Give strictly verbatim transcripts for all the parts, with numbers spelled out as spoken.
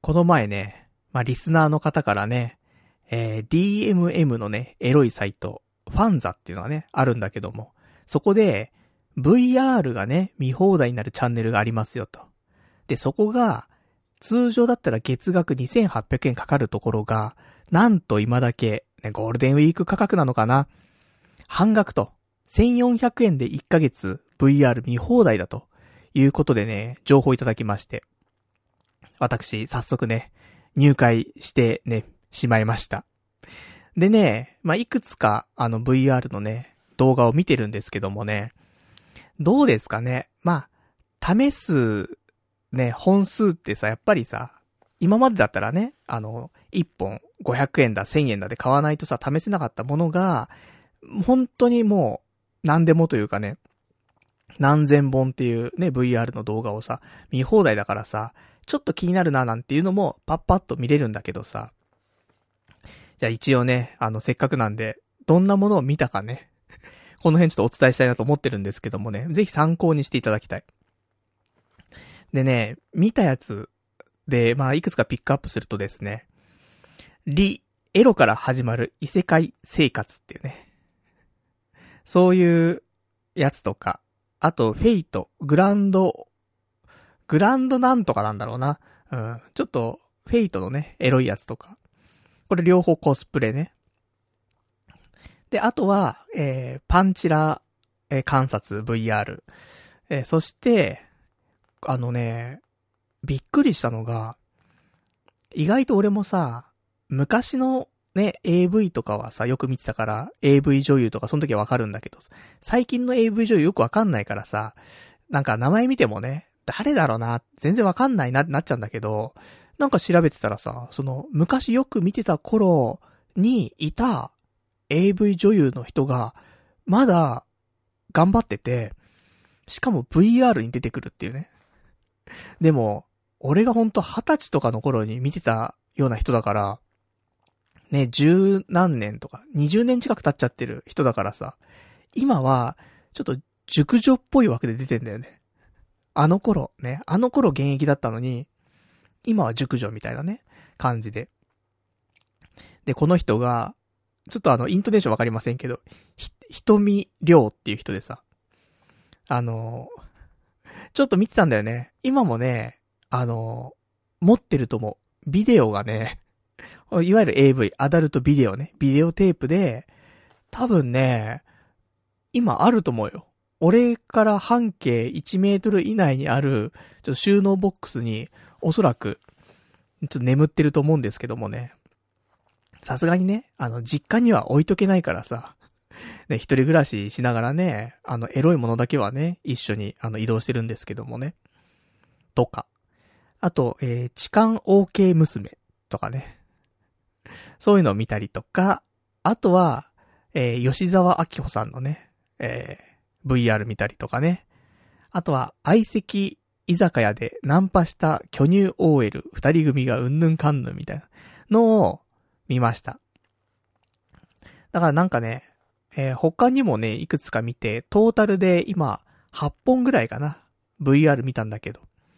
この前ね、まあ、リスナーの方からね、えー、ディーエムエム のね、エロいサイト、ファンザっていうのがね、あるんだけども、そこで、ブイアール がね、見放題になるチャンネルがありますよと。で、そこが、通常だったら月額にせんはっぴゃくえんかかるところが、なんと今だけ、ね、ゴールデンウィーク価格なのかな、半額と、せんよんひゃくえんでいっかげつ ブイアール 見放題だということでね、情報いただきまして、私、早速ね、入会してね、しまいました。でね、まあ、いくつか、あの ブイアール のね、動画を見てるんですけどもね、どうですかね。まあ、試す、ね、本数ってさ、やっぱりさ、今までだったらね、あの、いっぽんごひゃくえんだ、せんえんだで買わないとさ、試せなかったものが、本当にもう、何でもというかね、何千本っていうね、ブイアール の動画をさ、見放題だからさ、ちょっと気になるななんていうのもパッパッと見れるんだけどさ。じゃあ一応ね、あのせっかくなんで、どんなものを見たかね、この辺ちょっとお伝えしたいなと思ってるんですけどもね、ぜひ参考にしていただきたい。でね、見たやつで、まあいくつかピックアップするとですね、リ、エロから始まる異世界生活っていうね、そういうやつとか、あとフェイト、グランド、グランドなんとかなんだろうな。うん。ちょっと、フェイトのね、エロいやつとか。これ両方コスプレね。で、あとは、えー、パンチラ、えー、観察 ブイアール。えー、そして、あのね、びっくりしたのが、意外と俺もさ、昔のね、エーブイ とかはさ、よく見てたから、エーブイ 女優とかその時はわかるんだけど、最近の エーブイ 女優よくわかんないからさ、なんか名前見てもね、誰だろうな、全然わかんないなってなっちゃうんだけど、なんか調べてたらさ、その昔よく見てた頃にいた エーブイ 女優の人がまだ頑張ってて、しかも ブイアール に出てくるっていうね。でも、俺がほんと二十歳とかの頃に見てたような人だから、ね、十何年とか、二十年近く経っちゃってる人だからさ、今はちょっと熟女っぽい枠で出てんだよね。あの頃ね、あの頃現役だったのに、今は熟女みたいなね、感じで。で、この人が、ちょっとあの、イントネーションわかりませんけど、ひ、ひとみりょうっていう人でさ、あの、ちょっと見てたんだよね。今もね、あの、持ってると思う。ビデオがね、いわゆる エーブイ、アダルトビデオね、ビデオテープで、多分ね、今あると思うよ。俺から半径いちメートル以内にある、ちょっと収納ボックスに、おそらく、ちょっと眠ってると思うんですけどもね。さすがにね、あの、実家には置いとけないからさ、ね、一人暮らししながらね、あの、エロいものだけはね、一緒に、あの、移動してるんですけどもね。とか。あと、えー、痴漢 OK 娘とかね。そういうのを見たりとか、あとは、えー、吉沢明穂さんのね、えー、ブイアール 見たりとかね。あとは、相席居酒屋でナンパした巨乳 オーエル 二人組がうんぬんかんぬんみたいなのを見ました。だからなんかね、えー、他にもね、いくつか見て、トータルで今、はっぽんぐらいかな。ブイアール 見たんだけど。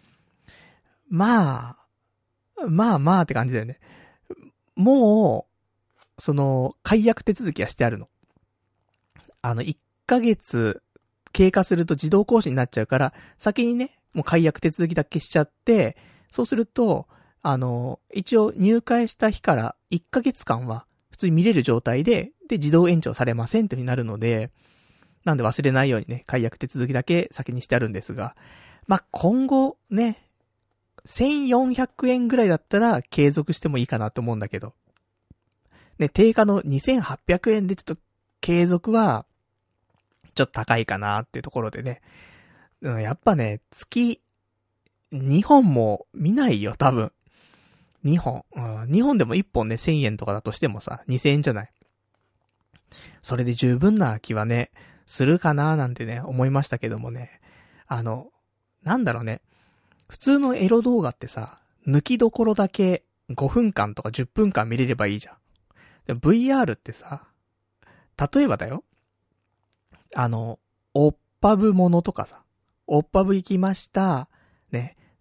まあ、まあまあって感じだよね。もう、その、解約手続きはしてあるの。あの、いっかげつ経過すると自動更新になっちゃうから、先にね、もう解約手続きだけしちゃって、そうすると、あの、一応入会した日からいっかげつかんは普通に見れる状態で、で、自動延長されませんってになるので、なんで忘れないようにね、解約手続きだけ先にしてあるんですが、まあ、今後ね、せんよんひゃくえんぐらいだったら継続してもいいかなと思うんだけど、ね、定価のにせんはっぴゃくえんでちょっと継続は、ちょっと高いかなっていうところでね、うん、やっぱね、月にほんも見ないよ、多分。にほん。うん、にほんでもいっぽんね、せんえんとかだとしてもさ、にせんえんじゃない。それで十分な気はね、するかななんてね、思いましたけどもね。あの、なんだろうね。普通のエロ動画ってさ、抜きどころだけごふんかんとかじゅっぷんかん見れればいいじゃん。でも ブイアール ってさ、例えばだよ。あの、オッパブものとかさ、オッパブ行きました。ね。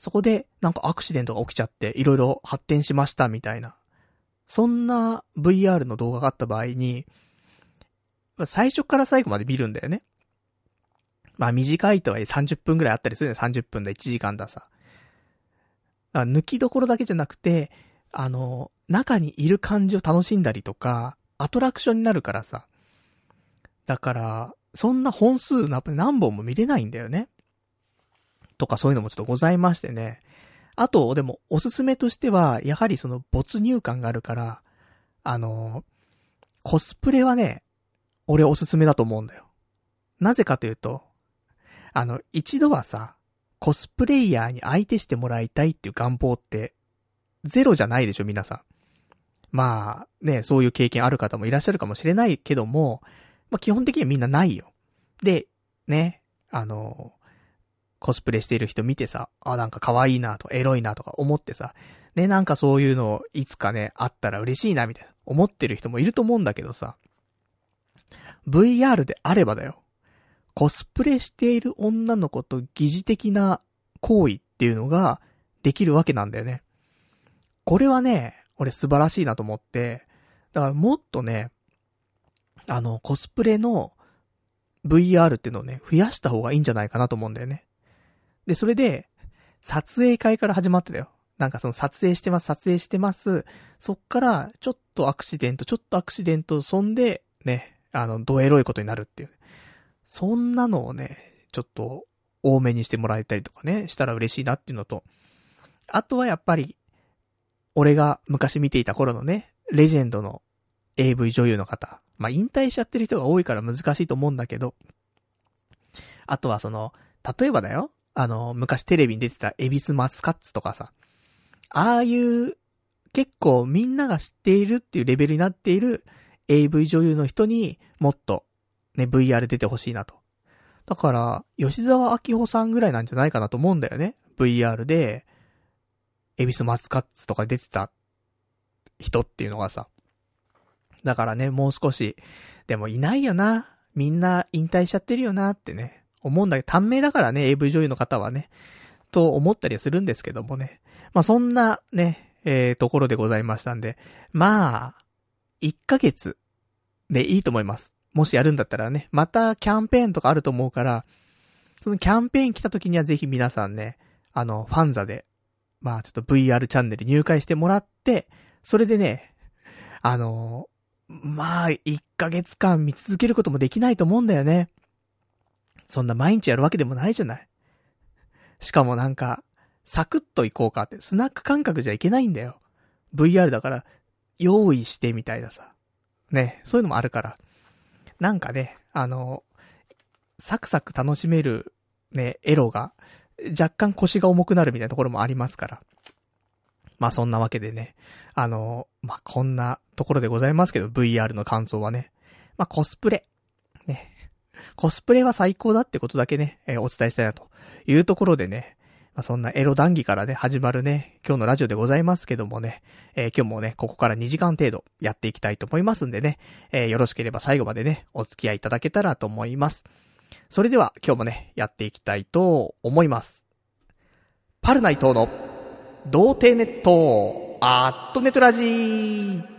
そこでなんかアクシデントが起きちゃっていろいろ発展しましたみたいな。そんな ブイアール の動画があった場合に、最初から最後まで見るんだよね。まあ短いとはいえさんじゅっぷんぐらいあったりするね。さんじゅっぷんだいちじかんださ。だから抜きどころだけじゃなくて、あの、中にいる感じを楽しんだりとか、アトラクションになるからさ。だから、そんな本数何本も見れないんだよね。とかそういうのもちょっとございましてね。あと、でもおすすめとしては、やはりその没入感があるから、あの、コスプレはね、俺おすすめだと思うんだよ。なぜかというと、あの、一度はさ、コスプレイヤーに相手してもらいたいっていう願望って、ゼロじゃないでしょ、皆さん。まあ、ね、そういう経験ある方もいらっしゃるかもしれないけども、まあ基本的にはみんなないよ。で、ね、あの、コスプレしている人見てさ、あ、なんか可愛いなとかエロいなとか思ってさ、ね、なんかそういうのいつかね、あったら嬉しいなみたいな思ってる人もいると思うんだけどさ、ブイアール であればだよ。コスプレしている女の子と疑似的な行為っていうのができるわけなんだよね。これはね、俺素晴らしいなと思って、だからもっとね、あの、コスプレの ブイアール っていうのをね、増やした方がいいんじゃないかなと思うんだよね。で、それで、撮影会から始まってたよ。なんかその撮影してます、撮影してます。そっから、ちょっとアクシデント、ちょっとアクシデント、そんで、ね、あの、ドエロいことになるっていう。そんなのをね、ちょっと、多めにしてもらえたりとかね、したら嬉しいなっていうのと、あとはやっぱり、俺が昔見ていた頃のね、レジェンドの エーブイ 女優の方。まあ、引退しちゃってる人が多いから難しいと思うんだけど、あとはその、例えばだよ、あの、昔テレビに出てたエビスマスカッツとかさ、ああいう結構みんなが知っているっていうレベルになっている エーブイ 女優の人にもっとね、ブイアール 出てほしいなと。だから、吉沢明穂さんぐらいなんじゃないかなと思うんだよね。ブイアール で、エビスマスカッツとか出てた人っていうのがさ。だからね、もう少し、でもいないよな。みんな引退しちゃってるよなってね。思うんだけど、短命だからね、エーブイ 女優の方はね、と思ったりはするんですけどもね。まあそんなね、えー、ところでございましたんで、まあ、いっかげつでいいと思います。もしやるんだったらね、またキャンペーンとかあると思うから、そのキャンペーン来た時にはぜひ皆さんね、あの、ファンザで、まあちょっと ブイアール チャンネル入会してもらって、それでね、あの、まあいっかげつかん見続けることもできないと思うんだよね。そんな毎日やるわけでもないじゃない。しかもなんか、サクッと行こうかって、スナック感覚じゃいけないんだよ。ブイアール だから、用意してみたいなさ。ね、そういうのもあるから。なんかね、あの、サクサク楽しめる、ね、エロが、若干腰が重くなるみたいなところもありますから。まあそんなわけでね、あの、まあこんなところでございますけど、ブイアール の感想はね。まあコスプレ。ね。コスプレは最高だってことだけね、えー、お伝えしたいなというところでね、まあ、そんなエロ談義からね、始まるね、今日のラジオでございますけどもね、えー、今日もね、ここからにじかん程度やっていきたいと思いますんでね、えー、よろしければ最後までね、お付き合いいただけたらと思います。それでは今日もね、やっていきたいと思います。パルナイトの童貞ネット、アットネットラジー。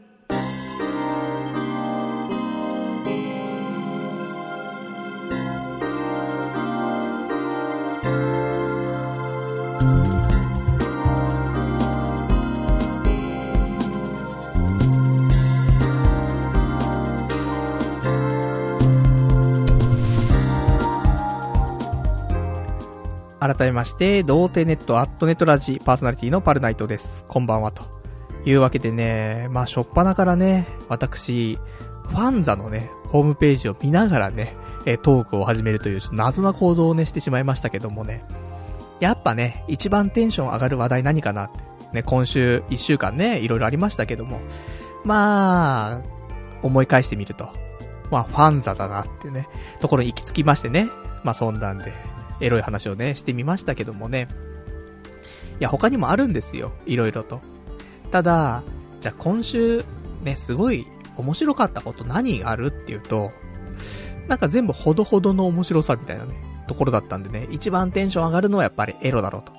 改めまして、童貞ネットアットネットラジパーソナリティのパルナイトです。こんばんはというわけでね、まあ初っ端からね、私ファンザのねホームページを見ながらね、えトークを始めるというちょっと謎な行動をねしてしまいましたけどもね、やっぱね一番テンション上がる話題何かなってね、今週いっしゅうかんねいろいろありましたけども、まあ思い返してみると、まあファンザだなっていうねところに行き着きましてね、まあそんなんでエロい話をねしてみましたけどもね、いや他にもあるんですよ、いろいろと。ただじゃあ今週ねすごい面白かったこと何あるっていうと、なんか全部ほどほどの面白さみたいなねところだったんでね、一番テンション上がるのはやっぱりエロだろうと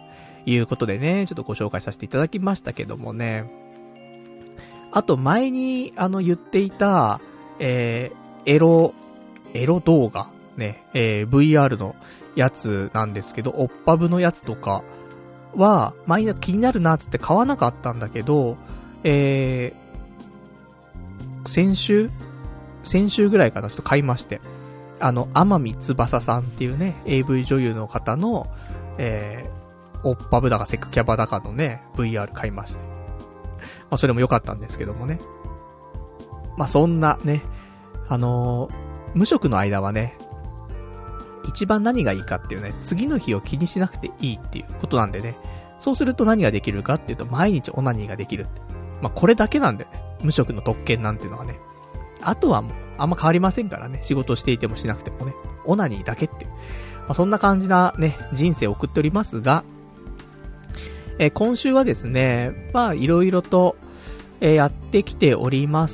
いうことでね、ちょっとご紹介させていただきましたけどもね。あと前に、あの、言っていた、えー、エロ、エロ動画、ね、えー、ブイアール のやつなんですけど、オッパブのやつとかは、前に気になるなーつって買わなかったんだけど、えー、先週先週ぐらいかな、ちょっと買いまして。あの、天海翼さんっていうね、エーブイ 女優の方の、えー、オッパブだかセクキャバだかのね、ブイアール 買いまして。まあ、それも良かったんですけどもね。まあ、そんなね、あのー、無職の間はね、一番何がいいかっていうね、次の日を気にしなくていいっていうことなんでね、そうすると何ができるかっていうと、毎日オナニーができるって。まあ、これだけなんだよね。無職の特権なんていうのはね。あとはもう、あんま変わりませんからね。仕事していてもしなくてもね。オナニーだけっていう。まあ、そんな感じなね、人生を送っておりますが、えー、今週はですね、まあ、いろいろと、えー、やってきております。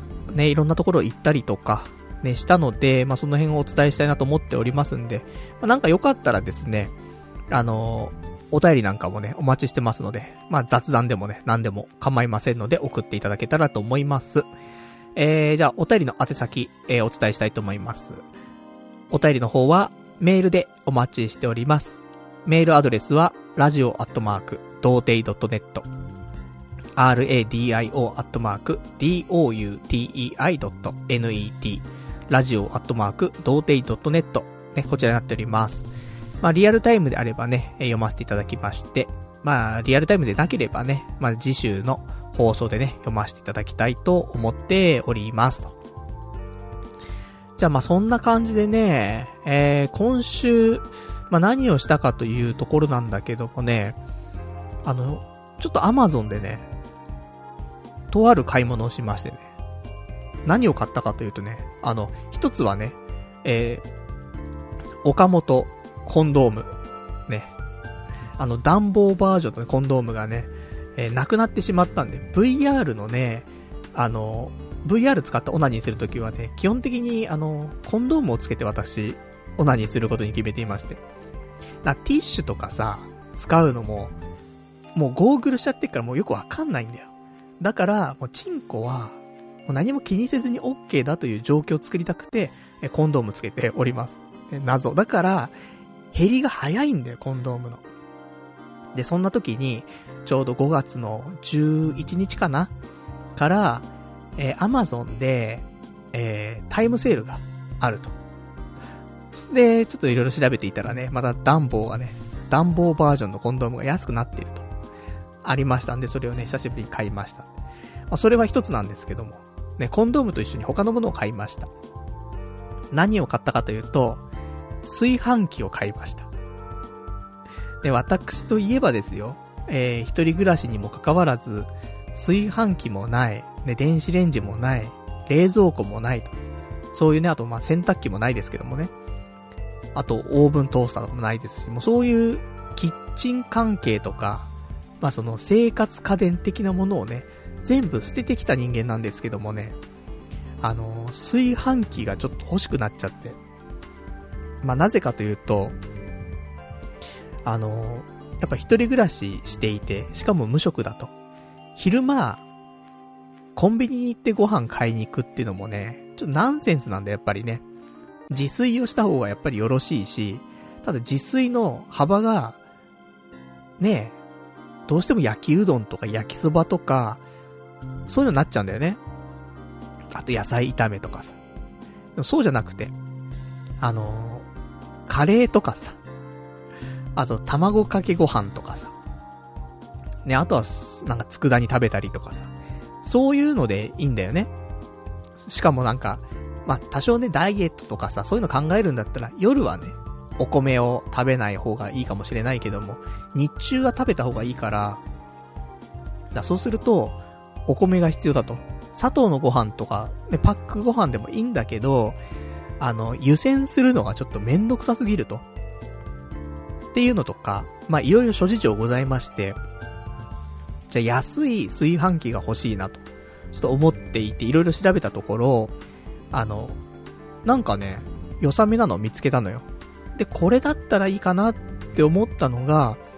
ね、いろんなところ行ったりとか、ね、したので、まあ、その辺をお伝えしたいなと思っておりますんで、まあ、なんかよかったらですね、あのー、お便りなんかもね、お待ちしてますので、まあ、雑談でもね、何でも構いませんので、送っていただけたらと思います。えー、じゃあ、お便りの宛先、えー、お伝えしたいと思います。お便りの方は、メールでお待ちしております。メールアドレスは、ラジオアットマーク、ドーテイドットネット、ラディオアットマーク、ドゥテイドットネット、ラジオアットマーク、ドーテイドットネット、ね、こちらになっております。まあ、リアルタイムであればね、えー、読ませていただきまして、まあ、リアルタイムでなければね、まあ、次週の放送でね、読ませていただきたいと思っておりますと。じゃあまあそんな感じでね、えー、今週、まあ何をしたかというところなんだけどもね、あの、ちょっと Amazon でね、とある買い物をしましてね、何を買ったかというとね、あの、一つはね、えー、岡本コンドーム、ね、あの暖房バージョンのコンドームがね、えー、なくなってしまったんで、ブイアール のね、あの、ブイアール 使ったオナニーするときはね、基本的にあの、コンドームをつけて私、オナニーすることに決めていまして。な、ティッシュとかさ、使うのも、もうゴーグルしちゃってっからもうよくわかんないんだよ。だから、もうチンコは、もう何も気にせずに OK だという状況を作りたくて、えコンドームつけております。謎。だから、減りが早いんだよ、コンドームの。で、そんな時に、ちょうどごがつのじゅういちにちかなから、えー、Amazon で、えー、タイムセールがあると。で、ちょっといろいろ調べていたらね、また暖房がね、暖房バージョンのコンドームが安くなっていると。ありましたんで、それをね、久しぶりに買いました。まあ、それは一つなんですけども、ね、コンドームと一緒に他のものを買いました。何を買ったかというと、炊飯器を買いました。で、私といえばですよ、えー、一人暮らしにもかかわらず、炊飯器もない、ね、電子レンジもない、冷蔵庫もないと。そういうね、あとまあ洗濯機もないですけどもね。あとオーブントースターとかもないですし、もうそういうキッチン関係とか、まあその生活家電的なものをね、全部捨ててきた人間なんですけどもね、あの、炊飯器がちょっと欲しくなっちゃって。まあなぜかというと、あの、やっぱ一人暮らししていて、しかも無職だと。昼間、コンビニに行ってご飯買いに行くっていうのもね、ちょっとナンセンスなんだやっぱりね。自炊をした方がやっぱりよろしいし、ただ自炊の幅が、ねえ、どうしても焼きうどんとか焼きそばとか、そういうのになっちゃうんだよね。あと野菜炒めとかさ。でもそうじゃなくて、あのー、カレーとかさ、あと卵かけご飯とかさ、ね、あとはなんか佃煮食べたりとかさ、そういうのでいいんだよね。しかもなんか、まあ、多少ね、ダイエットとかさ、そういうの考えるんだったら、夜はね、お米を食べない方がいいかもしれないけども、日中は食べた方がいいから、だそうすると、お米が必要だと。砂糖のご飯とか、ね、パックご飯でもいいんだけど、あの、湯煎するのがちょっとめんどくさすぎると。っていうのとか、まあ、いろいろ諸事情ございまして、じゃあ安い炊飯器が欲しいなと、ちょっと思っていて、いろいろ調べたところ、あの、なんかね、良さめなのを見つけたのよ。で、これだったらいいかなって思ったのが、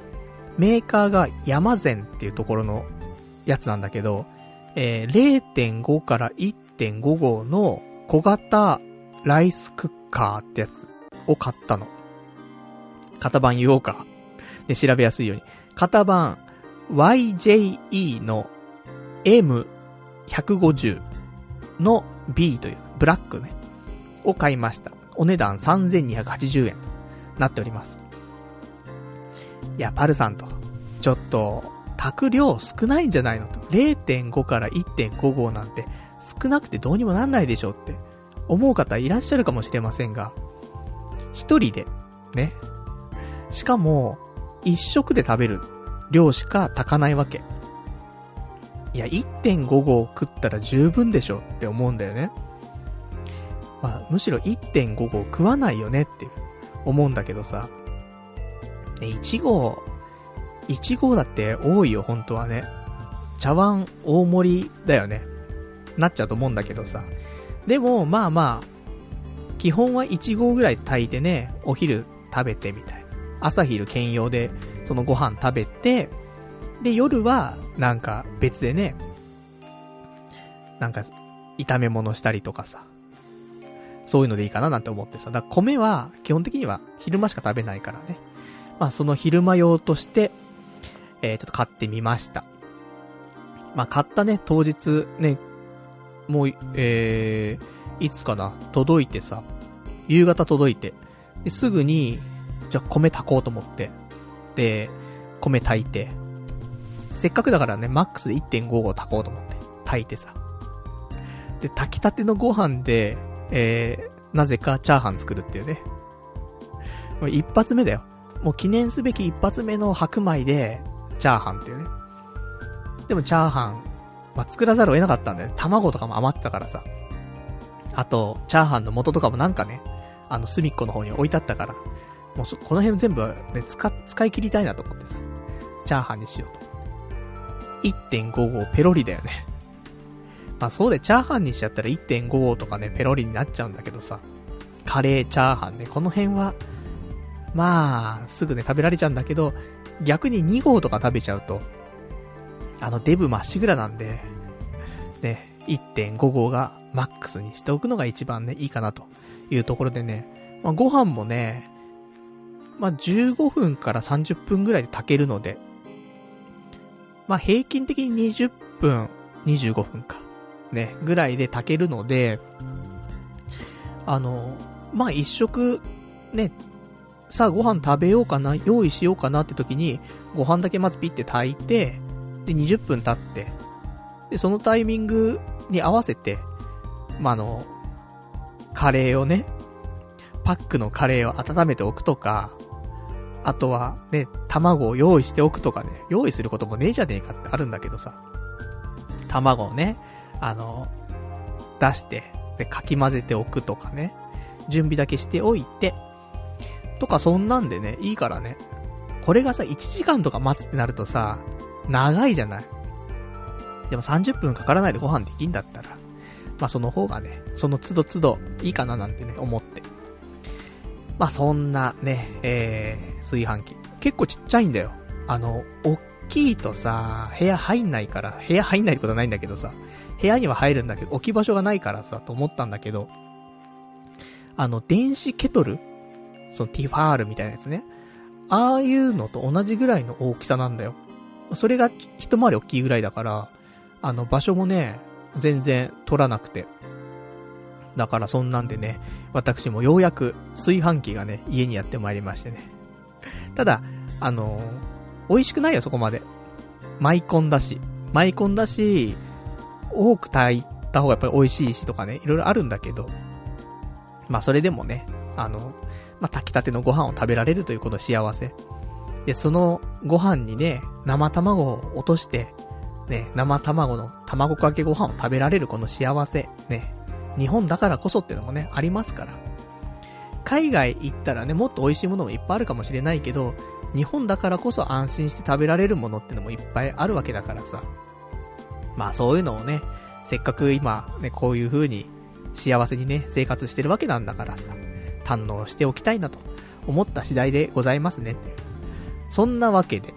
メーカーが山善っていうところのやつなんだけど、えー、れいてんご から いってんご 号の小型ライスクッカーってやつを買ったの。型番言おうか。で、調べやすいように。型番 ワイジェイイー の エムひゃくごじゅう の B というブラックね。を買いました。お値段さんぜんにひゃくはちじゅうえんとなっております。いや、パルさんと、ちょっと、炊く量少ないんじゃないのと。れいてんご から いってんご 号なんて少なくてどうにもなんないでしょって思う方いらっしゃるかもしれませんが、一人で、ね。しかも、一食で食べる量しか炊かないわけ。いや、いってんご 号食ったら十分でしょって思うんだよね。まあ、むしろ いってんご 号食わないよねって思うんだけどさ。ね、いち号、いち号だって多いよ、本当はね。茶碗大盛りだよね。なっちゃうと思うんだけどさ。でも、まあまあ、基本はいち号ぐらい炊いてね、お昼食べてみたいな。朝昼兼用で、そのご飯食べて、で、夜は、なんか別でね、なんか、炒め物したりとかさ。そういうのでいいかななんて思ってさ。だから米は、基本的には昼間しか食べないからね。まあその昼間用として、えー、ちょっと買ってみました。まあ買ったね、当日ね、もう、えー、いつかな、届いてさ、夕方届いて、ですぐに、じゃあ米炊こうと思って、で、米炊いて、せっかくだからね、マックスで いってんご 号炊こうと思って、炊いてさ。で、炊きたてのご飯で、えー、なぜかチャーハン作るっていうね。もう一発目だよ。もう記念すべき一発目の白米で、チャーハンっていうね。でもチャーハン、まあ、作らざるを得なかったんだよね。卵とかも余ってたからさ。あと、チャーハンの素とかもなんかね、あの隅っこの方に置いてあったから、もうそ、この辺全部ね、使、使い切りたいなと思ってさ。チャーハンにしようと。いってんご 号ペロリだよね。まあそうでチャーハンにしちゃったら いってんご 号とかね、ペロリになっちゃうんだけどさ。カレー、チャーハンね、この辺は、まあ、すぐね、食べられちゃうんだけど、逆にに号とか食べちゃうと、あのデブまっしぐらなんで、ね、いってんご 号がマックスにしておくのが一番ね、いいかなというところでね、まあ、ご飯もね、まあじゅうごふんからさんじゅっぷんぐらいで炊けるので、まあ平均的ににじゅっぷん、にじゅうごふんか、ね、ぐらいで炊けるので、あの、まあ一食、ね、さあご飯食べようかな、用意しようかなって時に、ご飯だけまずピッて炊いて、でにじゅっぷん経って、で、そのタイミングに合わせて、まあ、あの、カレーをね、パックのカレーを温めておくとか、あとはね、卵を用意しておくとかね、用意することもねえじゃねえかってあるんだけどさ、卵をね、あの、出して、で、かき混ぜておくとかね、準備だけしておいて、とかそんなんでね、いいからね。これがさ、いちじかんとか待つってなるとさ、長いじゃない。でもさんじゅっぷんかからないでご飯できんだったら、まあその方がね、その都度都度いいかななんてね、思って。まあそんなね、えー、炊飯器。結構ちっちゃいんだよ。あの、おっきいとさ、部屋入んないから、部屋入んないってことはないんだけどさ、部屋には入るんだけど、置き場所がないからさ、と思ったんだけど、あの、電子ケトル？そのティファールみたいなやつね。ああいうのと同じぐらいの大きさなんだよ。それが一回り大きいぐらいだから、あの場所もね、全然取らなくて。だからそんなんでね、私もようやく炊飯器がね、家にやってまいりましてね。ただ、あのー、美味しくないよそこまで。マイコンだし。マイコンだし、多く炊いた方がやっぱり美味しいしとかね、いろいろあるんだけど。まあそれでもね、あの、まあ、炊きたてのご飯を食べられるというこの幸せ。で、そのご飯にね、生卵を落として、ね、生卵の卵かけご飯を食べられるこの幸せ。ね、日本だからこそっていうのもね、ありますから。海外行ったらね、もっと美味しいものもいっぱいあるかもしれないけど、日本だからこそ安心して食べられるものってのもいっぱいあるわけだからさ。まあそういうのをね、せっかく今、ね、こういう風に幸せにね、生活してるわけなんだからさ。堪能しておきたいなと思った次第でございますね。そんなわけで、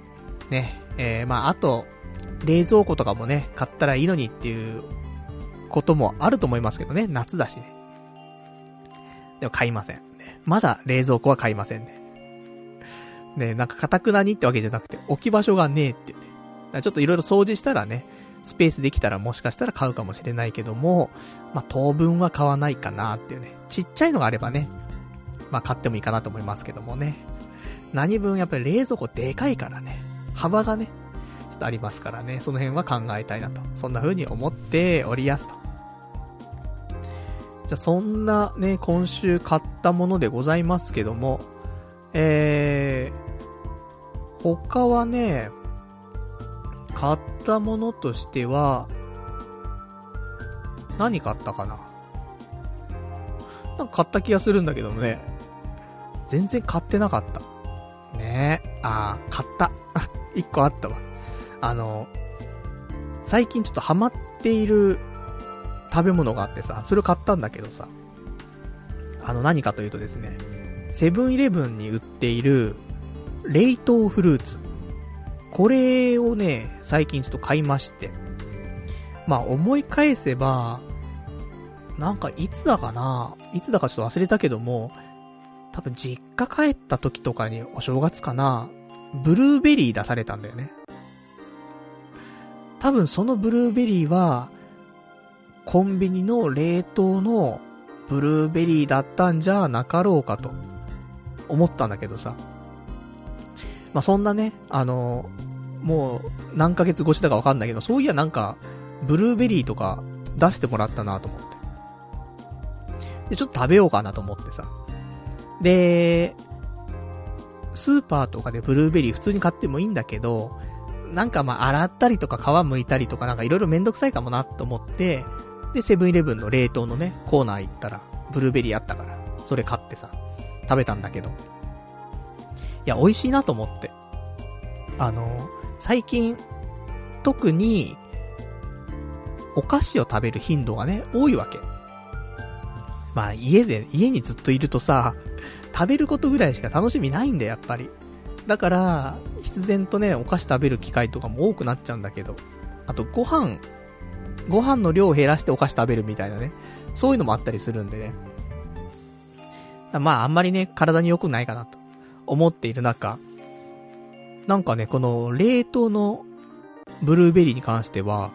ね、えー、まああと、冷蔵庫とかもね、買ったらいいのにっていうこともあると思いますけどね、夏だしね。でも買いません。ね、まだ冷蔵庫は買いませんね。ね、なんか堅くなにってわけじゃなくて、置き場所がねえってね。だからちょっといろいろ掃除したらね、スペースできたらもしかしたら買うかもしれないけども、まあ当分は買わないかなっていうね。ちっちゃいのがあればね、まあ買ってもいいかなと思いますけどもね。何分やっぱり冷蔵庫でかいからね、幅がね、ちょっとありますからね、その辺は考えたいなと。そんな風に思っておりやすと。じゃあそんなね、今週買ったものでございますけども、えー、他はね、買ったものとしては、何買ったかな？なんか買った気がするんだけどね。全然買ってなかった。ねえ。あー、買った。一個あったわ。あの、最近ちょっとハマっている食べ物があってさ、それを買ったんだけどさ、あの何かというとですね、セブンイレブンに売っている冷凍フルーツ。これをね、最近ちょっと買いまして。まあ思い返せば、なんかいつだかないつだかちょっと忘れたけども、多分実家帰った時とかにお正月かな、ブルーベリー出されたんだよね。多分そのブルーベリーは、コンビニの冷凍のブルーベリーだったんじゃなかろうかと思ったんだけどさ。まあ、そんなね、あの、もう何ヶ月越しだかわかんないけど、そういやなんか、ブルーベリーとか出してもらったなと思って。で、ちょっと食べようかなと思ってさ。で、スーパーとかでブルーベリー普通に買ってもいいんだけど、なんかまあ洗ったりとか皮剥いたりとかなんかいろいろめんどくさいかもなと思って、で、セブンイレブンの冷凍のね、コーナー行ったら、ブルーベリーあったから、それ買ってさ、食べたんだけど。いや、美味しいなと思って。あの、最近、特に、お菓子を食べる頻度がね、多いわけ。まあ家で、家にずっといるとさ、食べることぐらいしか楽しみないんだよ、やっぱり。だから、必然とね、お菓子食べる機会とかも多くなっちゃうんだけど、あとご飯、ご飯の量を減らしてお菓子食べるみたいなね、そういうのもあったりするんでね。まああんまりね、体に良くないかなと思っている中、なんかね、この冷凍のブルーベリーに関しては、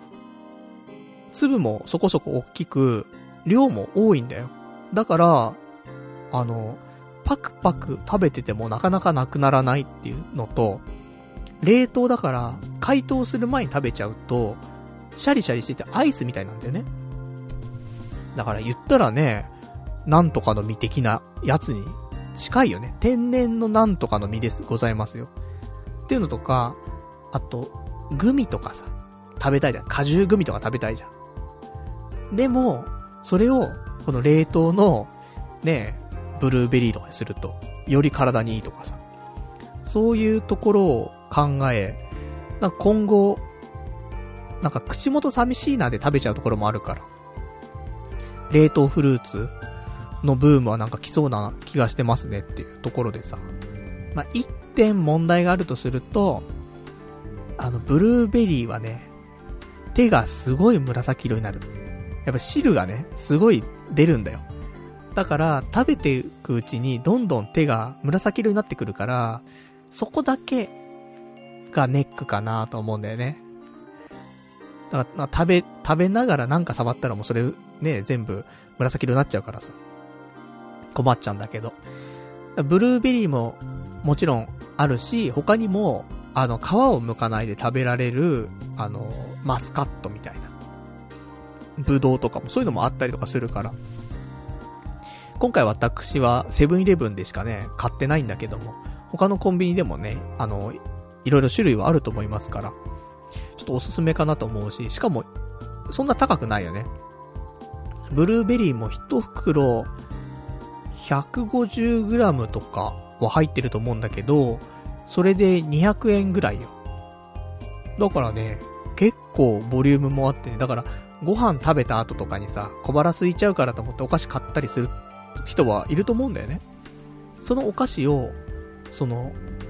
粒もそこそこ大きく、量も多いんだよ。だから、あの、パクパク食べててもなかなかなくならないっていうのと、冷凍だから解凍する前に食べちゃうと、シャリシャリしててアイスみたいなんだよね。だから言ったらね、なんとかの実的なやつに近いよね。天然のなんとかの実です、ございますよ。っていうのとか、あと、グミとかさ、食べたいじゃん。果汁グミとか食べたいじゃん。でも、それを、この冷凍の、ね、ブルーベリーとかにすると、より体にいいとかさ。そういうところを考え、なんか今後、なんか口元寂しいなで食べちゃうところもあるから、冷凍フルーツのブームはなんか来そうな気がしてますねっていうところでさ。まあ、一点問題があるとすると、あの、ブルーベリーはね、手がすごい紫色になる。やっぱ汁がね、すごい出るんだよ。だから、食べていくうちにどんどん手が紫色になってくるから、そこだけがネックかなと思うんだよね。だから、食べ、食べながらなんか触ったらもうそれね、全部紫色になっちゃうからさ。困っちゃうんだけど。ブルーベリーももちろんあるし、他にも、あの、皮を剥かないで食べられる、あの、マスカットみたいな。ブドウとかもそういうのもあったりとかするから。今回私はセブンイレブンでしかね、買ってないんだけども、他のコンビニでもね、あの、いろいろ種類はあると思いますから、ちょっとおすすめかなと思うし、しかも、そんな高くないよね。ブルーベリーも一袋、ひゃくごじゅうグラム とかは入ってると思うんだけど、それでにひゃくえんぐらいよ。だからね、結構ボリュームもあってね、だからご飯食べた後とかにさ、小腹空いちゃうからと思ってお菓子買ったりする人はいると思うんだよね。そのお菓子を、その、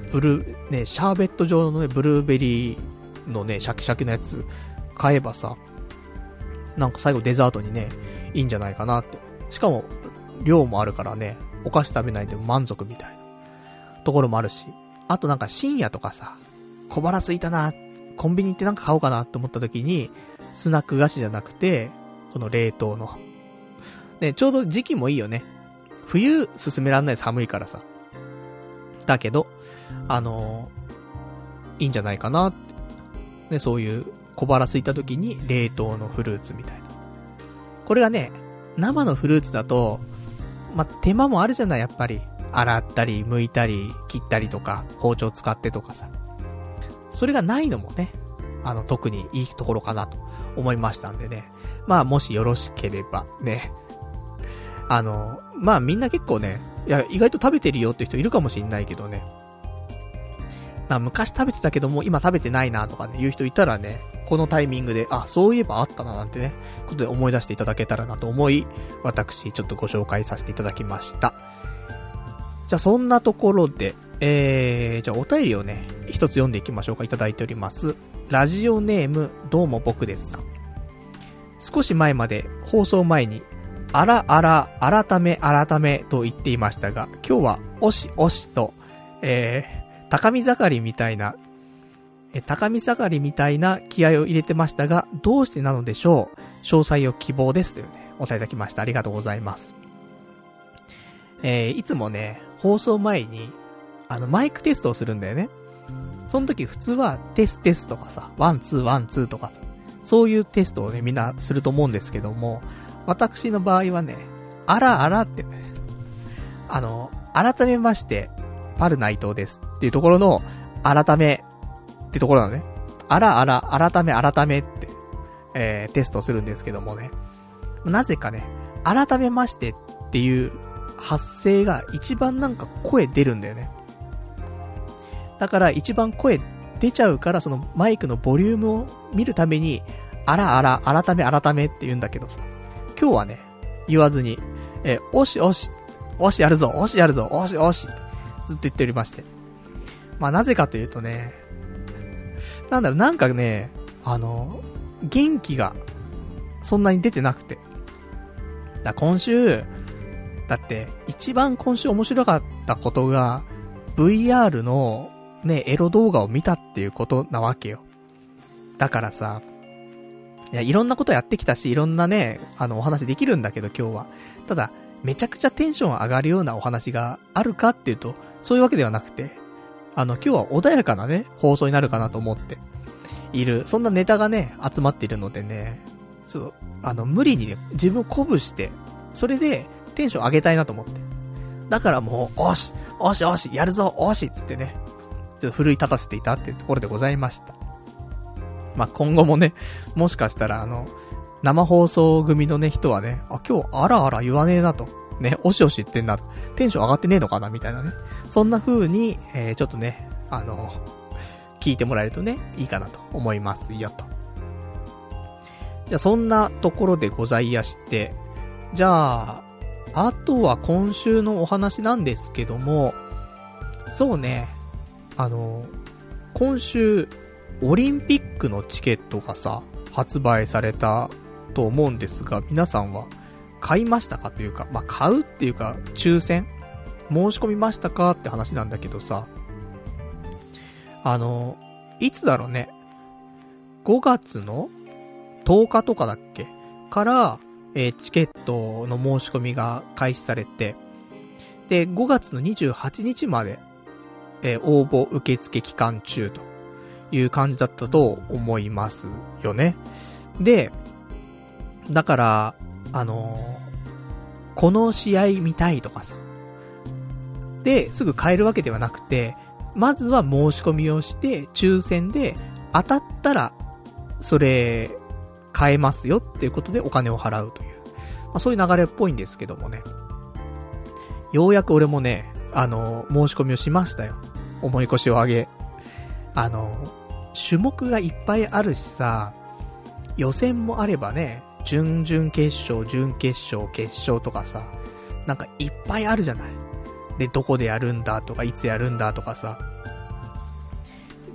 ブルー、ね、シャーベット状のね、ブルーベリーのね、シャキシャキのやつ買えばさ、なんか最後デザートにね、いいんじゃないかなって。しかも、量もあるからね、お菓子食べないでも満足みたいなところもあるし、あとなんか深夜とかさ、小腹空いたな、コンビニ行ってなんか買おうかなって思った時に、スナック菓子じゃなくて、この冷凍の。ね、ちょうど時期もいいよね。冬進めらんない、寒いからさ。だけど、あのー、いいんじゃないかなって。ね、そういう小腹空いた時に冷凍のフルーツみたいな。これがね、生のフルーツだと、ま、手間もあるじゃない、やっぱり。洗ったり、剥いたり、切ったりとか、包丁使ってとかさ。それがないのもね、あの、特にいいところかなと思いましたんでね。まあ、もしよろしければ、ね。あの、まあみんな結構ね、いや、意外と食べてるよって人いるかもしんないけどね。な昔食べてたけども、今食べてないなとかね、言う人いたらね、このタイミングで、あ、そういえばあったななんてね、ことで思い出していただけたらなと思い、私、ちょっとご紹介させていただきました。じゃあそんなところで、えー、じゃあお便りをね、一つ読んでいきましょうか。いただいております。ラジオネーム、どうも僕ですさん。少し前まで、放送前に、あらあら、改め改めと言っていましたが、今日は、おしおしと、えー、高見盛りみたいな、え、高見盛りみたいな気合を入れてましたが、どうしてなのでしょう。詳細を希望ですというね、お答えいただきました。ありがとうございます。えー、いつもね、放送前に、あの、マイクテストをするんだよね。その時普通は、テステスとかさ、ワンツーワンツーとかさ、そういうテストをね、みんなすると思うんですけども、私の場合はね、あらあらってね、あの、改めまして、パル内藤ですっていうところの、改めってところなのね。あらあら、改め改めって、えー、テストするんですけどもね。なぜかね、改めましてっていう発声が一番なんか声出るんだよね。だから一番声出ちゃうから、そのマイクのボリュームを見るために、あらあら、改め改めって言うんだけどさ。今日はね、言わずに、えー、おしおし、おしやるぞ、おしやるぞ、おしおしってずっと言っておりまして。まあなぜかというとね、なんだろう、なんかね、あの、元気がそんなに出てなくて。だ今週、だって一番今週面白かったことが ブイアール のね、エロ動画を見たっていうことなわけよ。だからさ、いや、いろんなことやってきたし、いろんなね、あの、お話できるんだけど今日は。ただ、めちゃくちゃテンション上がるようなお話があるかっていうと、そういうわけではなくて、あの、今日は穏やかなね、放送になるかなと思っている。そんなネタがね、集まっているのでね、そう、あの、無理にね、自分を鼓舞して、それでテンション上げたいなと思って。だからもう、おし、おしおし、やるぞ、おしっつってね、ちょっと奮い立たせていたっていうところでございました。まあ、今後もね、もしかしたらあの、生放送組のね、人はね、あ、今日あらあら言わねえなと。ね、おしおし言ってんなと。テンション上がってねえのかなみたいなね。そんな風に、えー、ちょっとね、あの、聞いてもらえるとね、いいかなと思いますよと。じゃあそんなところでございやして、じゃあ、あとは今週のお話なんですけども、そうね、あの、今週、オリンピックのチケットがさ、発売されたと思うんですが、皆さんは買いましたかというか、まあ、買うっていうか、抽選申し込みましたかって話なんだけどさ、あの、いつだろうね、ごがつのとおかとかだっけから、えー、チケットの申し込みが開始されて、で、ごがつのにじゅうはちにちまで、えー、応募受付期間中という感じだったと思いますよね。で、だから、あのー、この試合見たいとかさ、で、すぐ買えるわけではなくて、まずは申し込みをして、抽選で当たったら、それ、買えますよっていうことでお金を払うという。まあ、そういう流れっぽいんですけどもね。ようやく俺もね、あのー、申し込みをしましたよ。重い腰を上げ。あのー、種目がいっぱいあるしさ、予選もあればね、準々決勝、準決勝、決勝とかさ、なんかいっぱいあるじゃない。で、どこでやるんだとか、いつやるんだとかさ、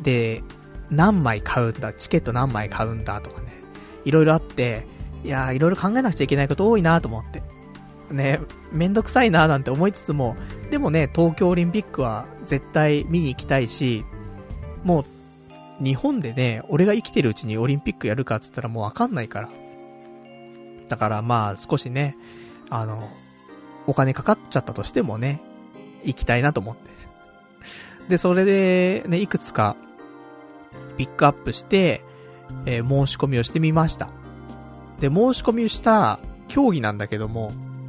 で、何枚買うんだ、チケット何枚買うんだとかね、いろいろあって、いやーいろいろ考えなくちゃいけないこと多いなと思って。ね、めんどくさいなーなんて思いつつも、でもね、東京オリンピックは絶対見に行きたいし、もう、日本でね、俺が生きてるうちにオリンピックやるかっつったらもうわかんないから。だからまあ少しね、あの、お金かかっちゃったとしてもね、行きたいなと思って。で、それでね、いくつかピックアップして、えー、申し込みをしてみました。で、申し込みをした競技なんだけども、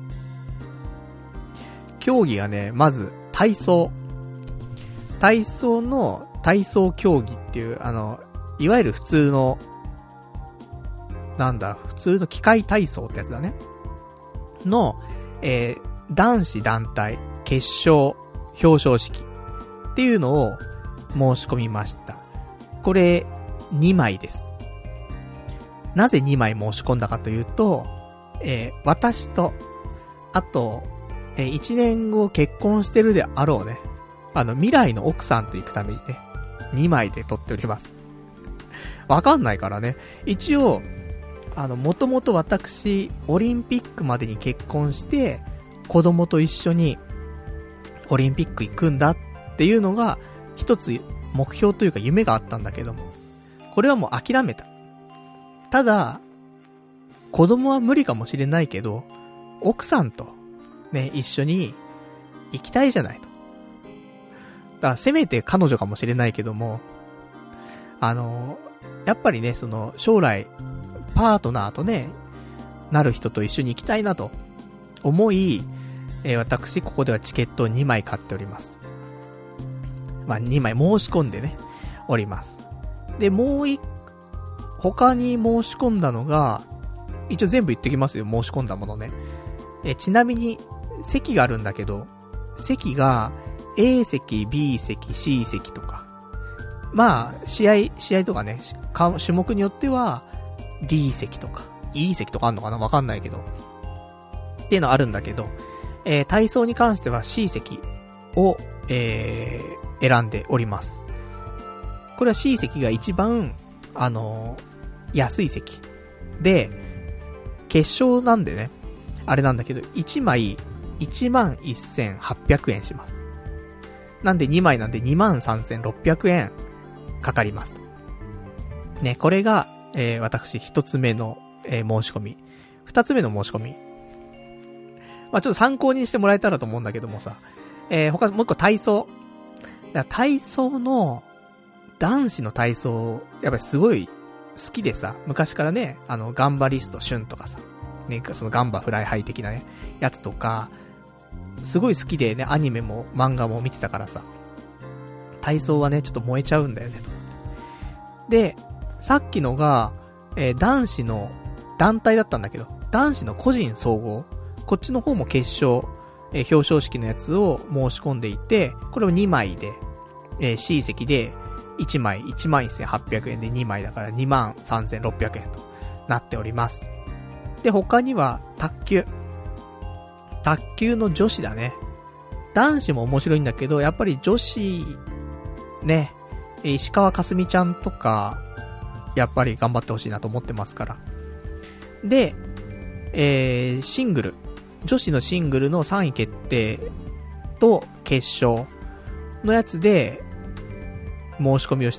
競技がね、まず体操。体操の体操競技っていう、あの、いわゆる普通の、なんだ、普通の機械体操ってやつだね。の、えー、男子団体決勝表彰式っていうのを申し込みました。これにまいです。なぜにまい申し込んだかというと、えー、私とあと、えー、いちねんご結婚してるであろうね、あの未来の奥さんと行くためにね、にまいで撮っております。わかんないからね。一応あの、もともと私、オリンピックまでに結婚して、子供と一緒に、オリンピック行くんだっていうのが、一つ目標というか夢があったんだけども、これはもう諦めた。ただ、子供は無理かもしれないけど、奥さんと、ね、一緒に行きたいじゃないと。だからせめて彼女かもしれないけども、あの、やっぱりね、その、将来、パートナーとね、なる人と一緒に行きたいなと思い、えー、私ここではチケットをにまい買っております。まあにまい申し込んでね、おります。で、もう一、他に申し込んだのが、一応全部言ってきますよ、申し込んだものね。えー、ちなみに席があるんだけど、席が A 席、B 席、C 席とか、まあ試合試合とかね、種目によってはD 席とか E 席とかあんのかな、わかんないけどっていうのあるんだけど、えー、体操に関しては C 席を、えー、選んでおります。これは C 席が一番あのー、安い席で、決勝なんでね、あれなんだけどいちまいいちまんせんはっぴゃくえんします。なんでにまいなんで にまんさんぜんろっぴゃくえんかかりますね。これがえー、私一つ目の、えー、申し込み。二つ目の申し込み。まあ、ちょっと参考にしてもらえたらと思うんだけどもさ。えー、他、もう一個体操。体操の、男子の体操、やっぱりすごい好きでさ、昔からね、あの、ガンバリストシュンとかさ、ね、そのガンバフライハイ的なね、やつとか、すごい好きでね、アニメも漫画も見てたからさ、体操はね、ちょっと燃えちゃうんだよね、と。で、さっきのが、えー、男子の団体だったんだけど、男子の個人総合、こっちの方も決勝、えー、表彰式のやつを申し込んでいて、これをにまいで、えー、C 席でいちまいいちまんせんはっぴゃくえんでにまいだからにまんさんぜんろっぴゃくえんとなっております。で、他には卓球。卓球の女子だね。男子も面白いんだけど、やっぱり女子、ね、石川佳純ちゃんとか、やっぱり頑張ってほしいなと思ってますから。で、えー、シングル。女子のシングルのさんい決定と決勝のやつで申し込みをして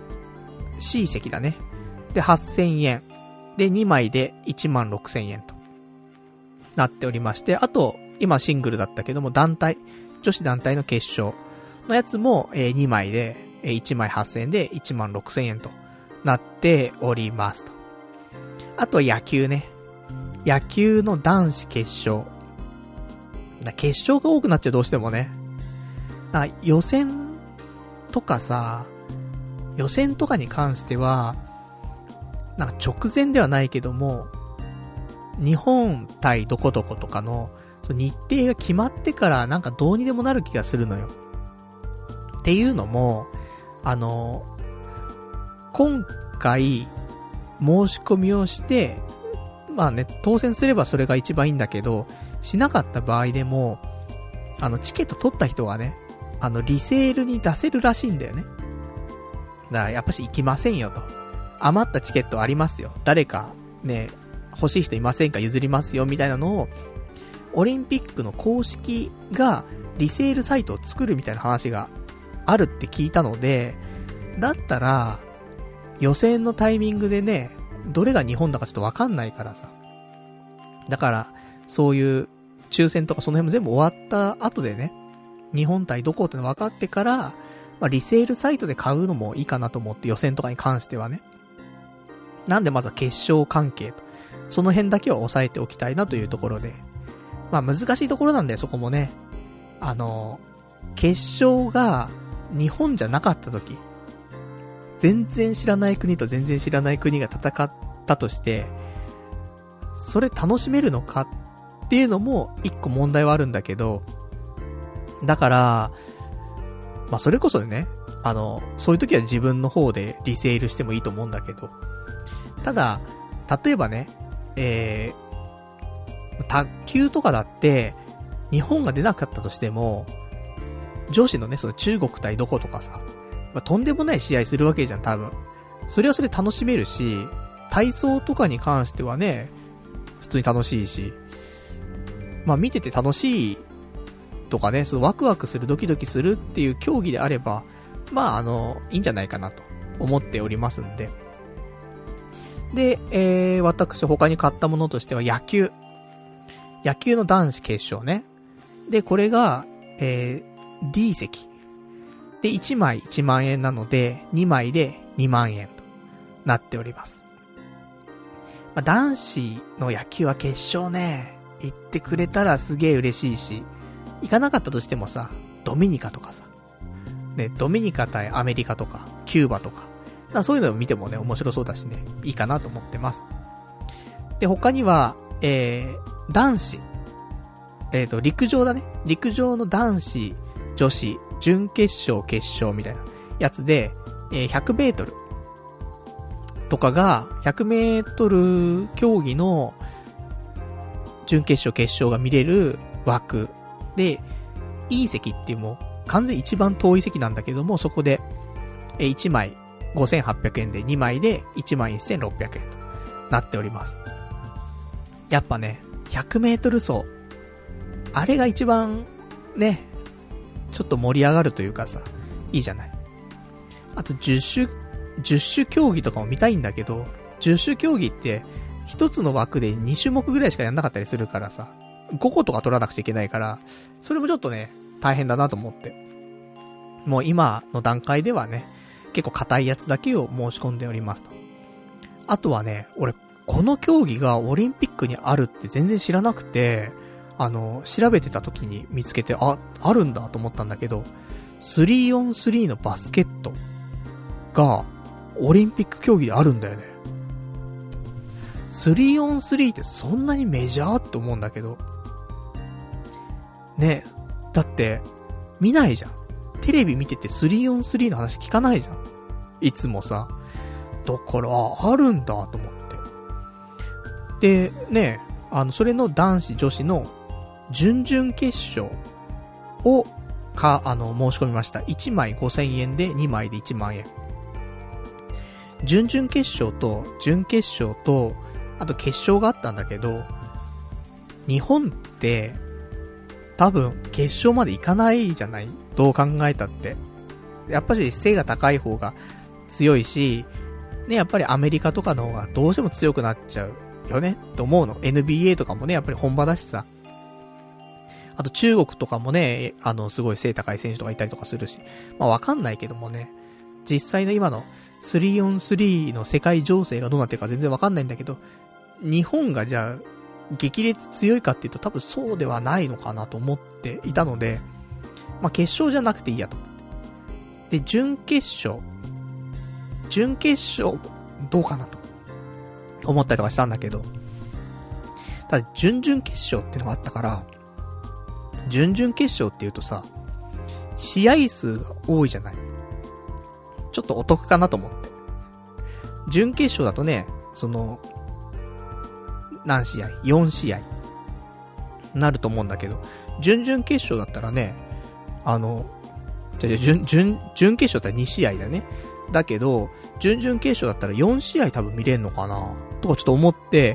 、C 席だね。で、はっせんえん。で、にまいでいちまんろくせんえんとなっておりまして、あと、今シングルだったけども、団体、女子団体の決勝のやつも、えー、にまいで、えー、いちまいはっせんえんでいちまんろくせんえんとなっておりますと。あと野球ね。野球の男子決勝。決勝が多くなっちゃう、どうしてもね。予選とかさ、予選とかに関しては、なんか直前ではないけども、日本対どこどことかのその日程が決まってからなんかどうにでもなる気がするのよ。っていうのも、あの、今回申し込みをして、まあね、当選すればそれが一番いいんだけど、しなかった場合でも、あのチケット取った人がね、あのリセールに出せるらしいんだよね。 だからやっぱし行きませんよと。余ったチケットありますよ。誰かね、欲しい人いませんか譲りますよみたいなのを、オリンピックの公式がリセールサイトを作るみたいな話があるって聞いたので、だったら、予選のタイミングでね、どれが日本だかちょっとわかんないからさ。だから、そういう抽選とかその辺も全部終わった後でね、日本対どこっての分かってから、まあリセールサイトで買うのもいいかなと思って、予選とかに関してはね。なんでまずは決勝関係と。その辺だけは押さえておきたいなというところで。まあ難しいところなんで、そこもね。あの、決勝が日本じゃなかった時、全然知らない国と全然知らない国が戦ったとして、それ楽しめるのかっていうのも一個問題はあるんだけど、だから、まあそれこそね、あの、そういう時は自分の方でリセールしてもいいと思うんだけど、ただ、例えばね、えー、卓球とかだって、日本が出なかったとしても、女子のね、その中国対どことかさ、まあ、とんでもない試合するわけじゃん、多分。それはそれ楽しめるし、体操とかに関してはね、普通に楽しいし、まあ見てて楽しいとかね、そのワクワクするドキドキするっていう競技であれば、まああの、いいんじゃないかなと思っておりますんで。で、えー、私他に買ったものとしては野球。野球の男子決勝ね。で、これが、えー、D 席。で、いちまいいちまんえんなので、にまいでにまんえんとなっております。まあ、男子の野球は決勝ね、行ってくれたらすげえ嬉しいし、行かなかったとしてもさ、ドミニカとかさ、ね、ドミニカ対アメリカとか、キューバとか、かそういうのを見てもね、面白そうだしね、いいかなと思ってます。で、他には、えー、男子、えっと、陸上だね。陸上の男子、女子、準決勝、決勝みたいなやつで、えー、ひゃくメートルとかが、ひゃくメートル競技の準決勝、決勝が見れる枠で、いい席っていうもう完全一番遠い席なんだけども、そこで、えー、いちまいごせんはっぴゃくえんで、にまいでいちまんせんろっぴゃくえんとなっております。やっぱね、ひゃくメートル走、あれが一番ね、ちょっと盛り上がるというかさ、いいじゃない。あとじゅっ種、じゅっ種競技とかも見たいんだけど、じゅっ種競技って一つの枠でに種目ぐらいしかやんなかったりするからさ、ごことか取らなくちゃいけないから、それもちょっとね、大変だなと思って。もう今の段階ではね、結構硬いやつだけを申し込んでおりますと。あとはね、俺、この競技がオリンピックにあるって全然知らなくて、あの、調べてた時に見つけて、あ、あるんだと思ったんだけど、スリーオンスリーのバスケットがオリンピック競技であるんだよね。スリーオンスリーってそんなにメジャーって思うんだけど。ね、だって見ないじゃん。テレビ見ててスリーオンスリーの話聞かないじゃん。いつもさ。だから、あ、あるんだと思って。で、ね、あの、それの男子女子の準々決勝をか、あの、申し込みました。いちまいごせんえんでにまいでいちまんえん。準々決勝と準決勝と、あと決勝があったんだけど、日本って多分決勝まで行かないじゃない？どう考えたって。やっぱり背が高い方が強いし、ね、やっぱりアメリカとかの方がどうしても強くなっちゃうよねと思うの。エヌビーエー とかもね、やっぱり本場だしさ。あと中国とかもね、あの、すごい背高い選手とかいたりとかするし。まあわかんないけどもね、実際の今のスリーオンスリーの世界情勢がどうなってるか全然わかんないんだけど、日本がじゃあ、激烈強いかっていうと多分そうではないのかなと思っていたので、まあ決勝じゃなくていいやと思って。で、準決勝。準決勝、どうかなと思ったりとかしたんだけど、ただ準々決勝っていうのがあったから、準々決勝っていうとさ、試合数が多いじゃない。ちょっとお得かなと思って。準決勝だとね、その、何試合 ?よん 試合。なると思うんだけど、準々決勝だったらね、あの、じゃじゃ準、準、準決勝だったらに試合だね。 だけど、準々決勝だったらよん試合多分見れんのかなとかちょっと思って、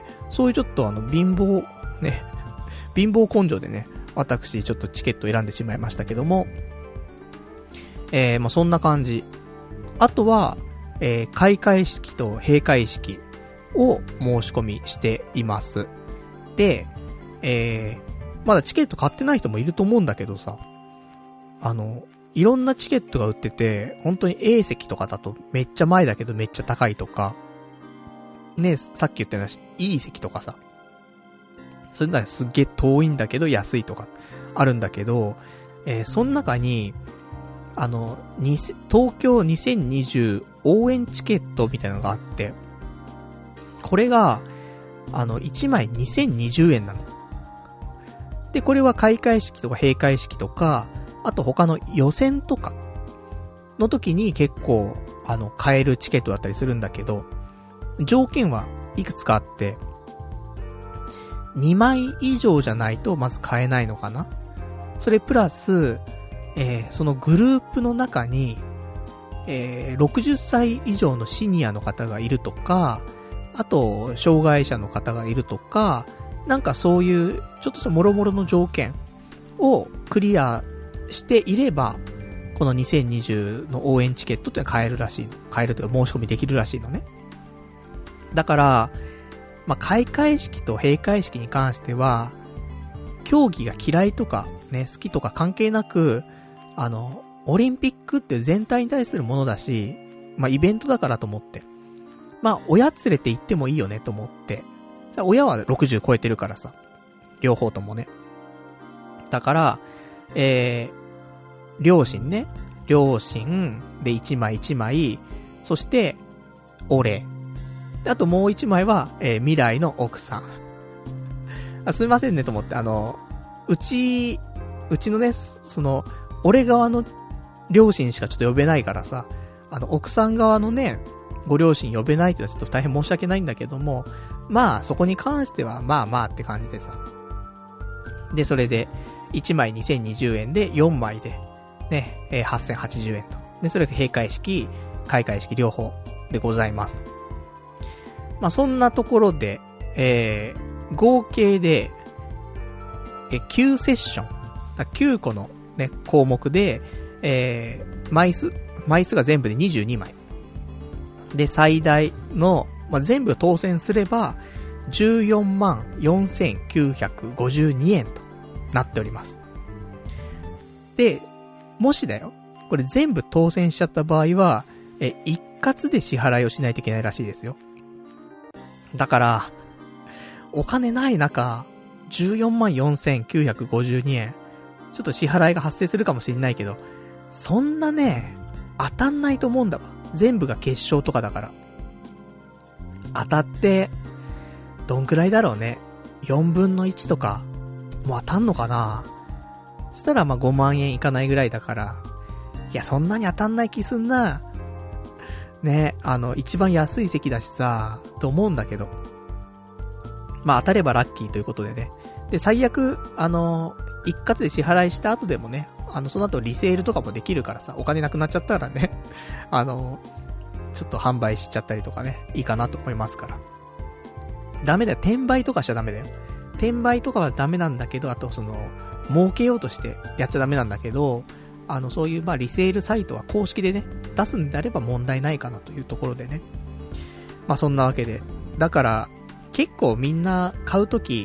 そういうちょっとあの、貧乏、ね、貧乏根性でね、私ちょっとチケット選んでしまいましたけども、えー、まあそんな感じ。あとは、えー、開会式と閉会式を申し込みしています。で、えー、まだチケット買ってない人もいると思うんだけどさ、あの、いろんなチケットが売ってて、本当に A 席とかだとめっちゃ前だけどめっちゃ高いとか、ね、さっき言ったような E 席とかさ、それならすっげえ遠いんだけど安いとかあるんだけど、えー、その中に、あの、東京にせんにじゅう応援チケットみたいなのがあって、これが、あの、いちまいにせんにじゅうえんなの。で、これは開会式とか閉会式とか、あと他の予選とかの時に結構、あの、買えるチケットだったりするんだけど、条件はいくつかあって、にまい以上じゃないとまず買えないのかな。それプラス、えー、そのグループの中に、えー、ろくじゅっさい以上のシニアの方がいるとか、あと、障害者の方がいるとか、なんかそういう、ちょっとした諸々の条件をクリアしていれば、このにせんにじゅうの応援チケットってのは買えるらしいの。買えるというか申し込みできるらしいのね。だから、まあ、開会式と閉会式に関しては、競技が嫌いとか、ね、好きとか関係なく、あの、オリンピックって全体に対するものだし、まあ、イベントだからと思って。まあ、親連れて行ってもいいよねと思って。親はろくじゅう超えてるからさ。両方ともね。だから、えー、両親ね。両親で一枚一枚、そして、俺。あともう一枚は、えー、未来の奥さん。あ、すいませんねと思って、あの、うち、うちのね、その、俺側の両親しかちょっと呼べないからさ、あの、奥さん側のね、ご両親呼べないってのはちょっと大変申し訳ないんだけども、まあ、そこに関しては、まあまあって感じでさ。で、それで、いちまいにせんにじゅうえんで、よんまいで、ね、えー、はっせんはちじゅうえんと。で、それが閉会式、開会式両方でございます。まあ、そんなところで、えー、合計で、え、きゅうセッション。きゅうこのね、項目で、えー、枚数、枚数が全部でにじゅうにまい。で、最大の、まあ、全部当選すれば、じゅうよんまんよんせんきゅうひゃくごじゅうにえんとなっております。で、もしだよ、これ全部当選しちゃった場合は、え、一括で支払いをしないといけないらしいですよ。だから、お金ない中、じゅうよんまんよんせんきゅうひゃくごじゅうにえん、ちょっと支払いが発生するかもしれないけど、そんなね、当たんないと思うんだわ。全部が決勝とかだから。当たって、どんくらいだろうね。よんぶんのいちとか、もう当たんのかな。そしたらまあごまんえんいかないぐらいだから、いやそんなに当たんない気すんな。ね、あの、一番安い席だしさ、と思うんだけど。まあ当たればラッキーということでね。で、最悪、あの、一括で支払いした後でもね、あの、その後リセールとかもできるからさ、お金なくなっちゃったらね、あの、ちょっと販売しちゃったりとかね、いいかなと思いますから。ダメだよ。転売とかしちゃダメだよ。転売とかはダメなんだけど、あとその、儲けようとしてやっちゃダメなんだけど、あの、そういう、まあ、リセールサイトは公式でね、出すんであれば問題ないかなというところでね。まあ、そんなわけで。だから、結構みんな買うとき、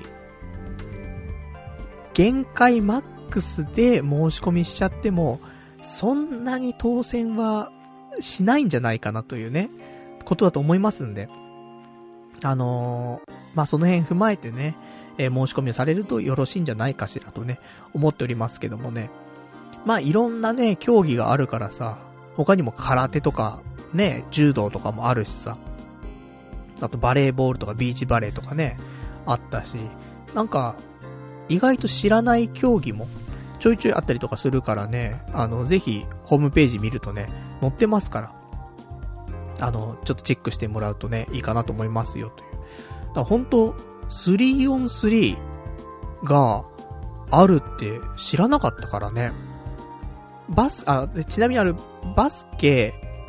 限界マックスで申し込みしちゃっても、そんなに当選はしないんじゃないかなというね、ことだと思いますんで。あのー、まあ、その辺踏まえてね、えー、申し込みをされるとよろしいんじゃないかしらとね、思っておりますけどもね。まあ、いろんなね、競技があるからさ、他にも空手とか、ね、柔道とかもあるしさ、あとバレーボールとかビーチバレーとかね、あったし、なんか、意外と知らない競技もちょいちょいあったりとかするからね、あの、ぜひ、ホームページ見るとね、載ってますから、あの、ちょっとチェックしてもらうとね、いいかなと思いますよ、という。だからほんと、スリーオンスリーがあるって知らなかったからね。バス、あ、ちなみにある、バスケ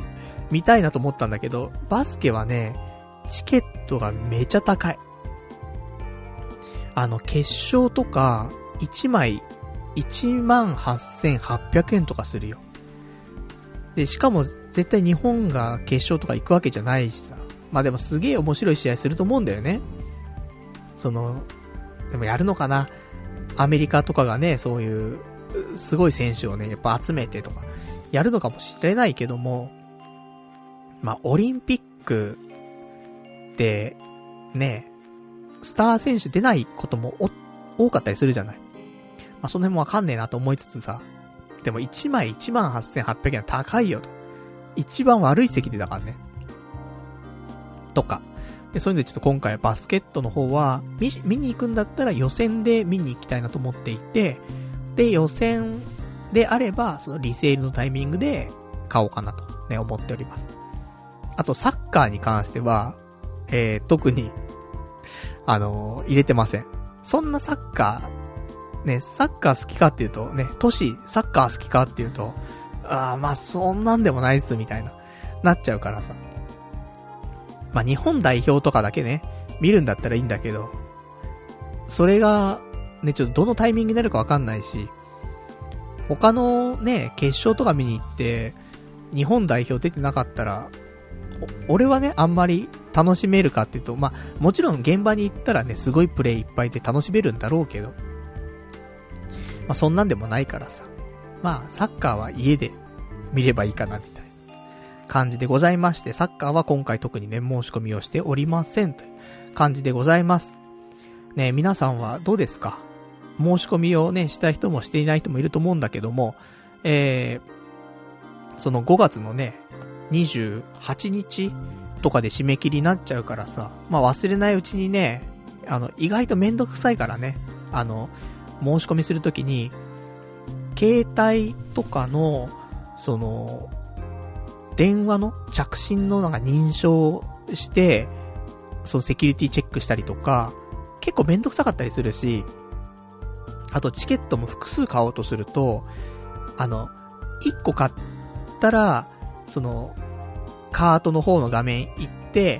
見たいなと思ったんだけど、バスケはね、チケットがめちゃ高い。あの、決勝とか、いちまいいちまんはっせんはっぴゃくえんとかするよ。で、しかも絶対日本が決勝とか行くわけじゃないしさ。まあでもすげえ面白い試合すると思うんだよね。その、でもやるのかな？アメリカとかがね、そういう、すごい選手をね、やっぱ集めてとか、やるのかもしれないけども、まあ、オリンピックで、ね、スター選手出ないこともお多かったりするじゃない。まあ、その辺もわかんねえなと思いつつさ、でもいちまいいちまんはっせんはっぴゃくえんは高いよと。一番悪い席でだからね。とか。で、そういうのでちょっと今回バスケットの方は、見、見に行くんだったら予選で見に行きたいなと思っていて、で、予選であれば、そのリセールのタイミングで買おうかなとね、思っております。あと、サッカーに関しては、えー、特に、あのー、入れてません。そんなサッカー、ね、サッカー好きかっていうと、ね、都市、サッカー好きかっていうと、あー、まあ、そんなんでもないっす、みたいな、なっちゃうからさ。まあ、日本代表とかだけね、見るんだったらいいんだけど、それが、ね、ちょっとどのタイミングになるかわかんないし、他のね、決勝とか見に行って、日本代表出てなかったら、俺はね、あんまり楽しめるかっていうと、まあ、もちろん現場に行ったらね、すごいプレイいっぱいで楽しめるんだろうけど、まあ、そんなんでもないからさ。まあ、サッカーは家で見ればいいかな、みたいな感じでございまして、サッカーは今回特にね、申し込みをしておりませんという感じでございます。ね、皆さんはどうですか？申し込みをね、した人もしていない人もいると思うんだけども、えー、そのごがつのね、にじゅうはちにちとかで締め切りになっちゃうからさ、まあ忘れないうちにね、あの、意外とめんどくさいからね、あの、申し込みするときに、携帯とかの、その、電話の着信のなんか認証して、そのセキュリティチェックしたりとか、結構めんどくさかったりするし、あとチケットも複数買おうとすると、あの、いっこ買ったら、その、カートの方の画面行って、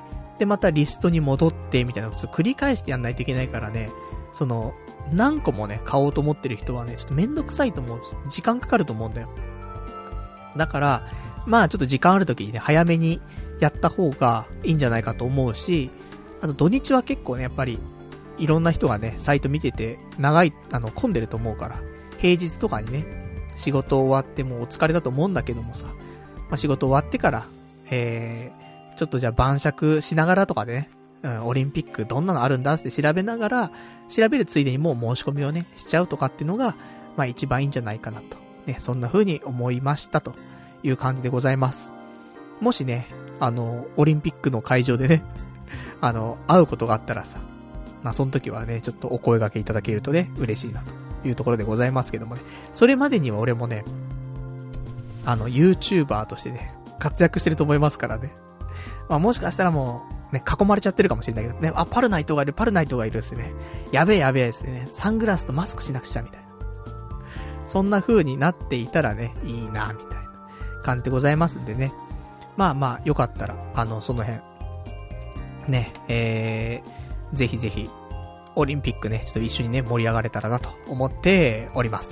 で、またリストに戻って、みたいなのを繰り返してやんないといけないからね、その、何個もね、買おうと思ってる人はね、ちょっとめんどくさいと思う。時間かかると思うんだよ。だから、まあちょっと時間ある時にね、早めにやった方がいいんじゃないかと思うし、あと土日は結構ね、やっぱり、いろんな人がね、サイト見てて、長い、あの、混んでると思うから、平日とかにね、仕事終わってもうお疲れだと思うんだけどもさ、まあ、仕事終わってから、えー、ちょっとじゃあ晩酌しながらとかでね、うん、オリンピックどんなのあるんだって調べながら、調べるついでにもう申し込みをね、しちゃうとかっていうのが、まあ一番いいんじゃないかなと。ね、そんな風に思いましたという感じでございます。もしね、あの、オリンピックの会場でね、あの、会うことがあったらさ、まあその時はね、ちょっとお声掛けいただけるとね、嬉しいなというところでございますけどもね。それまでには俺もね、あの、YouTuber としてね、活躍してると思いますからね。まあもしかしたらもう、ね、囲まれちゃってるかもしれないけどね、あ、パルナイトがいる、パルナイトがいるですね。やべえやべえですね。サングラスとマスクしなくちゃみたいな。そんな風になっていたらね、いいな、みたいな感じでございますんでね。まあまあ、よかったら、あの、その辺、ね、えー、ぜひぜひ、オリンピックね、ちょっと一緒にね、盛り上がれたらなと思っております。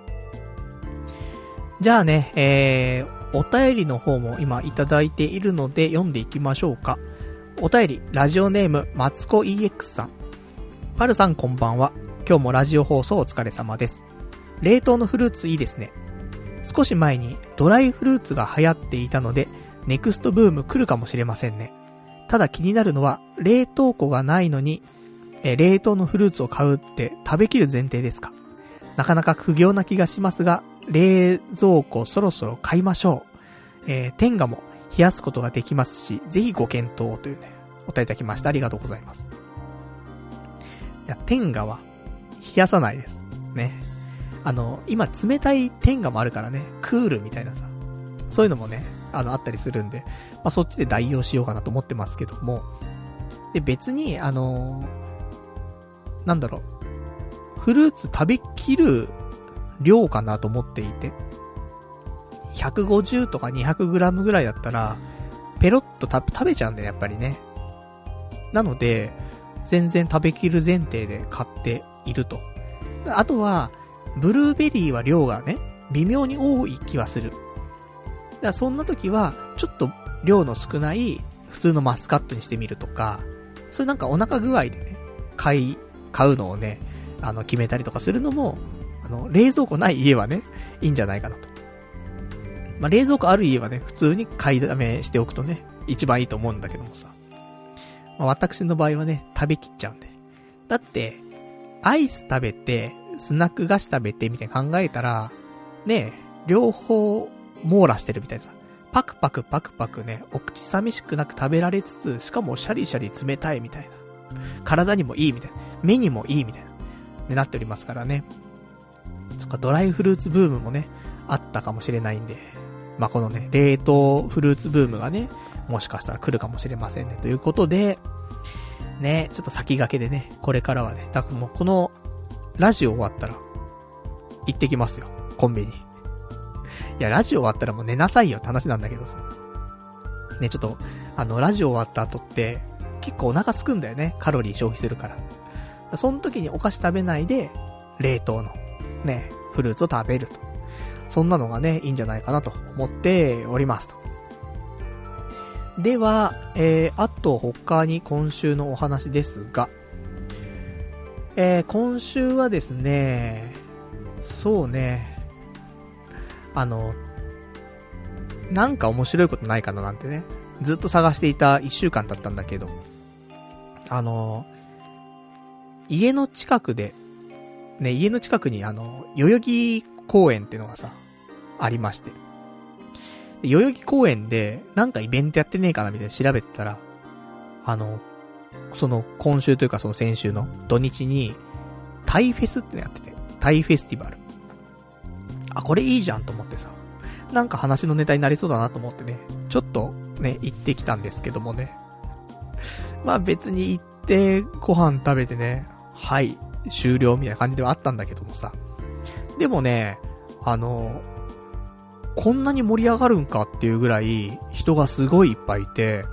じゃあね、えー、お便りの方も今いただいているので読んでいきましょうか。お便り、ラジオネーム、マツコ イーエックス さん。パルさんこんばんは。今日もラジオ放送お疲れ様です。冷凍のフルーツいいですね。少し前にドライフルーツが流行っていたので、ネクストブーム来るかもしれませんね。ただ気になるのは、冷凍庫がないのに、え冷凍のフルーツを買うって食べきる前提ですか？なかなか苦行な気がしますが、冷蔵庫そろそろ買いましょう。えー、天下も冷やすことができますし、ぜひご検討というね、お答えいただきました。ありがとうございます。いや、天下は冷やさないです。ね。あの、今冷たい天下もあるからね、クールみたいなさ、そういうのもね、あの、あったりするんで、まあ、そっちで代用しようかなと思ってますけども、で、別に、あのー、なんだろう、フルーツ食べきる量かなと思っていて、ひゃくごじゅうとかにひゃくグラムぐらいだったら、 ペロッとた食べちゃうんだよ、やっぱりね。なので、全然食べきる前提で買っていると。あとは、ブルーベリーは量がね、微妙に多い気はする。だからそんな時は、ちょっと量の少ない普通のマスカットにしてみるとか、それなんかお腹具合でね、買い、買うのをね、あの、決めたりとかするのも、あの、冷蔵庫ない家はね、いいんじゃないかなと。まあ、冷蔵庫ある家はね、普通に買いだめしておくとね、一番いいと思うんだけどもさ。まあ、私の場合はね、食べきっちゃうんで。だって、アイス食べて、スナック菓子食べてみたいな考えたら、ね、両方網羅してるみたいなさ。パクパクパクパクね、お口寂しくなく食べられつつ、しかもシャリシャリ冷たいみたいな。体にもいいみたいな。目にもいいみたいな。ね、なっておりますからね。そっか、ドライフルーツブームもね、あったかもしれないんで。まあ、このね、冷凍フルーツブームがね、もしかしたら来るかもしれませんね。ということで、ね、ちょっと先駆けでね、これからはね、だからもうこの、ラジオ終わったら、行ってきますよ、コンビニ。いや、ラジオ終わったらもう寝なさいよって話なんだけどさ。ね、ちょっと、あの、ラジオ終わった後って、結構お腹すくんだよね、カロリー消費するから。その時にお菓子食べないで、冷凍の、ね、フルーツを食べると。そんなのがね、いいんじゃないかなと思っておりますと。では、えー、あと他に今週のお話ですが、えー、今週はですね、そうね、あの、なんか面白いことないかななんてね、ずっと探していた一週間だったんだけど、あの、家の近くで、ね、家の近くにあの、代々木公園っていうのがさ、ありまして。で代々木公園で、なんかイベントやってねえかなみたいな調べてたら、あの、その今週というかその先週の土日に、タイフェスってのやってて、タイフェスティバル。あ、これいいじゃんと思ってさ、なんか話のネタになりそうだなと思ってね、ちょっとね、行ってきたんですけどもね。まあ別に行ってご飯食べてね、はい、終了みたいな感じではあったんだけどもさ。でもね、あの、こんなに盛り上がるんかっていうぐらい人がすごいいっぱいいて、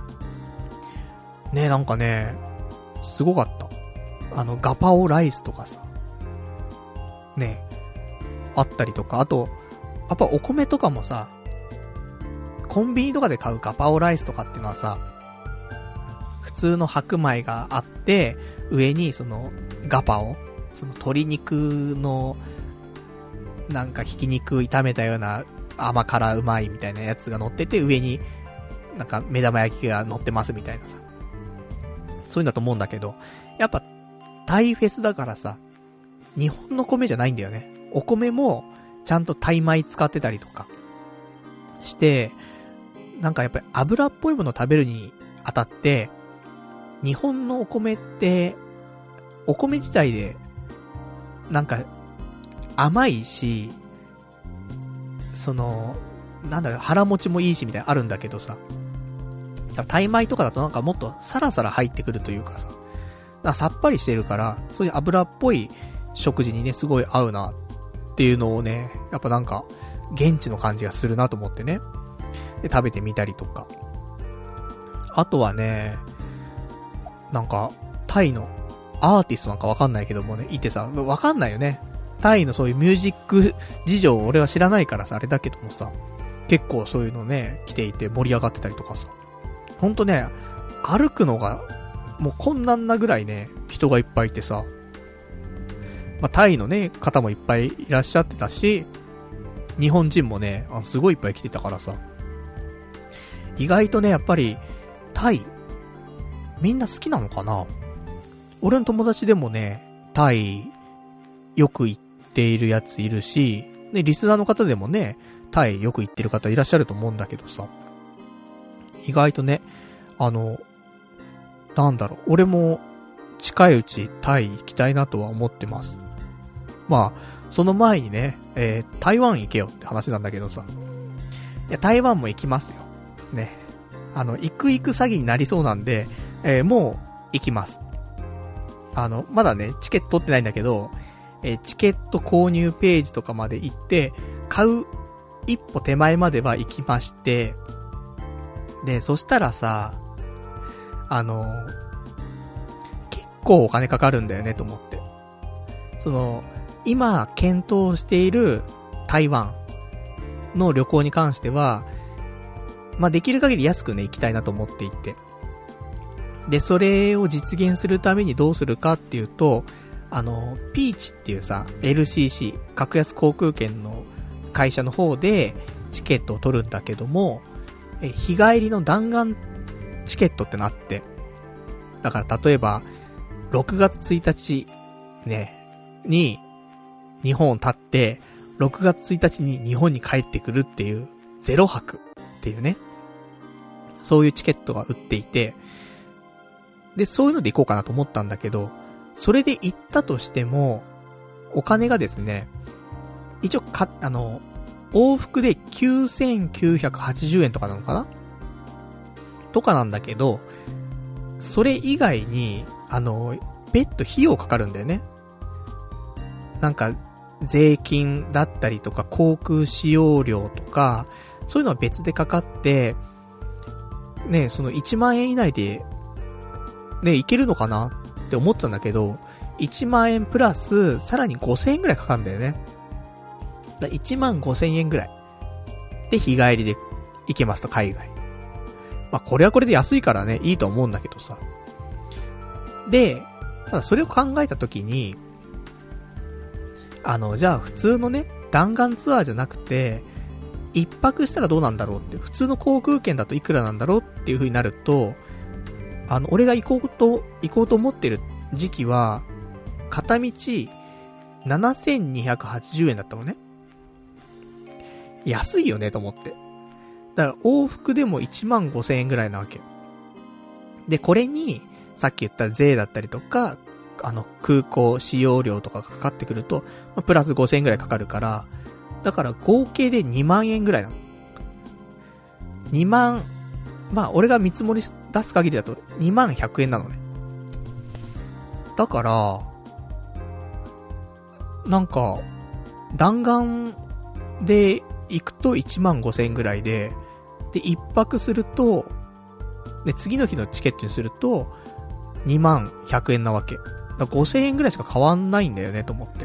ね、なんかね、すごかった。あの、ガパオライスとかさ、ね、あったりとか、あと、やっぱお米とかもさ、コンビニとかで買うガパオライスとかっていうのはさ、普通の白米があって、上にそのガパオ、その鶏肉のなんかひき肉炒めたような甘辛うまいみたいなやつが乗ってて、上になんか目玉焼きが乗ってますみたいなさ、そういうんだと思うんだけど、やっぱタイフェスだからさ、日本の米じゃないんだよね。お米もちゃんとタイ米使ってたりとかして、なんかやっぱり油っぽいものを食べるにあたって、日本のお米って、お米自体で、なんか、甘いし、その、なんだろ、腹持ちもいいしみたいなのあるんだけどさ、タイ米とかだとなんかもっとサラサラ入ってくるというかさ、なんかさっぱりしてるから、そういう油っぽい食事にね、すごい合うなっていうのをね、やっぱなんか、現地の感じがするなと思ってね、で、食べてみたりとか。あとはね、なんか、タイのアーティストなんかわかんないけどもね、いてさ、わかんないよね。タイのそういうミュージック事情を俺は知らないからさ、あれだけどもさ、結構そういうのね、来ていて盛り上がってたりとかさ。ほんとね、歩くのが、もう困難なぐらいね、人がいっぱいいてさ、まあ、タイのね、方もいっぱいいらっしゃってたし、日本人もね、あすごいいっぱい来てたからさ、意外とね、やっぱり、タイ、みんな好きなのかな？俺の友達でもね、タイ、よく行っているやついるし、ね、リスナーの方でもね、タイよく行ってる方いらっしゃると思うんだけどさ、意外とね、あの、なんだろう、俺も近いうちタイ行きたいなとは思ってます。まあ、その前にね、えー、台湾行けよって話なんだけどさ、いや、台湾も行きますよ。ね。あの、行く行く詐欺になりそうなんで、えー、もう行きます。あの、まだね、チケット取ってないんだけど、えー、チケット購入ページとかまで行って、買う一歩手前までは行きまして、 で、そしたらさ、あの、結構お金かかるんだよねと思って。その、今検討している台湾の旅行に関しては、まあ、できる限り安くね、行きたいなと思っていて。で、それを実現するためにどうするかっていうと、あの、ピーチっていうさ、エルシーシー、格安航空券の会社の方でチケットを取るんだけども、え日帰りの弾丸チケットってなって、だから例えば、ろくがつついたち、ね、に、日本を立って、ろくがつついたちに日本に帰ってくるっていう、ゼロはくっていうね、そういうチケットが売っていて、で、そういうので行こうかなと思ったんだけど、それで行ったとしても、お金がですね、一応か、あの、往復できゅうせんきゅうひゃくはちじゅうえんとかなのかなとかなんだけど、それ以外に、あの、別途費用かかるんだよね。なんか、税金だったりとか、航空使用料とか、そういうのは別でかかって、ね、そのいちまんえん以内で、ね、いけるのかなって思ってたんだけど、いちまんえんプラス、さらにごせんえんぐらいかかるんだよね。だいちまんごせんえんぐらい。で、日帰りで行けますと、海外。まあ、これはこれで安いからね、いいと思うんだけどさ。で、ただそれを考えたときに、あの、じゃあ普通のね、弾丸ツアーじゃなくて、一泊したらどうなんだろうって、普通の航空券だといくらなんだろうっていう風になると、あの、俺が行こうと、行こうと思ってる時期は、片道、ななせんにひゃくはちじゅうえんだったのね。安いよねと思って。だから往復でもいちまんごせんえんぐらいなわけ。で、これに、さっき言った税だったりとか、あの、空港使用料とかがかかってくると、まあ、プラスごせんえんぐらいかかるから、だから合計でにまんえんぐらいなの。にまん、まあ、俺が見積もり出す限りだとにまんひゃくえんなのね。だから、なんか、弾丸で行くといちまんごせんえんぐらいで、で、一泊すると、で、次の日のチケットにすると、にまんひゃくえんなわけ。だからごせんえんぐらいしか変わんないんだよね、と思って。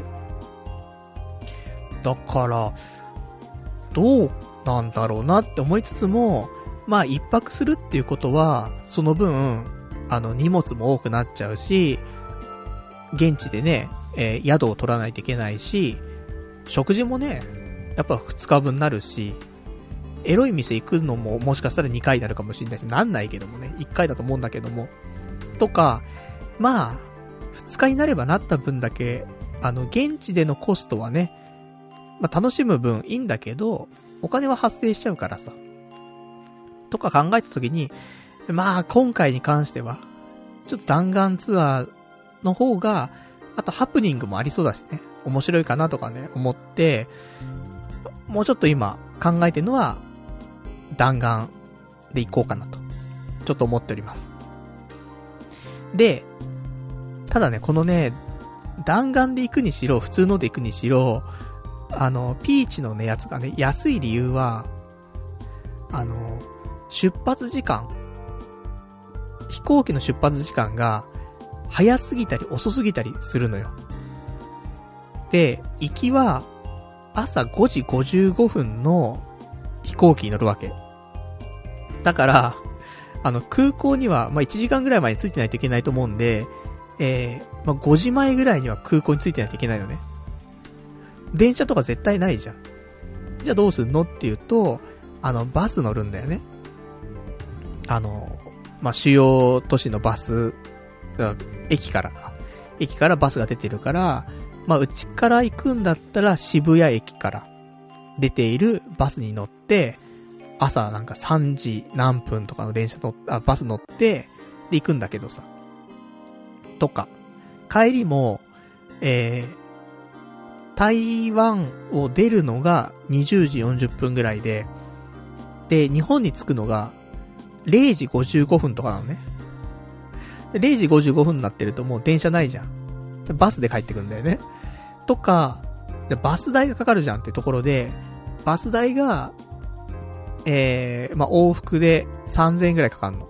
だから、どうなんだろうなって思いつつも、まあ一泊するっていうことは、その分、あの荷物も多くなっちゃうし、現地でね、えー、宿を取らないといけないし、食事もね、やっぱふつかぶんになるし、エロい店行くのももしかしたらにかいになるかもしれないし、なんないけどもね、いっかいだと思うんだけども、とか、まあ、ふつかになればなった分だけ、あの、現地でのコストはね、まあ楽しむ分いいんだけど、お金は発生しちゃうからさ。とか考えたときに、まあ今回に関しては、ちょっと弾丸ツアーの方が、あとハプニングもありそうだしね、面白いかなとかね、思って、もうちょっと今考えてるのは、弾丸で行こうかなと、ちょっと思っております。で、ただね、このね、弾丸で行くにしろ、普通ので行くにしろ、あの、ピーチのね、やつがね、安い理由は、あの、出発時間、飛行機の出発時間が、早すぎたり遅すぎたりするのよ。で、行きは、朝ごじごじゅうごふんの飛行機に乗るわけ。だから、あの、空港には、まあ、いちじかんぐらい前に着いてないといけないと思うんで、えー、まあ、ごじまえぐらいには空港に着いてないといけないのね。電車とか絶対ないじゃん。じゃあどうすんのっていうと、あの、バス乗るんだよね。あの、まあ、主要都市のバス、駅からか。駅からバスが出てるから、まあ、うちから行くんだったら渋谷駅から出ているバスに乗って、朝なんかさんじなんぷんとかの電車乗っ、あ、バス乗って、で行くんだけどさ。とか。帰りも、えー、台湾を出るのがにじゅうじよんじゅっぷんぐらいで、で、日本に着くのがれいじごじゅうごふんとかなのね。れいじごじゅうごふんになってるともう電車ないじゃん。バスで帰ってくんだよね。とか、バス代がかかるじゃんってところで、バス代がえー、まあ、往復でさんぜんえんぐらいかかんの。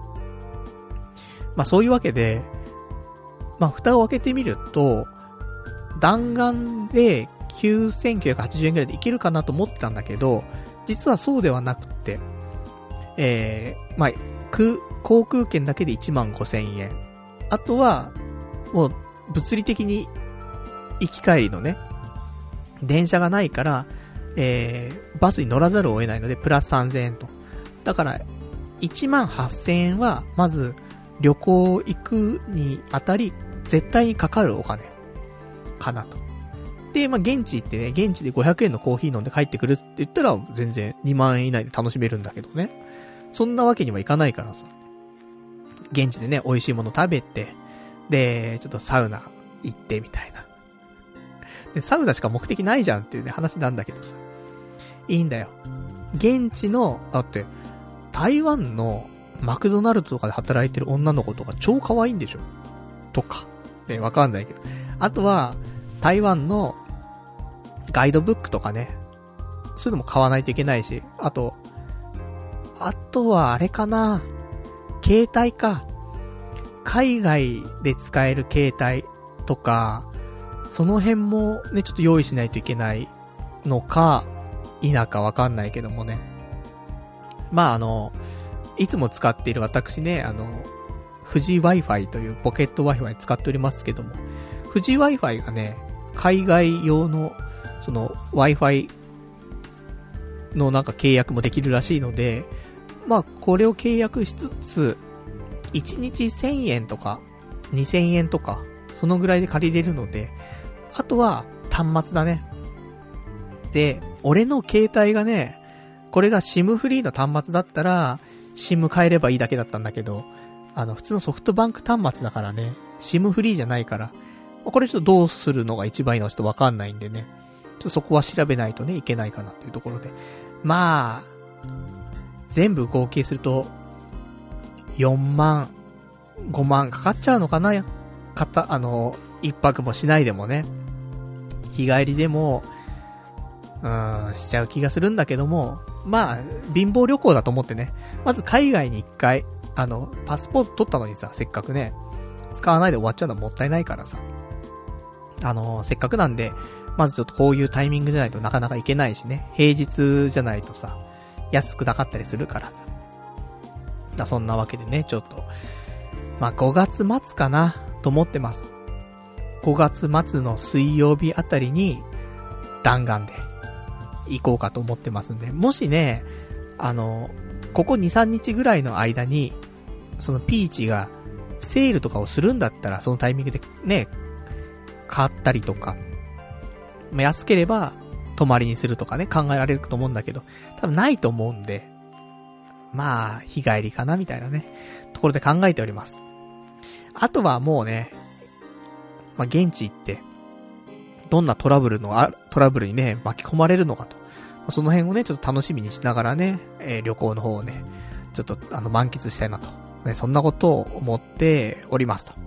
まあ、そういうわけで、まあ、蓋を開けてみると、弾丸できゅうせんきゅうひゃくはちじゅうえんぐらいでいけるかなと思ってたんだけど、実はそうではなくて、えー、まあ、空、航空券だけでいちまんごせんえん。あとは、もう、物理的に、行き帰りのね、電車がないから、えー、バスに乗らざるを得ないので、プラスさんぜんえんと。だから、いちまんはっせんえんは、まず、旅行行くにあたり、絶対にかかるお金、かなと。で、まあ、現地行ってね、現地でごひゃくえんのコーヒー飲んで帰ってくるって言ったら、全然にまんえん以内で楽しめるんだけどね。そんなわけにはいかないからさ。現地でね、美味しいもの食べて、で、ちょっとサウナ行ってみたいな。で、サウナしか目的ないじゃんっていうね、話なんだけどさ。いいんだよ。現地の、だって、台湾のマクドナルドとかで働いてる女の子とか超可愛いんでしょとか。ね、わかんないけど。あとは、台湾のガイドブックとかね。そういうのも買わないといけないし。あと、あとはあれかな。携帯か。海外で使える携帯とか、その辺もね、ちょっと用意しないといけないのか、否かわかんないけどもね。まああの、いつも使っている私ね、あの、富士 Wi-Fi というポケット Wi-Fi 使っておりますけども、富士 Wi-Fi がね、海外用の、その Wi-Fi のなんか契約もできるらしいので、まあこれを契約しつつ、いちにちせんえんとか、にせんえんとか、そのぐらいで借りれるので、あとは端末だね。で、俺の携帯がね、これが SIM フリーの端末だったら、SIM 変えればいいだけだったんだけど、あの、普通のソフトバンク端末だからね、SIM フリーじゃないから、これちょっとどうするのが一番いいのかちょっとわかんないんでね、ちょっとそこは調べないとね、いけないかなというところで。まあ、全部合計すると、よんまん、ごまんかかっちゃうのかなかた、あの、一泊もしないでもね。日帰りでも、うーん、しちゃう気がするんだけども、まあ、貧乏旅行だと思ってね。まず海外に一回、あの、パスポート取ったのにさ、せっかくね、使わないで終わっちゃうのはもったいないからさ。あの、せっかくなんで、まずちょっとこういうタイミングじゃないとなかなか行けないしね。平日じゃないとさ、安くなかったりするからさ。だそんなわけでね、ちょっと、まあごがつ末かな、と思ってます。ごがつ末の水曜日あたりに、弾丸で、行こうかと思ってますんで、もしね、あの、ここに、さんにちぐらいの間に、そのピーチが、セールとかをするんだったら、そのタイミングでね、買ったりとか、まあ、安ければ、泊まりにするとかね、考えられると思うんだけど、多分ないと思うんで、まあ、日帰りかな、みたいなね、ところで考えております。あとはもうね、まあ、現地行って、どんなトラブルのあ、トラブルにね、巻き込まれるのかと。その辺をね、ちょっと楽しみにしながらね、えー、旅行の方をね、ちょっと、あの、満喫したいなと。ね、そんなことを思っておりますと。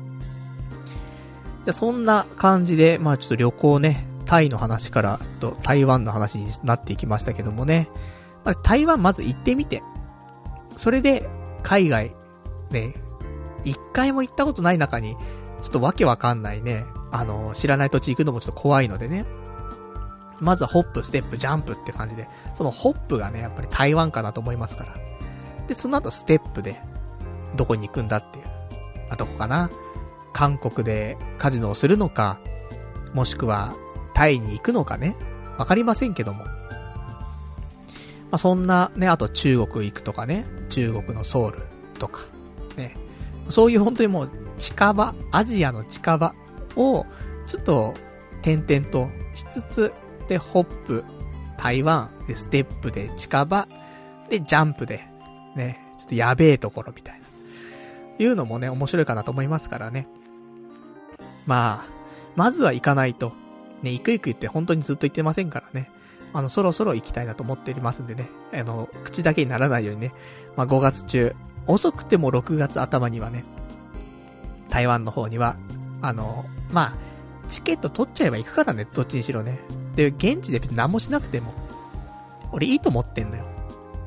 じゃあ、そんな感じで、まあちょっと旅行ね、タイの話から、ちょっと台湾の話になっていきましたけどもね。まあ、台湾まず行ってみて。それで、海外、ね、一回も行ったことない中に、ちょっとわけわかんないね、あの、知らない土地行くのもちょっと怖いのでね。まずはホップ、ステップ、ジャンプって感じで、そのホップがね、やっぱり台湾かなと思いますから。で、その後ステップで、どこに行くんだっていう。あ、どこかな？韓国でカジノをするのか、もしくは、タイに行くのかね。わかりませんけども。まあ、そんなね、あと中国行くとかね。中国のソウルとか。ね。そういう本当にもう、近場、アジアの近場を、ちょっと、点々としつつ、で、ホップ、台湾、で、ステップで近場、で、ジャンプで、ね、ちょっとやべえところみたいな。いうのもね、面白いかなと思いますからね。まあ、まずは行かないと。ね、行く行く言って本当にずっと言ってませんからね。あの、そろそろ行きたいなと思っておりますんでね。あの、口だけにならないようにね。まあ、ごがつ中、遅くてもろくがつ頭にはね、台湾の方には、あの、まあ、チケット取っちゃえば行くからね、どっちにしろね。で、現地で別に何もしなくても、俺いいと思ってんのよ。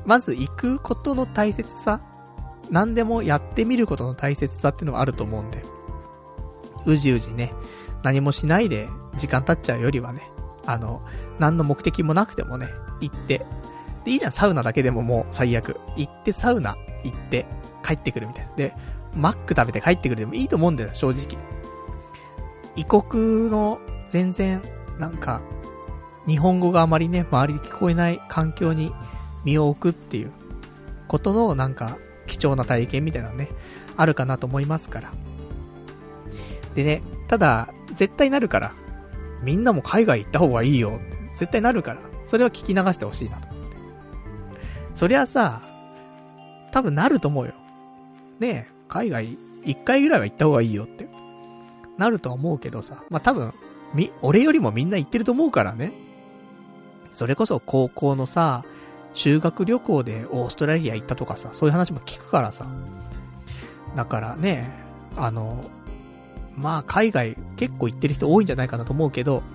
まず行くことの大切さ、何でもやってみることの大切さっていうのはあると思うんで、うじうじね、何もしないで時間経っちゃうよりはね、あの、何の目的もなくてもね、行って、で、いいじゃん、サウナだけでももう最悪。行ってサウナ行って帰ってくるみたいな。で、マック食べて帰ってくるでもいいと思うんだよ、正直。異国の全然、なんか、日本語があまりね、周りで聞こえない環境に身を置くっていうことのなんか、貴重な体験みたいなのね、あるかなと思いますから。でね、ただ、絶対なるから、みんなも海外行った方がいいよ。絶対なるから、それは聞き流してほしいなと思って。そりゃさ、多分なると思うよ。ねえ、海外一回ぐらいは行った方がいいよって。なるとは思うけどさ、まあ、多分、み、俺よりもみんな行ってると思うからね。それこそ高校のさ、修学旅行でオーストラリア行ったとかさ、そういう話も聞くからさ。だからね、あの、まあ海外結構行ってる人多いんじゃないかなと思うけど、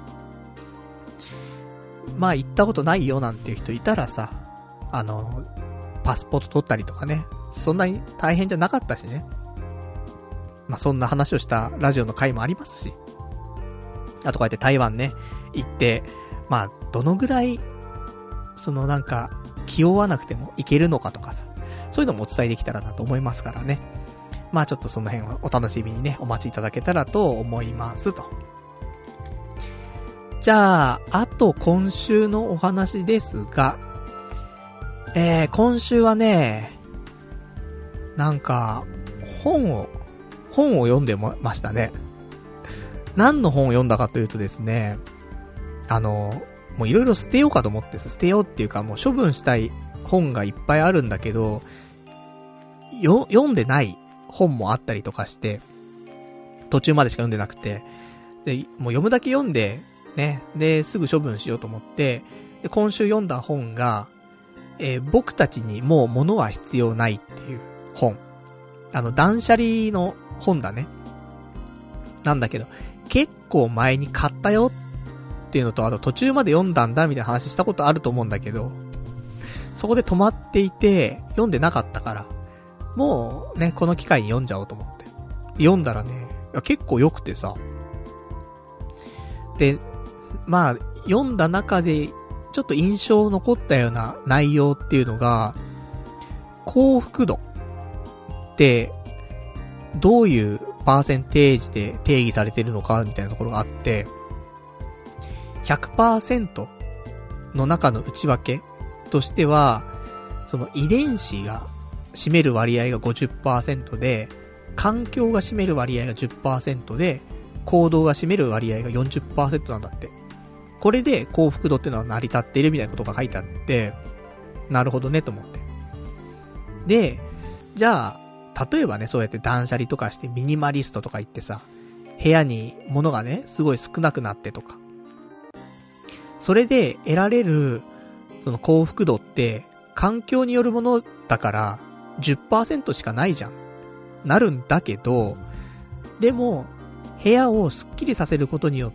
まあ行ったことないよなんていう人いたらさ、あの、パスポート取ったりとかね、そんなに大変じゃなかったしね。まあそんな話をしたラジオの回もありますし。あとこうやって台湾ね、行って、まあどのぐらい、そのなんか、気負わなくてもいけるのかとかさ、そういうのもお伝えできたらなと思いますからね。まあちょっとその辺はお楽しみにね、お待ちいただけたらと思いますと。じゃあ、あと今週のお話ですが、えー、今週はね、なんか、本を、本を読んでましたね。何の本を読んだかというとですね、あの、もういろいろ捨てようかと思って捨てようっていうかもう処分したい本がいっぱいあるんだけど、よ、読んでない本もあったりとかして、途中までしか読んでなくて、で、もう読むだけ読んで、ね、で、すぐ処分しようと思って、で、今週読んだ本が、えー、僕たちにもう物は必要ないっていう本。あの、断捨離の本だね。なんだけど、結構前に買ったよっていうのと、あと途中まで読んだんだみたいな話したことあると思うんだけど、そこで止まっていて、読んでなかったから、もうね、この機会に読んじゃおうと思って。読んだらね、いや結構良くてさ。で、まあ、読んだ中で、ちょっと印象残ったような内容っていうのが、幸福度って、どういうパーセンテージで定義されてるのかみたいなところがあって、ひゃくパーセント の中の内訳としては、その遺伝子が占める割合が ごじゅっパーセント で、環境が占める割合が じゅっパーセント で、行動が占める割合が よんじゅっパーセント なんだって。これで幸福度っていうのは成り立っているみたいなことが書いてあって、なるほどねと思って。で、じゃあ、例えばね、そうやって断捨離とかしてミニマリストとか言ってさ、部屋に物がね、すごい少なくなってとか。それで得られる、その幸福度って、環境によるものだから、じゅっパーセント しかないじゃん。なるんだけど、でも、部屋をスッキリさせることによって、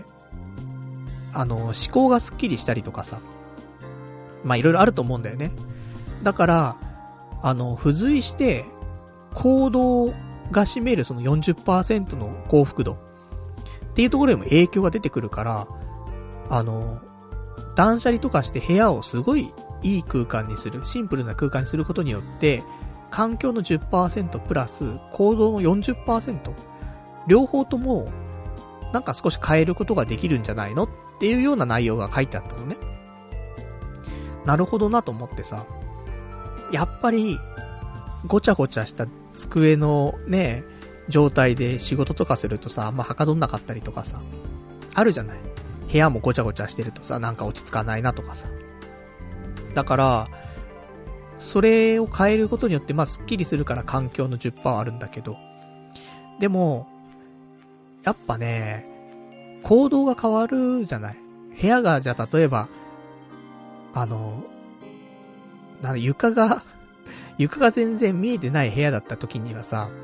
あの、思考がスッキリしたりとかさ。まあ、いろいろあると思うんだよね。だから、あの、付随して、行動が占めるその よんじゅっパーセント の幸福度っていうところにも影響が出てくるから、あの、断捨離とかして部屋をすごいいい空間にする、シンプルな空間にすることによって、環境の じゅっパーセント プラス行動の よんじゅっパーセント、両方ともなんか少し変えることができるんじゃないのっていうような内容が書いてあったのね。なるほどなと思ってさ、やっぱりごちゃごちゃした机のね、状態で仕事とかするとさ、あんまはかどんなかったりとかさ、あるじゃない。部屋もごちゃごちゃしてるとさ、なんか落ち着かないなとかさ。だから、それを変えることによって、まあ、スッキリするから環境の じゅっパーセント あるんだけど、でも、やっぱね、行動が変わるじゃない。部屋が、じゃあ例えば、あの、なんだ、床が、床が全然見えてない部屋だった時にはさ、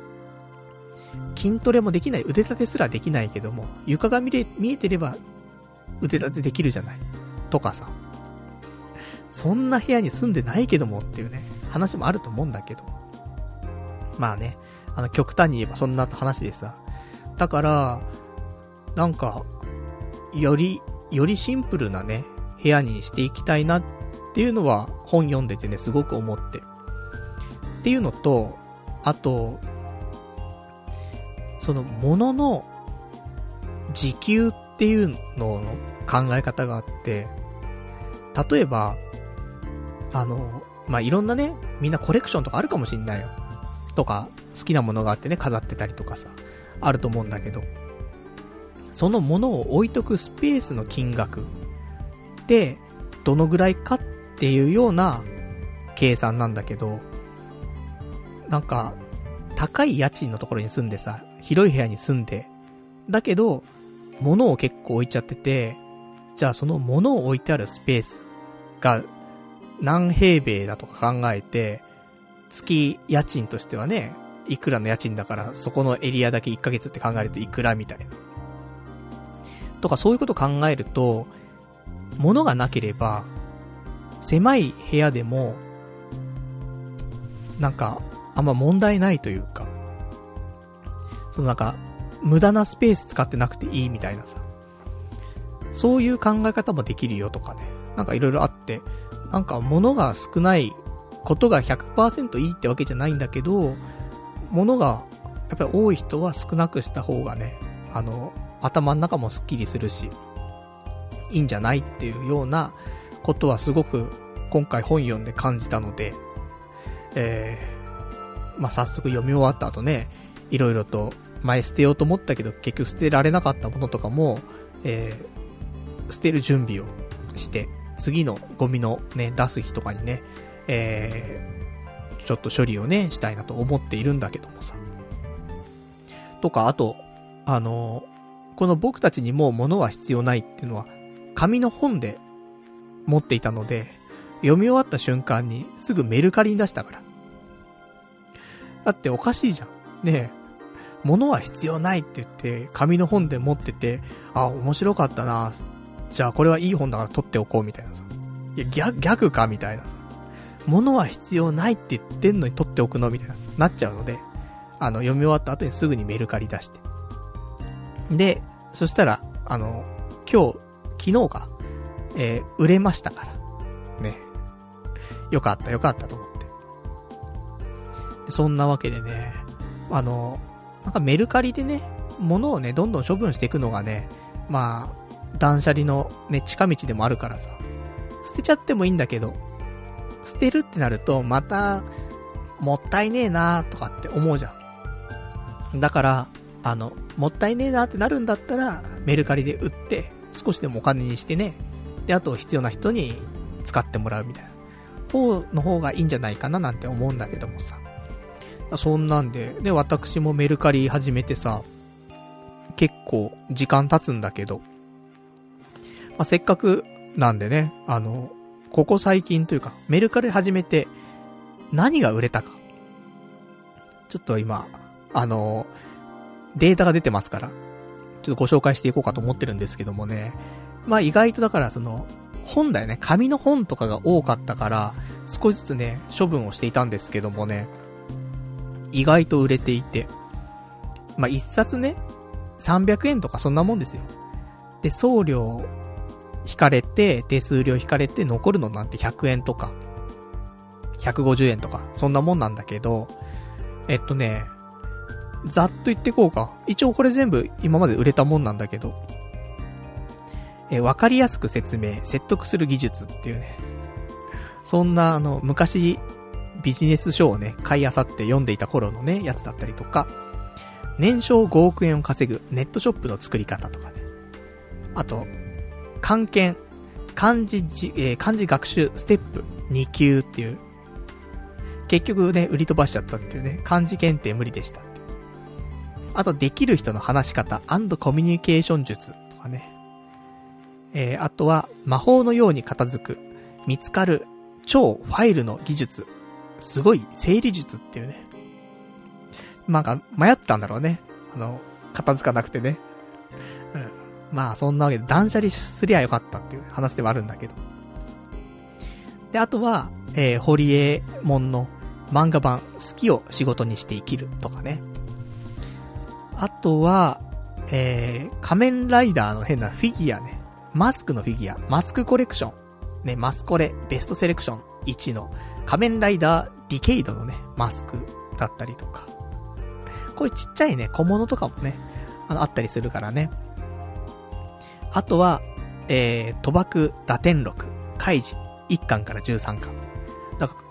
筋トレもできない、腕立てすらできないけども、床が見れ、見えてれば、腕立てできるじゃない。とかさ。 そんな部屋に住んでないけどもっていうね、話もあると思うんだけど。まあね、あの極端に言えばそんな話でさ。だから、なんか、より、よりシンプルなね、部屋にしていきたいなっていうのは本読んでてね、すごく思って。っていうのと、あと、その物の時給っていうのの考え方があって、例えば、あの、まあ、いろんなね、みんなコレクションとかあるかもしんないよ。とか、好きなものがあってね、飾ってたりとかさ、あると思うんだけど、そのものを置いとくスペースの金額で、どのぐらいかっていうような計算なんだけど、なんか、高い家賃のところに住んでさ、広い部屋に住んで、だけど、物を結構置いちゃってて、じゃあその物を置いてあるスペースが何平米だとか考えて、月家賃としてはね、いくらの家賃だからそこのエリアだけいっかげつって考えるといくらみたいな。とかそういうこと考えると、物がなければ、狭い部屋でも、なんか、あんま問題ないというか、そのなんか、無駄なスペース使ってなくていいみたいなさ。そういう考え方もできるよとかね。なんかいろいろあって、なんか物が少ないことが ひゃくパーセント いいってわけじゃないんだけど、物がやっぱり多い人は少なくした方がね、あの、頭の中もスッキリするし、いいんじゃないっていうようなことはすごく今回本読んで感じたので、えー、まあ、早速読み終わった後ね、いろいろと前捨てようと思ったけど結局捨てられなかったものとかも、えー、捨てる準備をして、次のゴミのね、出す日とかにね、えー、ちょっと処理をね、したいなと思っているんだけどもさ。とか、あと、あのー、この僕たちにもう物は必要ないっていうのは、紙の本で持っていたので、読み終わった瞬間にすぐメルカリに出したから。だっておかしいじゃん。ねえ。物は必要ないって言って、紙の本で持ってて、あ、面白かったな。じゃあこれはいい本だから取っておこうみたいなさ。いや、逆、逆かみたいなさ。物は必要ないって言ってんのに取っておくのみたいな、なっちゃうので、あの、読み終わった後にすぐにメルカリ出して。で、そしたら、あの、今日、昨日か、えー、売れましたから。ね。よかった、よかったと思って。でそんなわけでね、あの、なんかメルカリでね、物をね、どんどん処分していくのがね、まあ、断捨離のね、近道でもあるからさ、捨てちゃってもいいんだけど、捨てるってなると、また、もったいねえなーとかって思うじゃん。だから、あの、もったいねえなーってなるんだったら、メルカリで売って、少しでもお金にしてね、で、あと必要な人に使ってもらうみたいな方の方がいいんじゃないかななんて思うんだけどもさ。そんなんで、で、私もメルカリ始めてさ、結構時間経つんだけど、まあ、せっかくなんでね、あの、ここ最近というか、メルカリ始めて何が売れたか。ちょっと今、あの、データが出てますから、ちょっとご紹介していこうかと思ってるんですけどもね。まあ意外とだからその、本だよね、紙の本とかが多かったから、少しずつね、処分をしていたんですけどもね、意外と売れていて、まあ一冊ね、さんびゃくえんとかそんなもんですよ。で、送料引かれて、手数料引かれて残るのなんてひゃくえんとか、ひゃくごじゅうえんとか、そんなもんなんだけど、えっとね、ざっと言ってこうか。一応これ全部今まで売れたもんなんだけど、え、わかりやすく説明、説得する技術っていうね、そんなあの、昔、ビジネス書をね、買い漁って読んでいた頃のね、やつだったりとか、年商ごおくえんを稼ぐネットショップの作り方とかね。あと、漢検、漢字じ、えー、漢字学習ステップに級っていう、結局ね、売り飛ばしちゃったっていうね、漢字検定無理でしたっていう。あと、できる人の話し方&コミュニケーション術とかね。えー、あとは、魔法のように片付く、見つかる、超ファイルの技術。すごい整理術っていうね。なんか迷ったんだろうね。あの、片付かなくてね。うん。まあそんなわけで断捨離すりゃよかったっていう話ではあるんだけど。 で、あとは、えー、ホリエモンの漫画版、好きを仕事にして生きるとかね。あとは、えー、仮面ライダーの変なフィギュアね。マスクのフィギュア、マスクコレクション。ね、マスコレ、ベストセレクションいちの仮面ライダーディケイドのね、マスクだったりとか。こういうちっちゃいね、小物とかもね、あの、あったりするからね。あとは、えー、賭博打天録、カイジ、いっかんからじゅうさんかん。だから、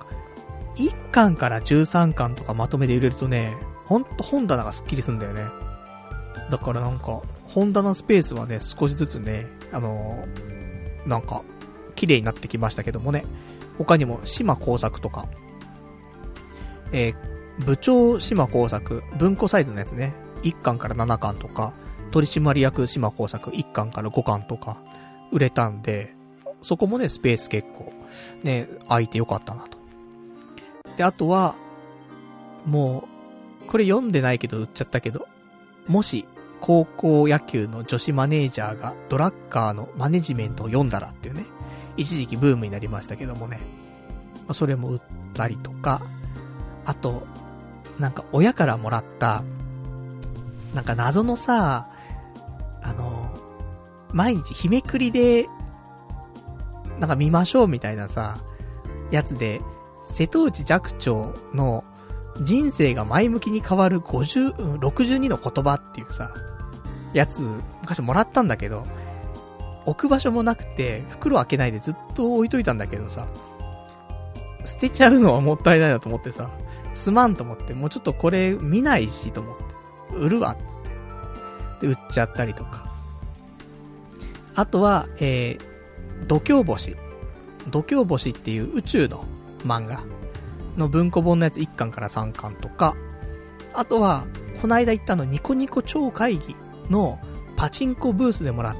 いっかんからじゅうさんかんとかまとめて入れるとね、ほんと本棚がスッキリすんだよね。だからなんか、本棚スペースはね、少しずつね、あのー、なんか、綺麗になってきましたけどもね。他にも、島工作とか、えー、部長島工作、文庫サイズのやつね、いっかんからななかんとか、取締役島工作いっかんからごかんとか、売れたんで、そこもね、スペース結構、ね、空いてよかったなと。で、あとは、もう、これ読んでないけど売っちゃったけど、もし、高校野球の女子マネージャーがドラッカーのマネジメントを読んだらっていうね、一時期ブームになりましたけどもね。まあ、それも売ったりとか、あと、なんか親からもらった、なんか謎のさ、あの、毎日日めくりで、なんか見ましょうみたいなさ、やつで、瀬戸内寂聴の人生が前向きに変わるごじゅう、ろくじゅうにの言葉っていうさ、やつ、昔もらったんだけど、置く場所もなくて、袋開けないでずっと置いといたんだけどさ、捨てちゃうのはもったいないなと思ってさ、すまんと思って、もうちょっとこれ見ないしと思って、売るわっつって。で、売っちゃったりとか。あとは、えー、度胸星。度胸星っていう宇宙の漫画の文庫本のやついっかんからさんかんとか、あとは、こないだ言ったのニコニコ超会議のパチンコブースでもらった、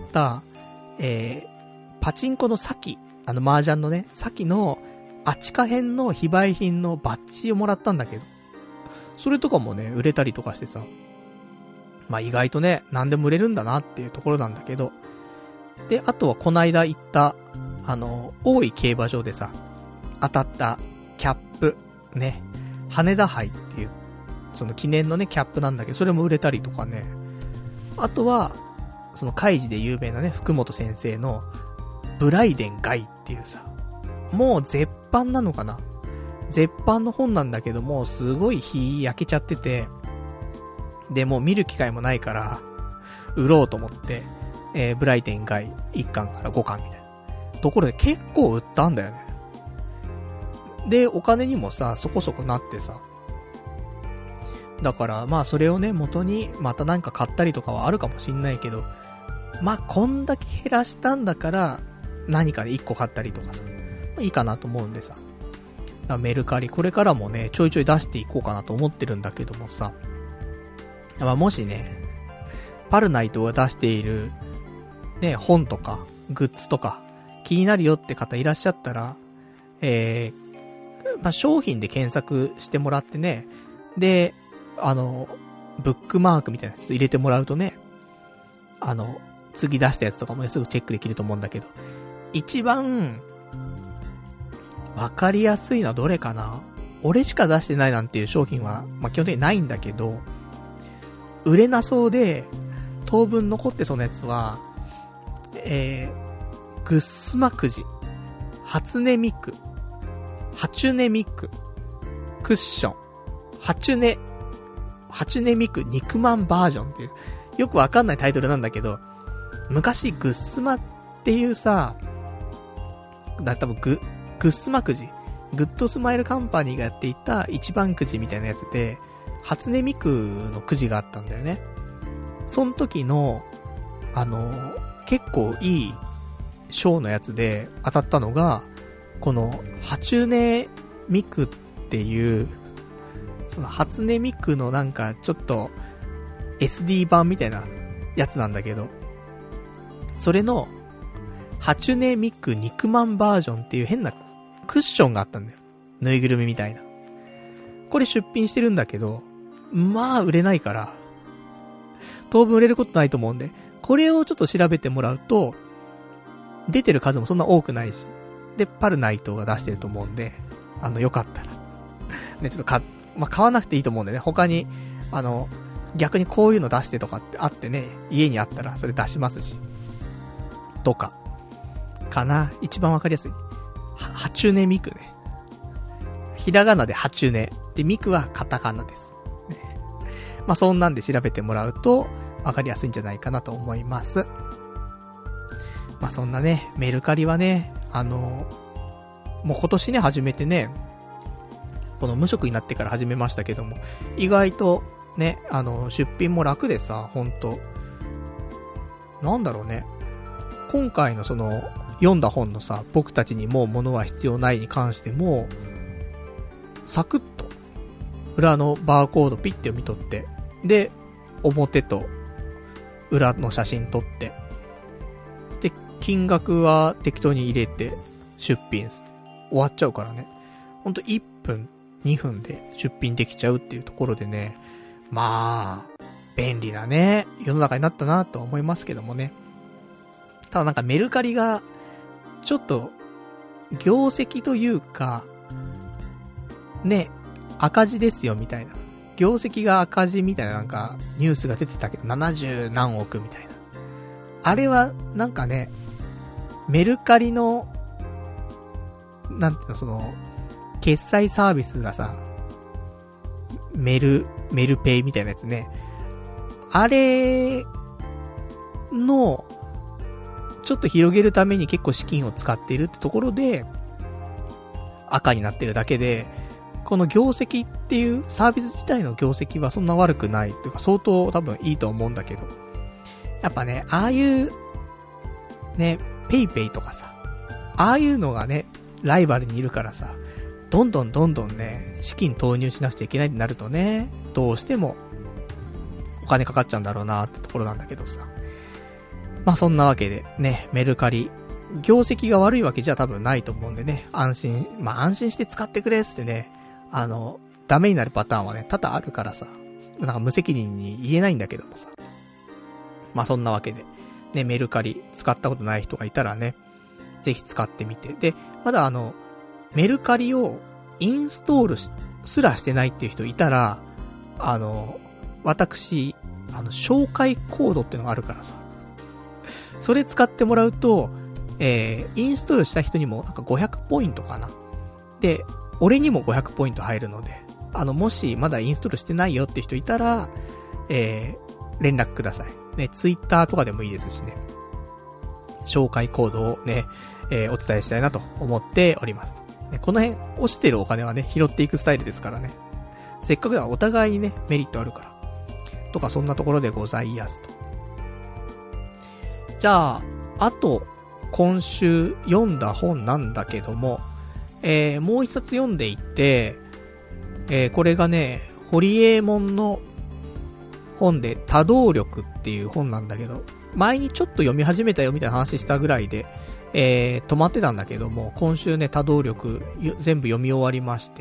えー、パチンコの先、あの麻雀のね、先のあちか編の非売品のバッジをもらったんだけど、それとかもね、売れたりとかしてさ、まあ意外とね、何でも売れるんだなっていうところなんだけど、で、あとはこないだ行った、あの、大井競馬場でさ、当たったキャップ、ね、羽田杯っていう、その記念のね、キャップなんだけど、それも売れたりとかね、あとは、そのカイジで有名なね、福本先生の、ブライデンガイっていうさ、もう絶版なのかな？絶版の本なんだけども、すごい火焼けちゃってて、で、もう見る機会もないから、売ろうと思って、えー、ブライデンガイいっかんからごかんみたいな。ところで結構売ったんだよね。で、お金にもさ、そこそこなってさ。だから、まあそれをね、元に、またなんか買ったりとかはあるかもしんないけど、まあこんだけ減らしたんだから、何かでいっこ買ったりとかさ、いいかなと思うんでさ。メルカリ、これからもね、ちょいちょい出していこうかなと思ってるんだけどもさ。まあもしね、パルナイトが出している、ね、本とか、グッズとか、気になるよって方いらっしゃったら、えー、まあ商品で検索してもらってね、で、あの、ブックマークみたいなやつ入れてもらうとね、あの、次出したやつとかもね、すぐチェックできると思うんだけど、一番、わかりやすいのはどれかな？俺しか出してないなんていう商品は、まあ、基本的にないんだけど、売れなそうで、当分残ってそうなやつは、えー、グッスマくじ、初音ミク、ハチュネミク、クッション、ハチュネ、ハチュネミク肉まんバージョンっていう、よくわかんないタイトルなんだけど、昔グッスマっていうさ、だ多分グ、グッスマくじ、グッドスマイルカンパニーがやっていた一番くじみたいなやつで、初音ミクのくじがあったんだよね。その時の、あの、結構いい賞のやつで当たったのが、この、ハチュネミクっていう、その初音ミクのなんかちょっと エスディー 版みたいなやつなんだけど、それの、ハチュネミク肉まんバージョンっていう変なクッションがあったんだよ。ぬいぐるみみたいな。これ出品してるんだけど、まあ売れないから、当分売れることないと思うんで、これをちょっと調べてもらうと、出てる数もそんな多くないし、 で、パルナイトが出してると思うんで、あの、よかったら。ね、ちょっとか、まあ、買わなくていいと思うんでね、他に、あの、逆にこういうの出してとかってあってね、家にあったらそれ出しますし。とか。かな。一番わかりやすい。は、ハチュネミクね。ひらがなでハチュネ。で、ミクはカタカナです。ね、まあ、そんなんで調べてもらうと、わかりやすいんじゃないかなと思います。まあ、そんなね、メルカリはね、あの、もう今年ね、始めてね、この無職になってから始めましたけども、意外とね、あの、出品も楽でさ、ほんと、なんだろうね、今回のその、読んだ本のさ、僕たちにもう物は必要ないに関しても、サクッと、裏のバーコードピッて読み取って、で、表と裏の写真撮って、で、金額は適当に入れて、出品して、終わっちゃうからね。ほんといっぷん、にふんで出品できちゃうっていうところでね、まあ、便利なね、世の中になったなとは思いますけどもね。ただなんかメルカリが、ちょっと、業績というか、ね、赤字ですよみたいな。業績が赤字みたいななんか、ニュースが出てたけど、ななじゅうなんおくみたいな。あれは、なんかね、メルカリの、なんていうの、その、決済サービスがさ、メル、メルペイみたいなやつね。あれの、ちょっと広げるために結構資金を使っているってところで、赤になってるだけで、この業績っていうサービス自体の業績はそんな悪くないっていうか相当多分いいと思うんだけど、やっぱね、ああいう、ね、ペイペイとかさ、ああいうのがね、ライバルにいるからさ、どんどんどんどんね、資金投入しなくちゃいけないってなるとね、どうしてもお金かかっちゃうんだろうなってところなんだけどさ。まあそんなわけでね、メルカリ、業績が悪いわけじゃ多分ないと思うんでね、安心、まあ安心して使ってくれっつってね、あの、ダメになるパターンはね、多々あるからさ、なんか無責任に言えないんだけどもさ。まあそんなわけで、ね、メルカリ使ったことない人がいたらね、ぜひ使ってみて。で、まだあの、メルカリをインストールすらしてないっていう人いたら、あの、私、あの、紹介コードっていうのがあるからさ。それ使ってもらうと、えー、インストールした人にもなんかごひゃくポイントかな。で、俺にもごひゃくポイント入るので、あの、もしまだインストールしてないよって人いたら、えー、連絡ください。ね、ツイッターとかでもいいですしね。紹介コードをね、えー、お伝えしたいなと思っております。ね、この辺、落ちてるお金はね、拾っていくスタイルですからね。せっかくではお互いにね、メリットあるから。とか、そんなところでございやすと。じゃあ、あと、今週読んだ本なんだけども、えー、もう一冊読んでいて、えー、これがね、ホリエモンの本で多動力っていう本なんだけど、前にちょっと読み始めたよみたいな話したぐらいで、えー、止まってたんだけども、今週ね、多動力全部読み終わりまして。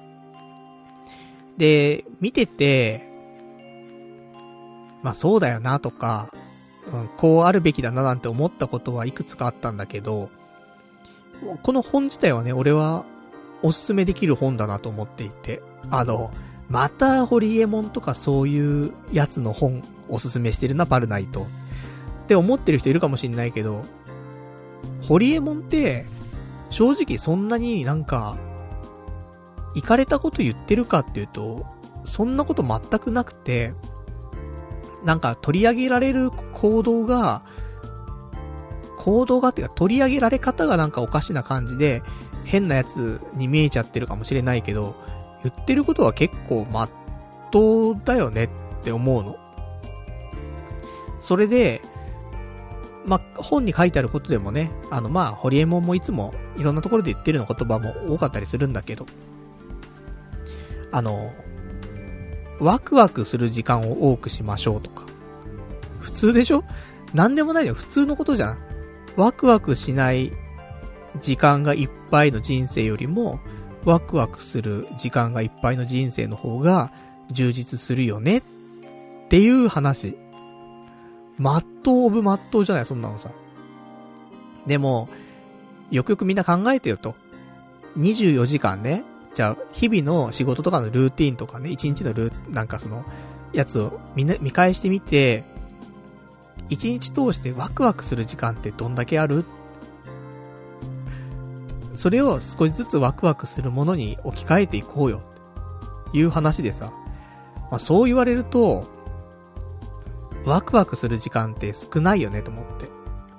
で、見てて、まあそうだよなとか、うん、こうあるべきだななんて思ったことはいくつかあったんだけど、この本自体はね、俺はおすすめできる本だなと思っていて、あの、またホリエモンとかそういうやつの本おすすめしてるな、パルナイトって思ってる人いるかもしんないけど、ホリエモンって正直そんなになんかイカれたこと言ってるかっていうと、そんなこと全くなくて、なんか取り上げられる行動が行動がっていうか取り上げられ方がなんかおかしな感じで変なやつに見えちゃってるかもしれないけど、言ってることは結構まっとうだよねって思うの。それでまあ、本に書いてあることでもね、あのまあホリエモンもいつもいろんなところで言ってるの言葉も多かったりするんだけど、あのワクワクする時間を多くしましょうとか、普通でしょ？なんでもないよ、普通のことじゃん。ワクワクしない時間がいっぱいの人生よりも、ワクワクする時間がいっぱいの人生の方が充実するよねっていう話。まっとうオブまっとうじゃない、そんなのさ。でも、 よくよくみんな考えてよと。にじゅうよじかんね、じゃあ、日々の仕事とかのルーティンとかね、いちにちのルー、なんかその、やつをみんな見返してみて、いちにち通してワクワクする時間ってどんだけある？それを少しずつワクワクするものに置き換えていこうよ。いう話でさ。まあそう言われると、ワクワクする時間って少ないよねと思って。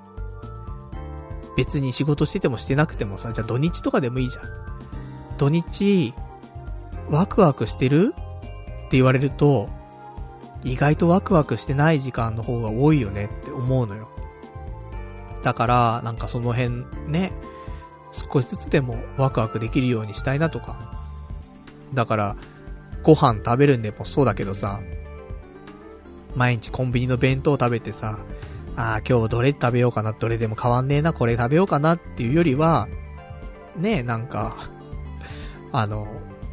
別に仕事しててもしてなくてもさ、じゃあ土日とかでもいいじゃん。土日、ワクワクしてる？って言われると、意外とワクワクしてない時間の方が多いよねって思うのよ。だから、なんかその辺ね、少しずつでもワクワクできるようにしたいなとか。だから、ご飯食べるんでもそうだけどさ、毎日コンビニの弁当食べてさ、ああ今日どれ食べようかな、どれでも変わんねえな、これ食べようかなっていうよりは、ねえ、なんか、あの、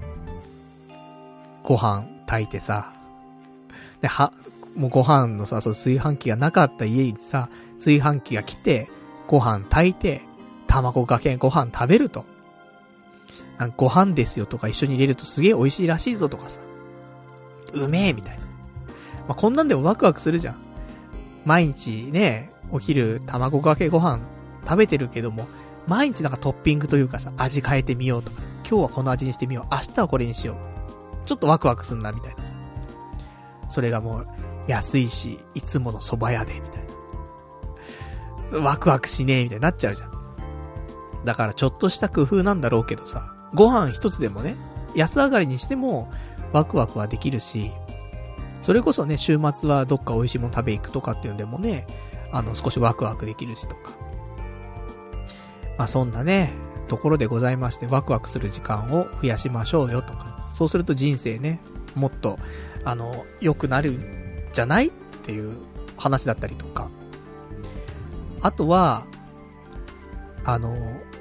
ご飯炊いてさ、で、は、もうご飯のさ、そう炊飯器がなかった家にさ、炊飯器が来て、ご飯炊いて、卵かけご飯食べると。なんかご飯ですよとか一緒に入れるとすげえ美味しいらしいぞとかさ。うめえみたいな。まあ、こんなんでもワクワクするじゃん。毎日ね、お昼卵かけご飯食べてるけども、毎日なんかトッピングというかさ、味変えてみようとか、今日はこの味にしてみよう、明日はこれにしよう。ちょっとワクワクすんなみたいなさ。それがもう安いし、いつもの蕎麦屋でみたいな。ワクワクしねえみたいになっちゃうじゃん。だからちょっとした工夫なんだろうけどさ、ご飯一つでもね、安上がりにしてもワクワクはできるし、それこそね、週末はどっか美味しいもの食べ行くとかっていうのでもね、あの少しワクワクできるしとか。まあそんなね、ところでございまして、ワクワクする時間を増やしましょうよとか。そうすると人生ね、もっと、あの、良くなるんじゃないっていう話だったりとか。あとは、あの、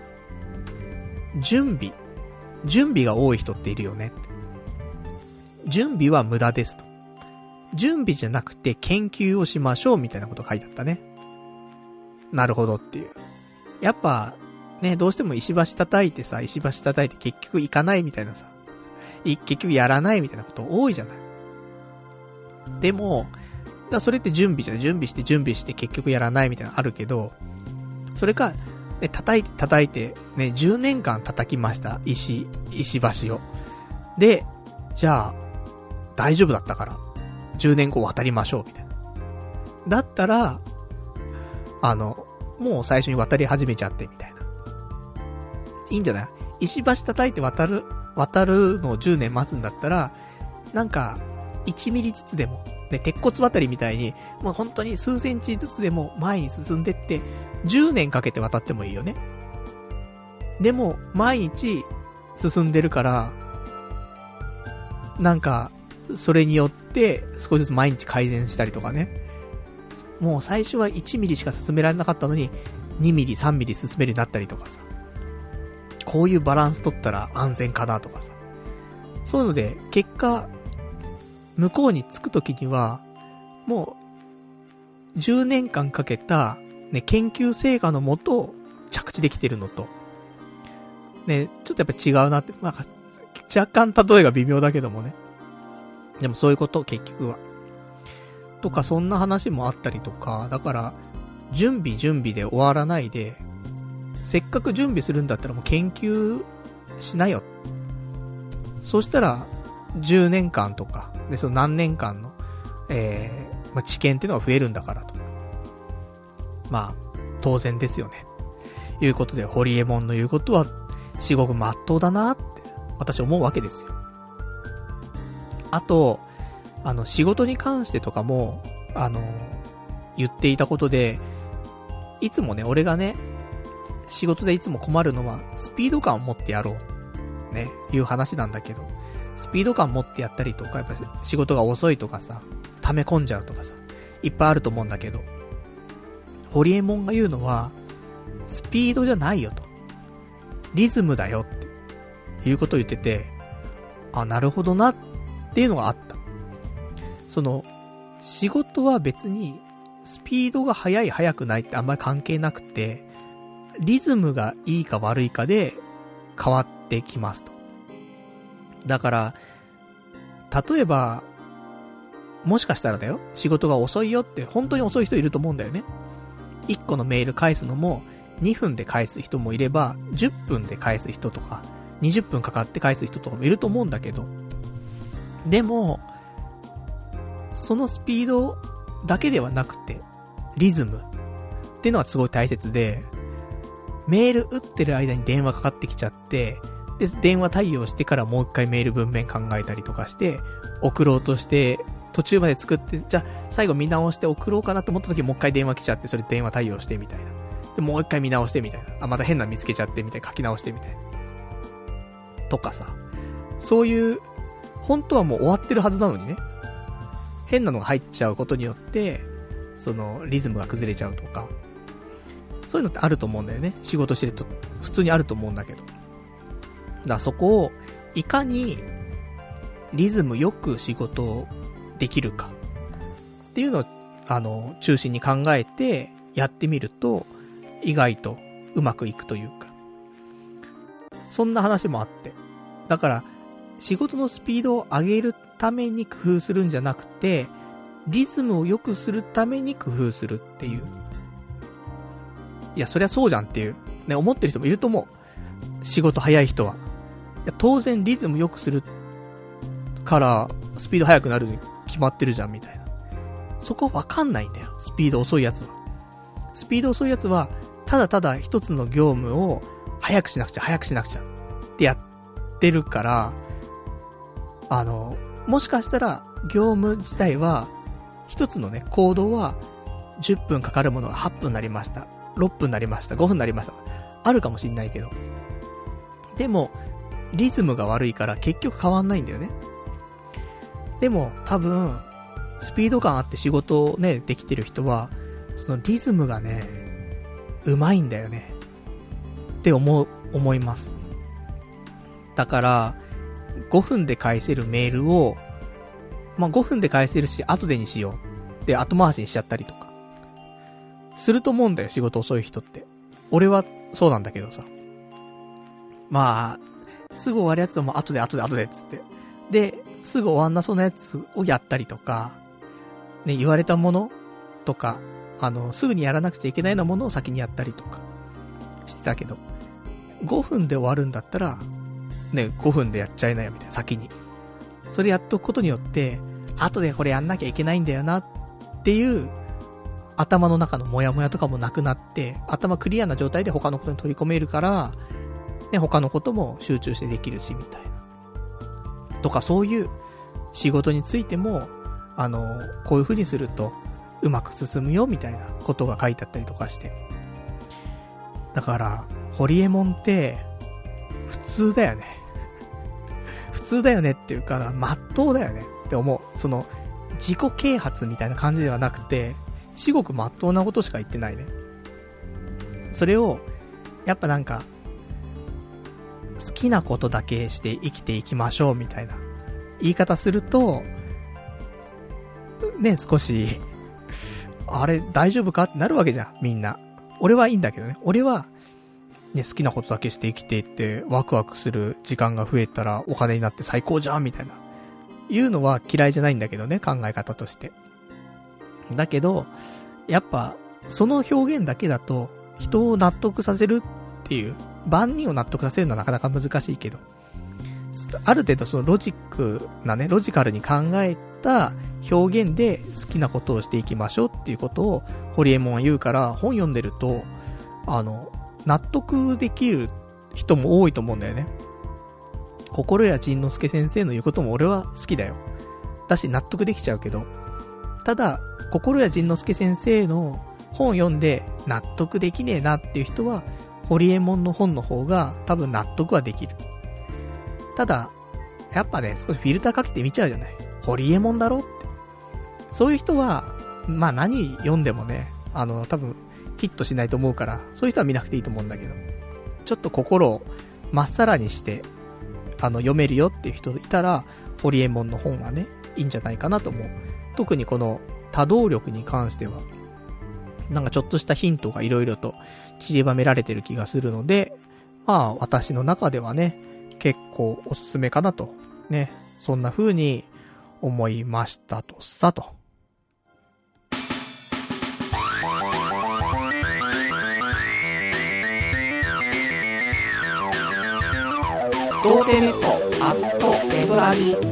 準備。準備が多い人っているよね。準備は無駄ですと。準備じゃなくて研究をしましょうみたいなこと書いてあったね。なるほどっていう。やっぱ、ね、どうしても石橋叩いてさ、石橋叩いて結局行かないみたいなさ。結局やらないみたいなこと多いじゃない。でも、だそれって準備じゃない。準備して準備して結局やらないみたいなのあるけど、それか、ね、叩いて叩いて、ね、じゅうねんかん叩きました。石、石橋を。で、じゃあ、大丈夫だったから、じゅうねんご渡りましょう、みたいな。だったら、あの、もう最初に渡り始めちゃって、みたいな。いいんじゃない？石橋叩いて渡る、渡るのをじゅうねん待つんだったら、なんか、いちミリずつでも、ね、鉄骨渡りみたいに、もう本当に数センチずつでも前に進んでって、じゅうねんかけて渡ってもいいよね。でも、毎日進んでるから、なんか、それによって少しずつ毎日改善したりとかね。もう最初はいちミリしか進められなかったのに、にミリ、さんミリ進めるようになったりとかさ。こういうバランス取ったら安全かなとかさ。そういうので、結果、向こうに着くときには、もう、じゅうねんかんかけた、ね、研究成果のもと、着地できてるのと、ね、ちょっとやっぱ違うなって、まあ、若干例えが微妙だけどもね。でもそういうこと、結局は。とか、そんな話もあったりとか、だから、準備準備で終わらないで、せっかく準備するんだったらもう研究しなよ。そしたら、じゅうねんかんとか、で、その何年間の、えー、まあ、知見っていうのが増えるんだからと。まあ、当然ですよね。いうことで、ホリエモンの言うことは、至極真っ当だなって、私思うわけですよ。あと、あの、仕事に関してとかも、あの、言っていたことで、いつもね、俺がね、仕事でいつも困るのは、スピード感を持ってやろう。ね、いう話なんだけど、スピード感持ってやったりとか、やっぱ仕事が遅いとかさ、溜め込んじゃうとかさ、いっぱいあると思うんだけど、ホリエモンが言うのは、スピードじゃないよと。リズムだよっていうことを言ってて、あ、なるほどなっていうのがあった。その、仕事は別に、スピードが速い速くないってあんまり関係なくて、 リズムがいいか悪いかで変わってきますと。だから、例えば、もしかしたらだよ、仕事が遅いよって本当に遅い人いると思うんだよね。いっこのメール返すのもにふんで返す人もいれば、じゅっぷんで返す人とか、にじゅっぷんかかって返す人とかもいると思うんだけど、でも、そのスピードだけではなくて、リズムっていうのはすごい大切で、メール打ってる間に電話かかってきちゃって、で、電話対応してからもう一回メール文面考えたりとかして、送ろうとして、途中まで作って、じゃあ最後見直して送ろうかなと思った時もう一回電話来ちゃって、それ電話対応してみたいな。で、もう一回見直してみたいな。あ、また変な見つけちゃってみたいな。書き直してみたいな。とかさ。そういう、本当はもう終わってるはずなのにね。変なのが入っちゃうことによって、その、リズムが崩れちゃうとか。そういうのってあると思うんだよね。仕事してると、普通にあると思うんだけど。だからそこを、いかに、リズムよく仕事をできるか。っていうのを、あの、中心に考えて、やってみると、意外とうまくいくというか。そんな話もあって。だから、仕事のスピードを上げるために工夫するんじゃなくて、リズムを良くするために工夫するっていう。いや、そりゃそうじゃんっていう、ね、思ってる人もいると思う。仕事早い人は。いや、当然リズム良くするから、スピード速くなるに決まってるじゃん、みたいな。そこわかんないんだよ。スピード遅いやつは。スピード遅いやつは、ただただ一つの業務を早くしなくちゃ、早くしなくちゃってやってるから、あの、もしかしたら業務自体は、一つのね、行動はじゅっぷんかかるものがはっぷんになりました。ろっぷんになりました。ごふんになりました。あるかもしんないけど。でも、リズムが悪いから結局変わんないんだよね。でも、多分、スピード感あって仕事をね、できてる人は、そのリズムがね、うまいんだよね。って思う、思います。だから、ごふんで返せるメールを、まあ、ごふんで返せるし、後でにしよう。で、後回しにしちゃったりとか。すると思うんだよ、仕事遅い人って。俺はそうなんだけどさ。まあ、すぐ終わるやつはもう後で後で後でっつって。で、すぐ終わんなそうなやつをやったりとか、ね、言われたものとか、あの、すぐにやらなくちゃいけないようなものを先にやったりとか、してたけど、ごふんで終わるんだったら、ね、ごふんでやっちゃいなよみたいな、先に。それやっとくことによって、後でこれやんなきゃいけないんだよなっていう、頭の中のモヤモヤとかもなくなって、頭クリアな状態で他のことに取り込めるから、ね、他のことも集中してできるし、みたいな。とかそういう仕事についても、あの、こういう風にするとうまく進むよ、みたいなことが書いてあったりとかして。だから、ホリエモンって、普通だよね。普通だよねっていうか、まっとうだよねって思う。その、自己啓発みたいな感じではなくて、至極まっとうなことしか言ってないね。それを、やっぱなんか、好きなことだけして生きていきましょうみたいな言い方すると、ね、少し、あれ大丈夫かってなるわけじゃん、みんな。俺はいいんだけどね。俺は、ね、好きなことだけして生きていってワクワクする時間が増えたらお金になって最高じゃんみたいな。いうのは嫌いじゃないんだけどね、考え方として。だけど、やっぱ、その表現だけだと、人を納得させるっていう、万人を納得させるのはなかなか難しいけど、ある程度そのロジックなね、ロジカルに考えた表現で好きなことをしていきましょうっていうことを、ホリエモンは言うから、本読んでると、あの、納得できる人も多いと思うんだよね。心谷仁之助先生の言うことも俺は好きだよ。だし納得できちゃうけど、ただ、心谷仁之助先生の本読んで納得できねえなっていう人は、ホリエモンの本の方が多分納得はできる。ただ、やっぱね、少しフィルターかけてみちゃうじゃない。ホリエモンだろって。そういう人は、まあ何読んでもね、あの、多分ヒットしないと思うから、そういう人は見なくていいと思うんだけど、ちょっと心をまっさらにして、あの、読めるよっていう人いたら、ホリエモンの本はね、いいんじゃないかなと思う。特にこの多動力に関しては、 なんかちょっとしたヒントがいろいろと散りばめられてる気がするので、まあ私の中ではね、結構おすすめかなと、ね、そんな風に思いましたとさと。 童貞ネットアットネトラジ。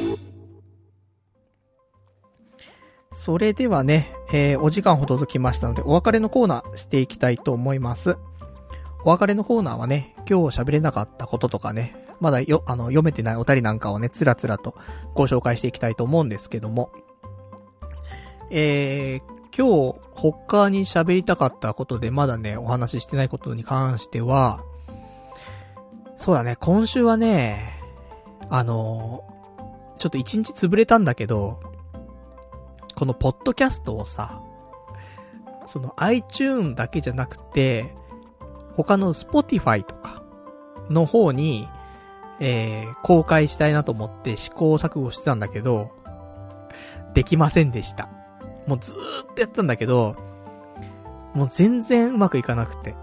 それではね、えー、お時間ほどときましたので、お別れのコーナーしていきたいと思います。お別れのコーナーはね、今日喋れなかったこととかね、まだよ、あの、読めてないお便りなんかをね、つらつらとご紹介していきたいと思うんですけども、えー、今日、他に喋りたかったことで、まだね、お話ししてないことに関しては、そうだね、今週はね、あの、ちょっと一日潰れたんだけど、このポッドキャストをさ、その iTunes だけじゃなくて、他の Spotify とかの方に、えー、公開したいなと思って試行錯誤してたんだけど、できませんでした。もうずーっとやったんだけど、もう全然うまくいかなくて。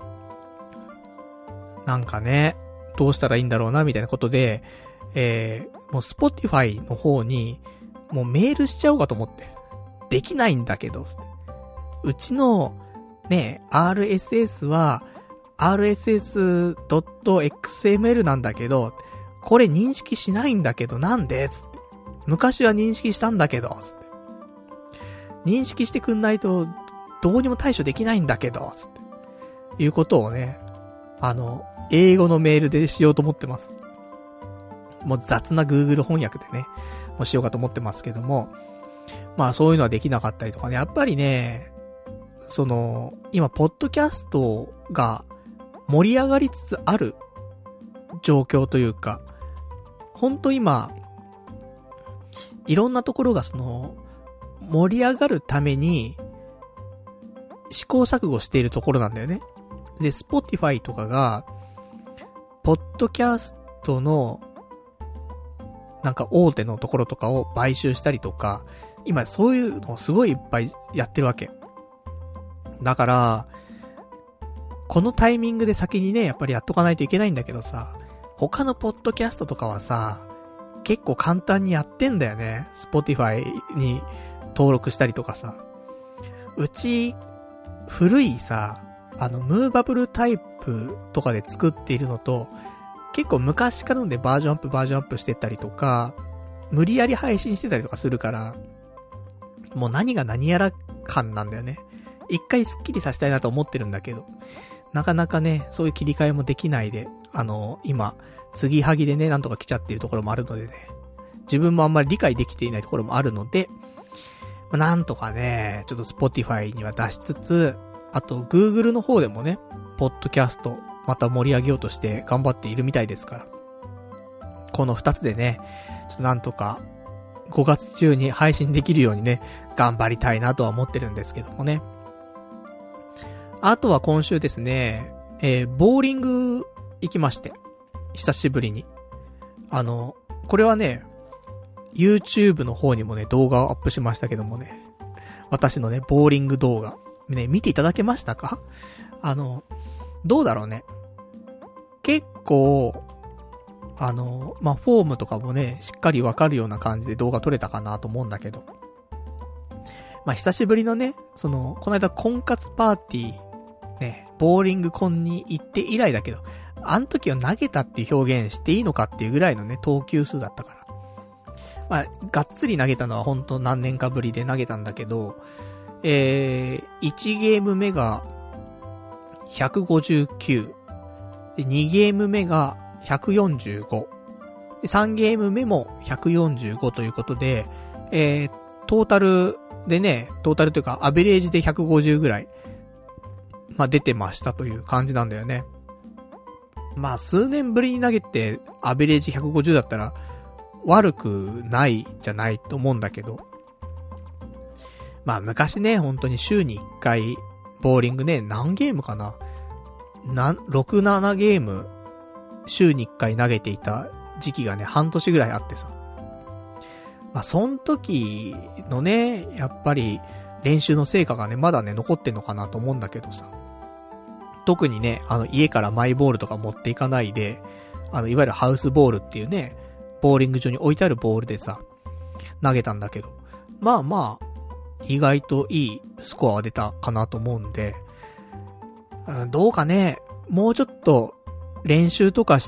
なんかね、どうしたらいいんだろうな、みたいなことで、えー、もう Spotify の方に、もうメールしちゃおうかと思って。できないんだけど、うちの、ね、アールエスエス は、アールエスエスドットエックスエムエル なんだけど、これ認識しないんだけど、なんでつって。昔は認識したんだけど、つって。認識してくんないと、どうにも対処できないんだけど、つって。いうことをね、あの、英語のメールでしようと思ってます。もう雑な Google 翻訳でね、もうしようかと思ってますけども、まあそういうのはできなかったりとかね、やっぱりね、その、今、ポッドキャストが盛り上がりつつある状況というか、ほんと今、いろんなところがその、盛り上がるために、試行錯誤しているところなんだよね。で、Spotify とかが、ポッドキャストの、なんか大手のところとかを買収したりとか、今そういうのをすごいいっぱいやってるわけ。だから、このタイミングで先にね、やっぱりやっとかないといけないんだけどさ、他のポッドキャストとかはさ、結構簡単にやってんだよね。Spotify に登録したりとかさ。うち、古いさ、あの、ムーバブルタイプとかで作っているのと、結構昔からのでバージョンアップバージョンアップしてたりとか、無理やり配信してたりとかするから、もう何が何やら感なんだよね。一回スッキリさせたいなと思ってるんだけど、なかなかね、そういう切り替えもできないで、あの、今、継ぎはぎでね、なんとか来ちゃっているところもあるのでね、自分もあんまり理解できていないところもあるので、まあ、なんとかね、ちょっと Spotify には出しつつ、あと Google の方でもね、ポッドキャスト、また盛り上げようとして頑張っているみたいですから。この二つでね、ちょっとなんとかごがつ中に配信できるようにね、頑張りたいなとは思ってるんですけどもね。あとは今週ですね、えー、ボーリング行きまして、久しぶりに。あの、これはね、YouTube の方にもね、動画をアップしましたけどもね、私のね、ボーリング動画、ね、見ていただけましたか？あの、どうだろうね。結構、あの、まあ、フォームとかもね、しっかりわかるような感じで動画撮れたかなと思うんだけど。まあ、久しぶりのね、その、この間婚活パーティー、ね、ボーリングコンに行って以来だけど、あの時は投げたっていう表現していいのかっていうぐらいのね、投球数だったから。まあ、がっつり投げたのはほんと何年かぶりで投げたんだけど、えー、いちゲーム目がひゃくごじゅうきゅう、でにゲーム目がひゃくよんじゅうご、でさんゲーム目もひゃくよんじゅうごということで、えー、トータルでね、トータルというかアベレージでひゃくごじゅうぐらい、まあ出てましたという感じなんだよね。まあ数年ぶりに投げてアベレージひゃくごじゅうだったら悪くないじゃないと思うんだけど、まあ昔ね、本当に週にいっかいボーリングね、何ゲームかな、なろく、ななゲーム週にいっかい投げていた時期がね、半年ぐらいあってさ。まあそん時のね、やっぱり練習の成果がね、まだね、残ってんのかなと思うんだけどさ。特にね、あの、家からマイボールとか持っていかないで、あの、いわゆるハウスボールっていうね、ボーリング場に置いてあるボールでさ、投げたんだけど、まあまあ、意外といいスコアが出たかなと思うんで、うん、どうかね、もうちょっと練習とかして、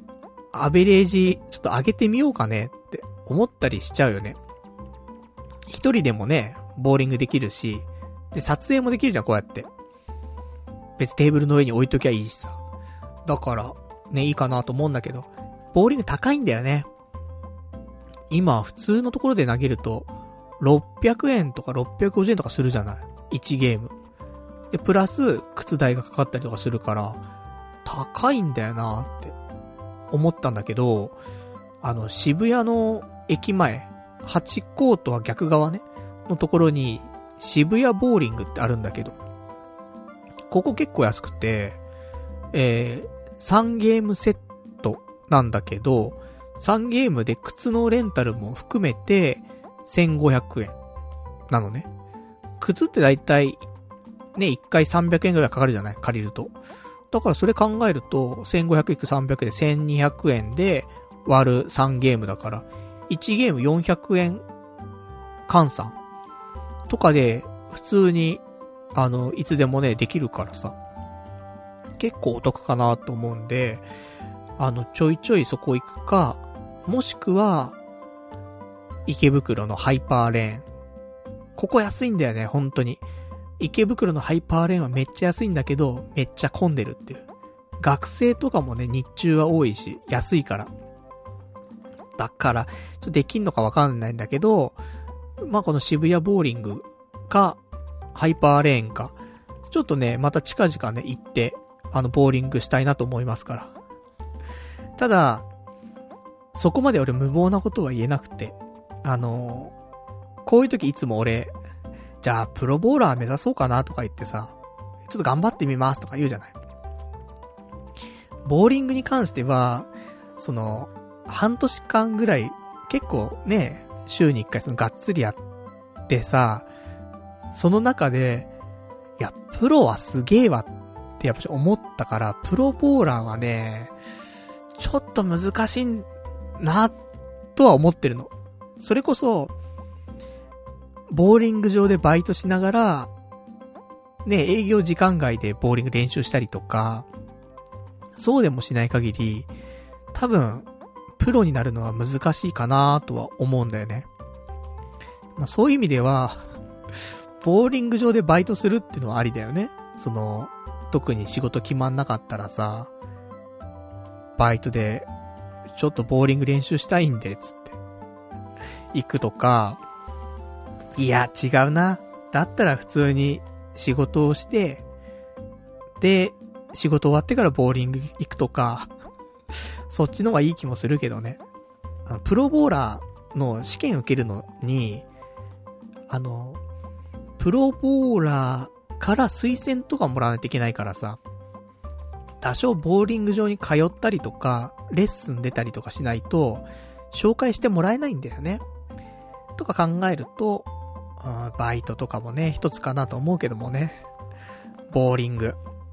アベレージちょっと上げてみようかねって思ったりしちゃうよね。一人でもね、ボーリングできるし、で、撮影もできるじゃん、こうやって。別にテーブルの上に置いときゃいいしさ。だから、ね、いいかなと思うんだけど、ボーリング高いんだよね。今、普通のところで投げると、ろっぴゃくえんとかろっぴゃくごじゅうえんとかするじゃない ?いち ゲーム。で、プラス、靴代がかかったりとかするから、高いんだよなって思ったんだけど、あの、渋谷の駅前、ハチコートは逆側ね、のところに、渋谷ボーリングってあるんだけど、ここ結構安くて、えー、さんゲームセットなんだけど、さんゲームで靴のレンタルも含めて、せんごひゃくえんなのね。靴ってだいたいね、いっかいさんびゃくえんぐらいかかるじゃない?借りると。だからそれ考えると、せんごひゃくいくさんびゃくでせんにひゃくえんで割るさんゲームだから、いちゲームよんひゃくえん換算とかで普通に、あの、いつでもね、できるからさ。結構お得かなと思うんで、あの、ちょいちょいそこ行くか、もしくは、池袋のハイパーレーン。ここ安いんだよね、本当に。池袋のハイパーレーンはめっちゃ安いんだけど、めっちゃ混んでるっていう。学生とかもね、日中は多いし、安いから。だから、ちょっとできんのかわかんないんだけど、まあ、この渋谷ボーリングか、ハイパーレーンか、ちょっとね、また近々ね、行って、あの、ボーリングしたいなと思いますから。ただ、そこまで俺無謀なことは言えなくて、あのー、こういう時いつも俺、じゃあプロボーラー目指そうかなとか言ってさ、ちょっと頑張ってみますとか言うじゃない。ボーリングに関しては、その、半年間ぐらい、結構ね、週に一回そのがっつりやってさ、その中で、いや、プロはすげえわってやっぱり思ったから、プロボーラーはね、ちょっと難しいな、とは思ってるの。それこそ、ボーリング場でバイトしながら、ね、営業時間外でボーリング練習したりとか、そうでもしない限り、多分、プロになるのは難しいかなとは思うんだよね。まあそういう意味では、ボーリング場でバイトするっていうのはありだよね。その、特に仕事決まんなかったらさ、バイトで、ちょっとボーリング練習したいんで、つって。行くとか、いや、違うな。だったら普通に仕事をして、で、仕事終わってからボーリング行くとか、そっちの方がいい気もするけどね。あのプロボーラーの試験受けるのに、あの、プロボーラーから推薦とかもらわないといけないからさ、多少ボーリング場に通ったりとか、レッスン出たりとかしないと、紹介してもらえないんだよね。とか考えると、バイトとかもね、一つかなと思うけどもね。ボーリング。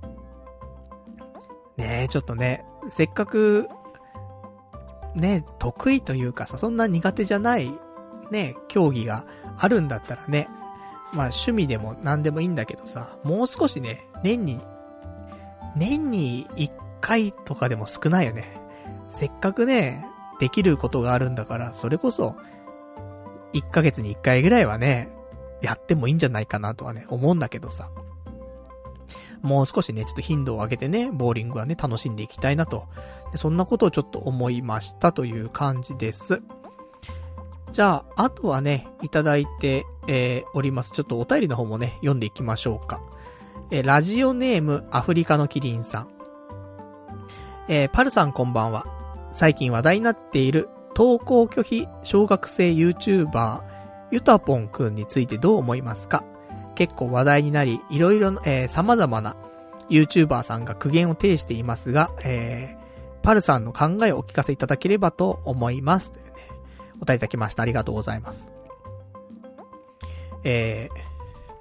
ねえ、ちょっとね、せっかく、ね、得意というかさ、そんな苦手じゃない、ね、競技があるんだったらね、まあ趣味でも何でもいいんだけどさ、もう少しね、年に、年に一回とかでも少ないよね。せっかくね、できることがあるんだから、それこそ、いっかげつにいっかいぐらいはね、やってもいいんじゃないかなとはね、思うんだけどさ。もう少しね、ちょっと頻度を上げてね、ボーリングはね、楽しんでいきたいなと。そんなことをちょっと思いましたという感じです。じゃあ、あとはね、いただいて、えー、おります。ちょっとお便りの方もね、読んでいきましょうか。えー、ラジオネーム、アフリカのキリンさん。えー、パルさんこんばんは。最近話題になっている、登校拒否小学生 YouTuber、ゆたぽんくんについてどう思いますか？結構話題になり、いろいろ、えー、様々な YouTuber さんが苦言を呈していますが、えー、パルさんの考えをお聞かせいただければと思います。というね、お答えいただきました。ありがとうございます。えー、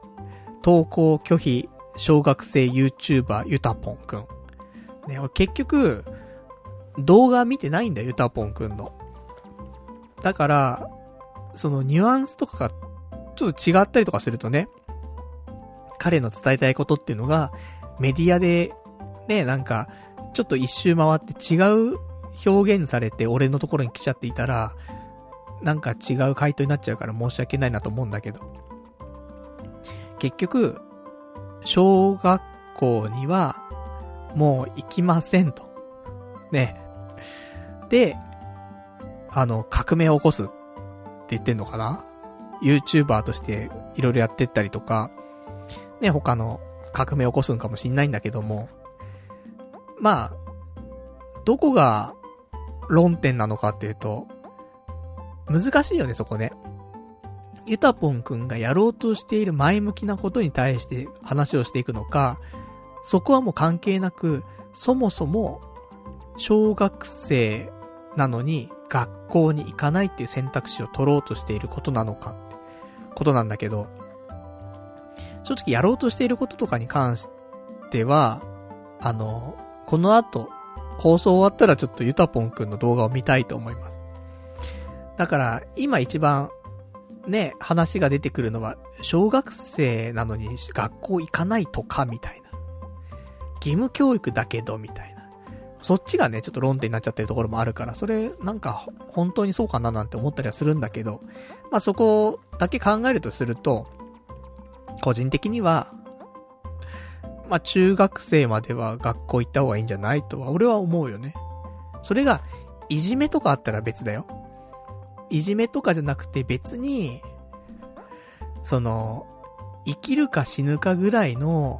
投稿拒否小学生 YouTuber ゆたぽんくん。ね、俺結局、動画見てないんだよ、ゆたぽんくんの。だから、そのニュアンスとかがちょっと違ったりとかするとね、彼の伝えたいことっていうのが、メディアで、ね、なんか、ちょっと一周回って違う表現されて俺のところに来ちゃっていたら、なんか違う回答になっちゃうから申し訳ないなと思うんだけど。結局、小学校にはもう行きませんと。ね。で、あの、革命を起こすって言ってんのかな？ YouTuber としていろいろやってったりとか、ね、他の革命を起こすんかもしんないんだけども、まあ、どこが論点なのかっていうと、難しいよね、そこね。ゆたぽんくんがやろうとしている前向きなことに対して話をしていくのか、そこはもう関係なく、そもそも小学生なのに学校に行かないっていう選択肢を取ろうとしていることなのかってことなんだけど、正直やろうとしていることとかに関しては、あの、この後放送終わったらちょっとゆたぽんくんの動画を見たいと思います。だから今一番ね、話が出てくるのは、小学生なのに学校行かないとか、みたいな。義務教育だけど、みたいな。そっちがね、ちょっと論点になっちゃってるところもあるから、それ、なんか、本当にそうかななんて思ったりはするんだけど、まあそこだけ考えるとすると、個人的には、まあ中学生までは学校行った方がいいんじゃないとは、俺は思うよね。それが、いじめとかあったら別だよ。いじめとかじゃなくて別に、その、生きるか死ぬかぐらいの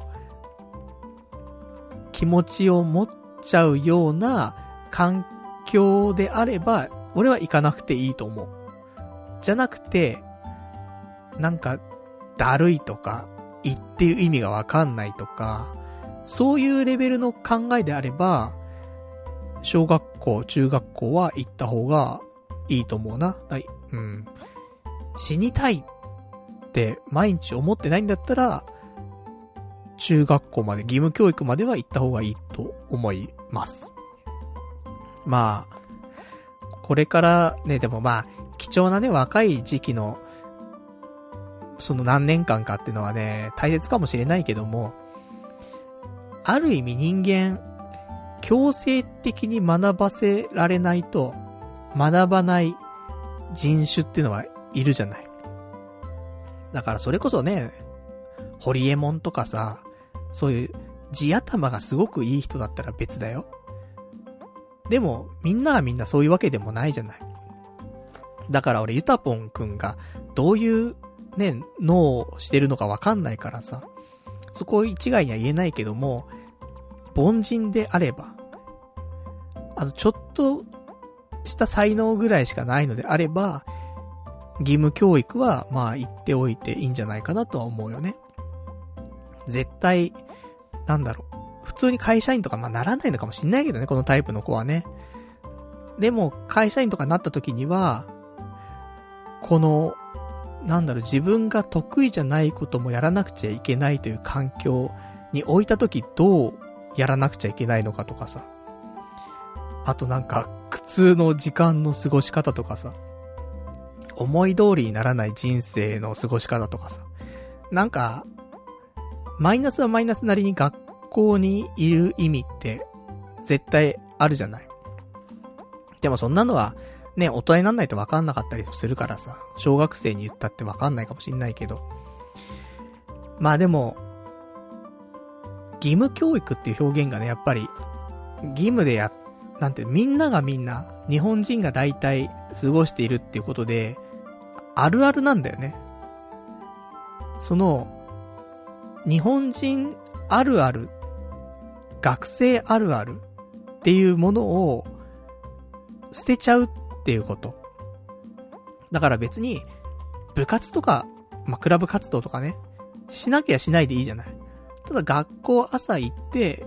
気持ちを持っちゃうような環境であれば、俺は行かなくていいと思う。じゃなくて、なんか、だるいとか、言ってる意味がわかんないとか、そういうレベルの考えであれば、小学校、中学校は行った方がいいと思うな。はい。うん。死にたいって毎日思ってないんだったら、中学校まで、義務教育までは行った方がいいと思います。まあ、これからね、でもまあ、貴重なね、若い時期の、その何年間かっていうのはね、大切かもしれないけども、ある意味人間、強制的に学ばせられないと、学ばない人種っていうのはいるじゃない。だからそれこそね、ホリエモンとかさ、そういう地頭がすごくいい人だったら別だよ。でもみんなはみんなそういうわけでもないじゃない。だから俺ゆたぽんくんがどういうね、脳をしてるのかわかんないからさ、そこを一概には言えないけども、凡人であれば、あとちょっとした才能ぐらいしかないのであれば、義務教育はまあ言っておいていいんじゃないかなとは思うよね。絶対、なんだろう。普通に会社員とかまあならないのかもしんないけどね、このタイプの子はね。でも会社員とかになった時には、この、なんだろう、自分が得意じゃないこともやらなくちゃいけないという環境に置いた時どうやらなくちゃいけないのかとかさ。あとなんか、苦痛の時間の過ごし方とかさ。思い通りにならない人生の過ごし方とかさ。なんか、マイナスはマイナスなりに学校にいる意味って絶対あるじゃない。でもそんなのはね、大人になんないと分かんなかったりするからさ、小学生に言ったって分かんないかもしんないけど。まあでも、義務教育っていう表現がね、やっぱり、義務でや、なんて、みんながみんな、日本人が大体過ごしているっていうことで、あるあるなんだよね。その、日本人あるある、学生あるあるっていうものを捨てちゃうっていうこと。だから別に部活とか、まあ、クラブ活動とかね、しなきゃしないでいいじゃない。ただ学校朝行って、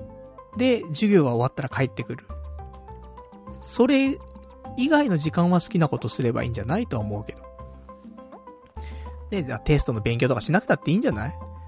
で、授業が終わったら帰ってくる。それ以外の時間は好きなことすればいいんじゃないとは思うけど。で、テストの勉強とかしなくたっていいんじゃない？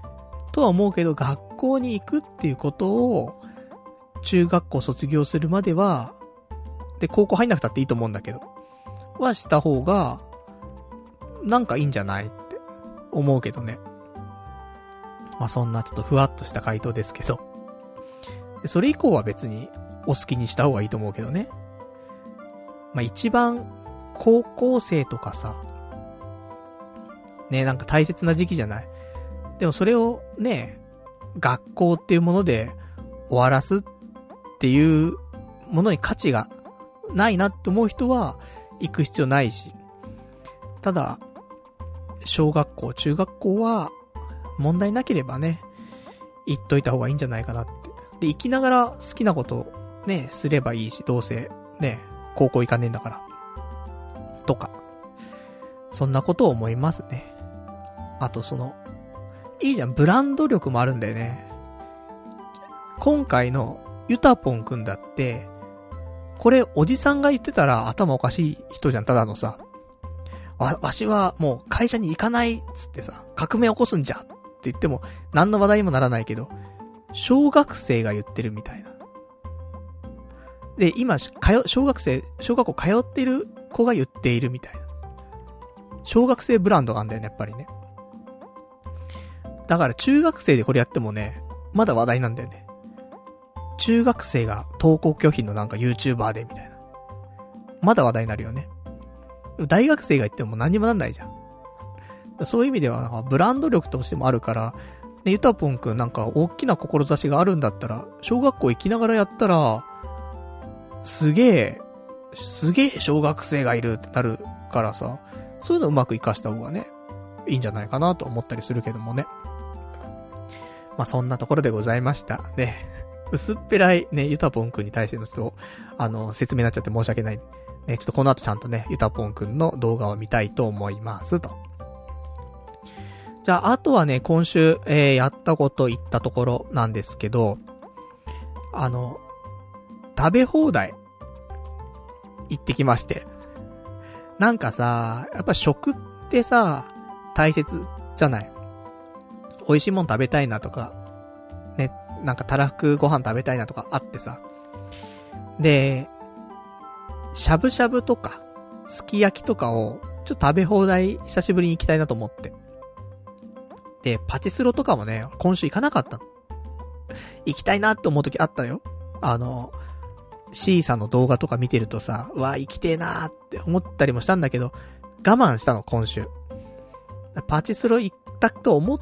とは思うけど、学校に行くっていうことを、中学校卒業するまでは、で、高校入んなくたっていいと思うんだけど、はした方が、なんかいいんじゃないって思うけどね。まあ、そんなちょっとふわっとした回答ですけど。でそれ以降は別にお好きにした方がいいと思うけどね。まあ、一番高校生とかさ、ね、なんか大切な時期じゃない。でもそれをね、学校っていうもので終わらすっていうものに価値がないなって思う人は行く必要ないし。ただ、小学校、中学校は問題なければね、行っといた方がいいんじゃないかなって。で、行きながら好きなことね、すればいいし、どうせね、高校行かねえんだから。とか。そんなことを思いますね。あとその、いいじゃん、ブランド力もあるんだよね。今回のゆたぽんくんだって、これおじさんが言ってたら頭おかしい人じゃん、ただのさ。わ、わしはもう会社に行かないっつってさ、革命起こすんじゃって言っても何の話題にもならないけど、小学生が言ってるみたいな。で、今、通、小学生、小学校通ってる子が言っているみたいな。小学生ブランドがあんだよね、やっぱりね。だから中学生でこれやってもね、まだ話題なんだよね。中学生が登校拒否のなんか YouTuber でみたいな。まだ話題になるよね。大学生が言っても何にもなんないじゃん。そういう意味ではなんかブランド力としてもあるから、ね、ゆたぽんくんなんか大きな志があるんだったら、小学校行きながらやったら、すげえ、すげえ小学生がいるってなるからさ、そういうのうまく活かした方がね、いいんじゃないかなと思ったりするけどもね。まあ、そんなところでございました。ね。薄っぺらいね、ゆたぽんくんに対してのちょっと、あの、説明になっちゃって申し訳ない。ね、ちょっとこの後ちゃんとね、ゆたぽんくんの動画を見たいと思いますと。じゃあ、あとはね、今週、えー、やったこと言ったところなんですけど、あの、食べ放題、行ってきまして。なんかさ、やっぱ食ってさ、大切じゃない。美味しいもん食べたいなとか、ね、なんかたらふくご飯食べたいなとかあってさ。で、しゃぶしゃぶとか、すき焼きとかを、ちょっと食べ放題久しぶりに行きたいなと思って。で、パチスロとかもね、今週行かなかったの。行きたいなって思う時あったよ。あの、C さんの動画とか見てるとさ、うわ、行きてえなーって思ったりもしたんだけど、我慢したの、今週。パチスロ行ったと思って、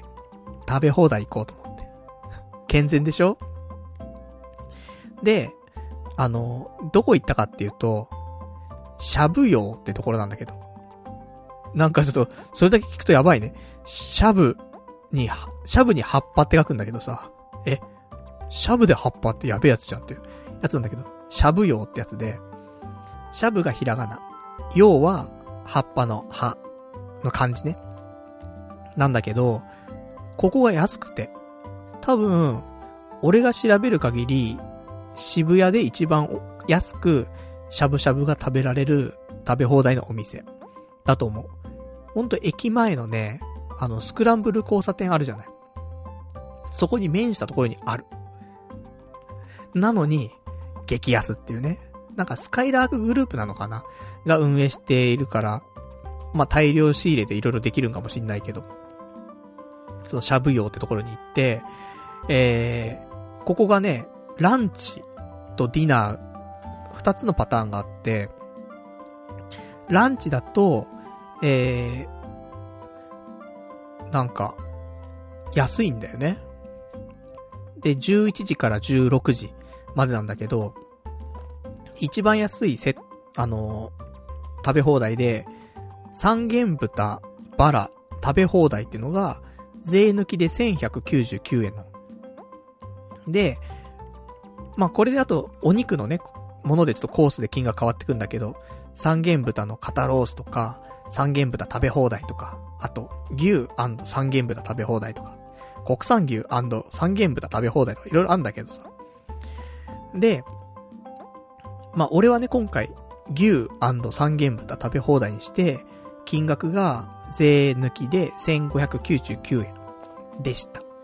食べ放題行こうと思って。健全でしょ？で、あの、どこ行ったかっていうと、しゃぶ用ってところなんだけど。なんかちょっと、それだけ聞くとやばいね。しゃぶに、しゃぶに葉っぱって書くんだけどさ、え、しゃぶで葉っぱってやべえやつじゃんっていうやつなんだけど、しゃぶ用ってやつで、しゃぶがひらがな、用は葉っぱの葉の漢字ね。なんだけど、ここが安くて、多分、俺が調べる限り、渋谷で一番安く、しゃぶしゃぶが食べられる食べ放題のお店、だと思う。ほんと駅前のね、あの、スクランブル交差点あるじゃない。そこに面したところにある。なのに、激安っていうね。なんかスカイラークグループなのかなが運営しているから、まあ、大量仕入れでいろいろできるんかもしんないけど。そのしゃぶ用ってところに行って、えー、ここがね、ランチとディナー、二つのパターンがあって、ランチだと、えー、なんか、安いんだよね。で、じゅういちじからじゅうろくじまでなんだけど、一番安いセあのー、食べ放題で、三元豚、バラ、食べ放題っていうのが、税抜きでせんひゃくきゅうじゅうきゅうえんなの。で、まあ、これであと、お肉のね、ものでちょっとコースで金額変わってくんだけど、三元豚の肩ロースとか、三元豚食べ放題とか、あと、牛&三元豚食べ放題とか、国産牛&三元豚食べ放題とかいろいろあんだけどさ。で、まあ、俺はね、今回、牛&三元豚食べ放題にして、金額が税抜きでせんごひゃくきゅうじゅうきゅうえんでした。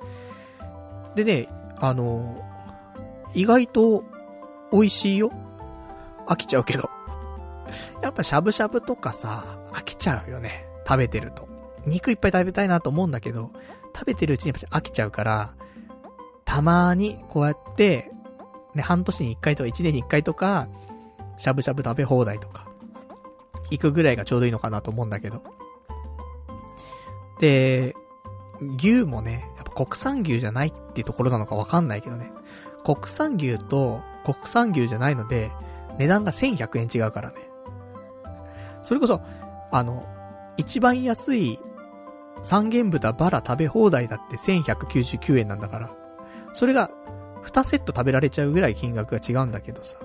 でね、あの、意外と美味しいよ。飽きちゃうけど。やっぱしゃぶしゃぶとかさ、飽きちゃうよね。食べてると。肉いっぱい食べたいなと思うんだけど、食べてるうちにやっぱ飽きちゃうから、たまにこうやって、ね、半年に一回とか一年に一回とか、しゃぶしゃぶ食べ放題とか、行くぐらいがちょうどいいのかなと思うんだけど。で、牛もね、やっぱ国産牛じゃないっていうところなのかわかんないけどね。国産牛と国産牛じゃないので、値段がせんひゃくえん違うからね。それこそ、あの、一番安い三元豚バラ食べ放題だってせんひゃくきゅうじゅうきゅうえんなんだから、それがにセット食べられちゃうぐらい金額が違うんだけどさ。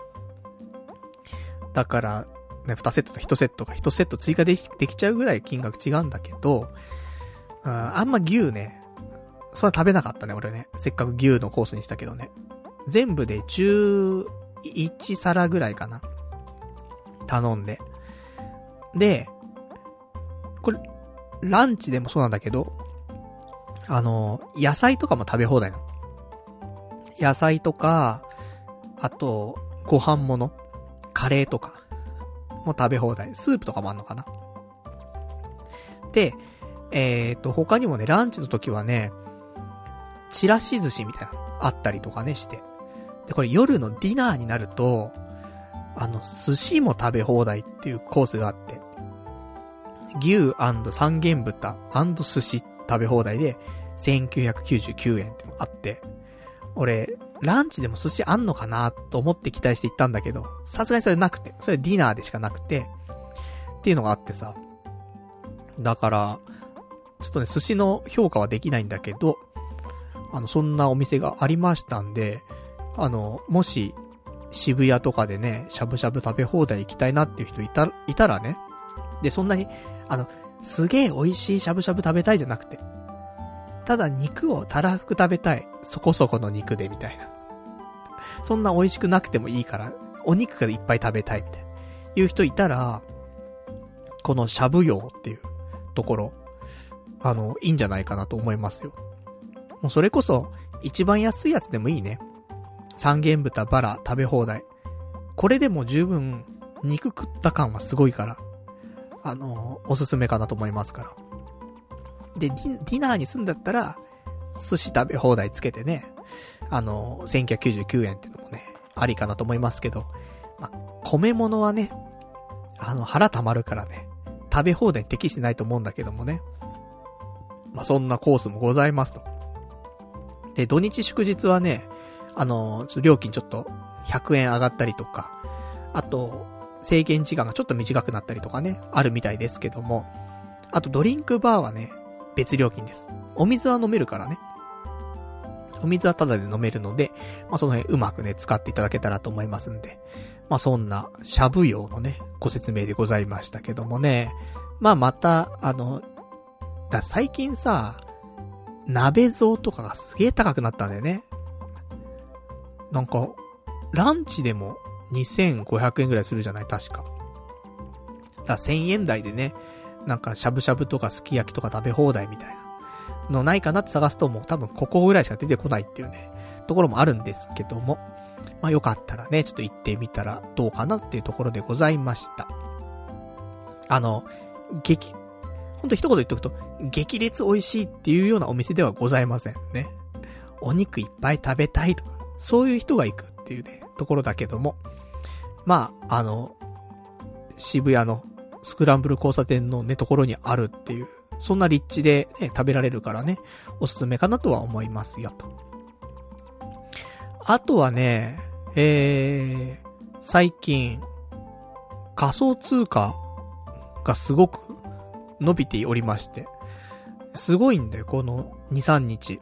だから、ね、にセットといちセットがいちセット追加でき、できちゃうぐらい金額違うんだけど、うん、あんま牛ね、そんな食べなかったね、俺ね。せっかく牛のコースにしたけどね。全部でじゅういちさらぐらいかな。頼んで。で、これ、ランチでもそうなんだけど、あの、野菜とかも食べ放題なの。野菜とか、あと、ご飯物、カレーとかも食べ放題。スープとかもあんのかな。で、えっと、他にもね、ランチの時はね、ちらし寿司みたいなのあったりとかねして。で、これ夜のディナーになると、あの、寿司も食べ放題っていうコースがあって、牛&三元豚&寿司食べ放題でせんきゅうひゃくきゅうじゅうきゅうえんってのあって、俺、ランチでも寿司あんのかなと思って期待して行ったんだけど、さすがにそれなくて、それディナーでしかなくて、っていうのがあってさ。だから、ちょっとね、寿司の評価はできないんだけど、あの、そんなお店がありましたんで、あの、もし、渋谷とかでね、しゃぶしゃぶ食べ放題行きたいなっていう人いた、いたらね、で、そんなに、あの、すげえ美味しいしゃぶしゃぶ食べたいじゃなくて、ただ肉をたらふく食べたい。そこそこの肉でみたいな。そんな美味しくなくてもいいから、お肉がいっぱい食べたいみたいな。いう人いたら、このしゃぶ用っていうところ、あの、いいんじゃないかなと思いますよ。もうそれこそ、一番安いやつでもいいね。三元豚バラ食べ放題。これでも十分、肉食った感はすごいから、あの、おすすめかなと思いますから。で、ディ、ディナーにすんだったら、寿司食べ放題つけてね、あの、せんきゅうひゃくきゅうじゅうきゅうえんっていうのもね、ありかなと思いますけど、まあ、米物はね、あの、腹溜まるからね、食べ放題に適してないと思うんだけどもね。まあ、そんなコースもございますと。で、土日祝日はね、あの、料金ちょっとひゃくえん上がったりとか、あと、制限時間がちょっと短くなったりとかね、あるみたいですけども、あとドリンクバーはね、別料金です。お水は飲めるからね。お水はタダで飲めるので、まあ、その辺うまくね、使っていただけたらと思いますんで。まあ、そんな、しゃぶ用のね、ご説明でございましたけどもね。まあ、また、あの、だ最近さ、鍋像とかがすげえ高くなったんだよね。なんか、ランチでもにせんごひゃくえんぐらいするじゃない確か。だせんえん台でね、なんかしゃぶしゃぶとかすき焼きとか食べ放題みたいなのないかなって探すともう多分ここぐらいしか出てこないっていうね、ところもあるんですけども。まあよかったらね、ちょっと行ってみたらどうかなっていうところでございました。あの、激、ほんと一言言っとくと、激烈美味しいっていうようなお店ではございませんね。お肉いっぱい食べたいとか、そういう人が行くっていうね、ところだけども。まあ、あの、渋谷のスクランブル交差点のね、ところにあるっていう、そんな立地でね、食べられるからね、おすすめかなとは思いますよ、と。あとはね、えー、最近、仮想通貨がすごく伸びておりまして、すごいんだよ、このに、さんにち。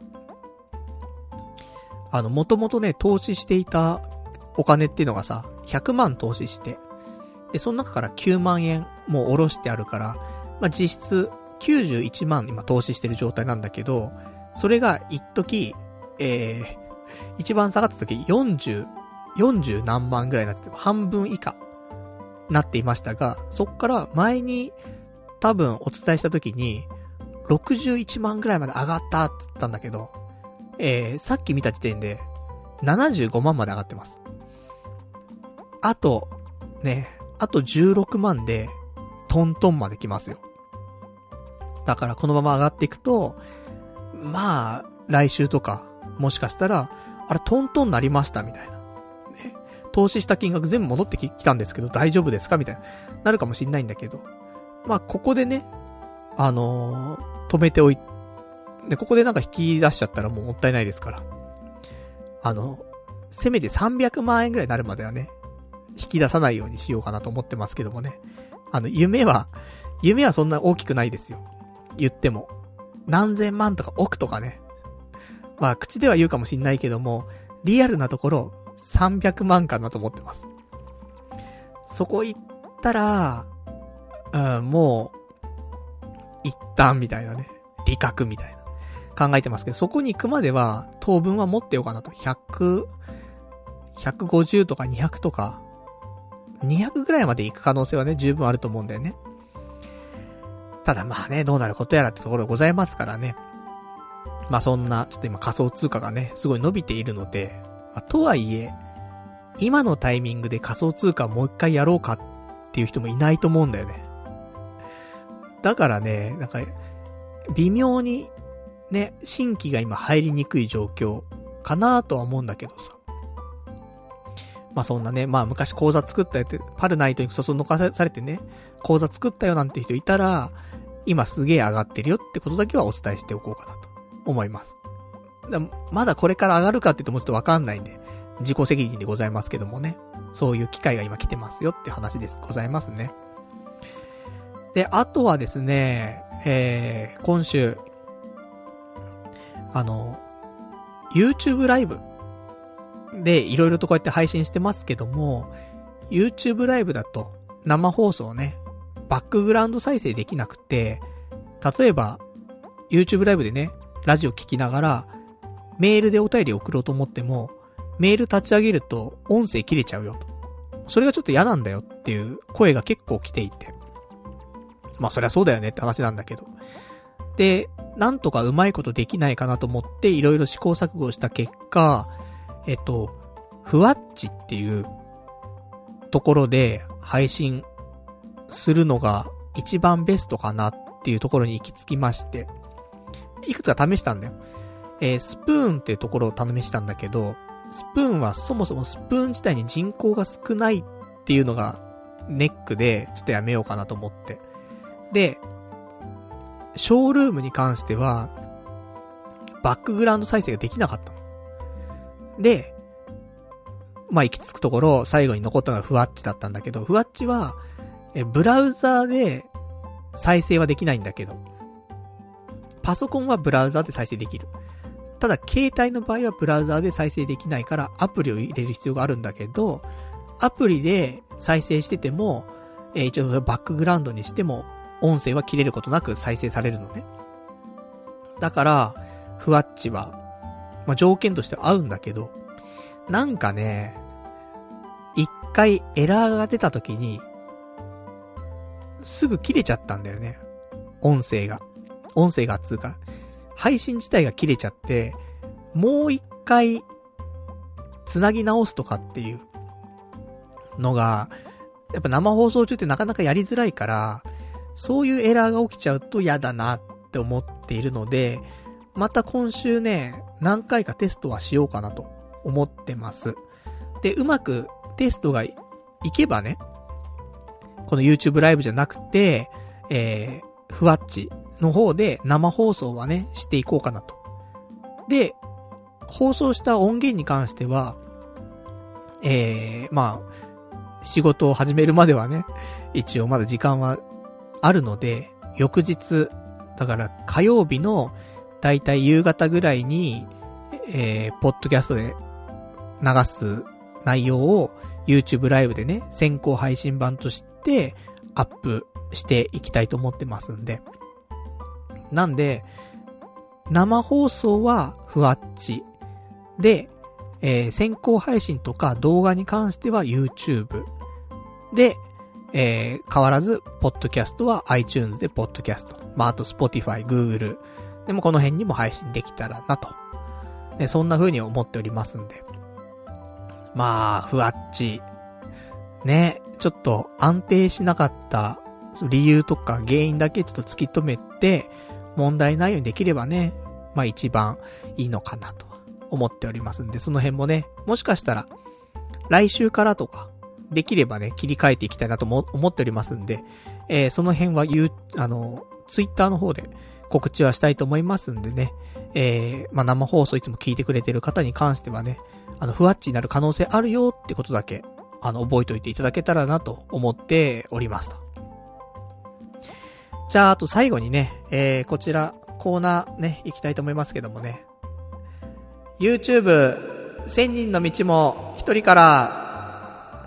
あの、もともとね、投資していたお金っていうのがさ、ひゃくまん投資して、で、その中からきゅうまんえんもう下ろしてあるから、まあ、実質きゅうじゅういちまん今投資してる状態なんだけど、それが一時、えー、一番下がった時よんじゅう、よんじゅう何万ぐらいになってて、半分以下なっていましたが、そっから前に多分お伝えした時に、ろくじゅういちまんぐらいまで上がったって言ったんだけど、 えー、さっき見た時点でななじゅうごまんまで上がってます。あと、ね、あとじゅうろくまんでトントンまで来ますよ。だからこのまま上がっていくと、まあ、来週とか、もしかしたら、あれトントンなりましたみたいな。ね、投資した金額全部戻ってきたんですけど大丈夫ですかみたいな。なるかもしんないんだけど。まあ、ここでね、あのー、止めておいて、で、ここでなんか引き出しちゃったらもうもったいないですから。あの、せめてさんびゃくまんえんぐらいになるまではね、引き出さないようにしようかなと思ってますけどもね。あの、夢は、夢はそんな大きくないですよ。言っても。何千万とか億とかね。まあ、口では言うかもしんないけども、リアルなところ、さんびゃくまんかなと思ってます。そこ行ったら、うん、もう、一旦みたいなね。利確みたいな。考えてますけど、そこに行くまでは、当分は持ってようかなと。ひゃく、ひゃくごじゅうとかにひゃくとか、にひゃくぐらいまで行く可能性はね、十分あると思うんだよね。ただまあね、どうなることやらってところございますからね。まあそんな、ちょっと今仮想通貨がね、すごい伸びているので、まあ、とはいえ、今のタイミングで仮想通貨もう一回やろうかっていう人もいないと思うんだよね。だからね、なんか、微妙に、ね、新規が今入りにくい状況かなとは思うんだけどさ。まあそんなね、まあ昔口座作ったよって、パルナイトにそそのかされてね、口座作ったよなんて人いたら、今すげえ上がってるよってことだけはお伝えしておこうかなと思います。だまだこれから上がるかって言ってもちょっとわかんないんで、自己責任でございますけどもね、そういう機会が今来てますよって話です。ございますね。で、あとはですね、えー、今週、あの、YouTube ライブでいろいろとこうやって配信してますけども、YouTube ライブだと生放送ね、バックグラウンド再生できなくて、例えば YouTube ライブでね、ラジオ聞きながらメールでお便り送ろうと思っても、メール立ち上げると音声切れちゃうよと。それがちょっと嫌なんだよっていう声が結構来ていて。まあそりゃそうだよねって話なんだけど。で、なんとかうまいことできないかなと思っていろいろ試行錯誤した結果、えっと、ふわっちっていうところで配信するのが一番ベストかなっていうところに行き着きまして、いくつか試したんだよ。えー、スプーンっていうところを試したんだけど、スプーンはそもそもスプーン自体に人口が少ないっていうのがネックで、ちょっとやめようかなと思って。で、ショールームに関しては、バックグラウンド再生ができなかったの。で、まあ、行き着くところ、最後に残ったのがふわっちだったんだけど、ふわっちは、え、ブラウザーで再生はできないんだけど、パソコンはブラウザーで再生できる。ただ、携帯の場合はブラウザーで再生できないから、アプリを入れる必要があるんだけど、アプリで再生してても、えー、一応バックグラウンドにしても、音声は切れることなく再生されるのね。だから、ふわっちは、まあ、条件としては合うんだけど、なんかね、一回エラーが出た時に、すぐ切れちゃったんだよね。音声が。音声がつうか、配信自体が切れちゃって、もう一回、つなぎ直すとかっていうのが、やっぱ生放送中ってなかなかやりづらいから、そういうエラーが起きちゃうと嫌だなって思っているので、また今週ね、何回かテストはしようかなと思ってます。で、うまくテストがいけばね、この YouTube ライブじゃなくて、えー、ふわっちの方で生放送はね、していこうかなと。で、放送した音源に関しては、えー、まあ、仕事を始めるまではね、一応まだ時間はあるので、翌日、だから火曜日のだいたい夕方ぐらいに、えー、ポッドキャストで流す内容を YouTube ライブでね、先行配信版としてアップしていきたいと思ってますんで。なんで、生放送はふわっち。で、えー、先行配信とか動画に関しては YouTube。で、えー、変わらず、ポッドキャストは iTunes でポッドキャスト。まあ、あと Spotify、Google。でもこの辺にも配信できたらな、とね、そんな風に思っておりますんで。まあ、ふわっち。ね、ちょっと安定しなかった理由とか原因だけちょっと突き止めて、問題ないようにできればね、まあ一番いいのかなと思っておりますんで、その辺もね、もしかしたら、来週からとか、できればね、切り替えていきたいなとも思っておりますんで、えー、その辺は言う、あの、ツイッターの方で告知はしたいと思いますんでね、えー、まあ生放送いつも聞いてくれてる方に関してはね、あの、ふわっちになる可能性あるよってことだけ、あの、覚えておいていただけたらなと思っておりますと。じゃあ、あと最後にね、えー、こちら、コーナーね、行きたいと思いますけどもね。YouTube、せんにんの道も、一人から、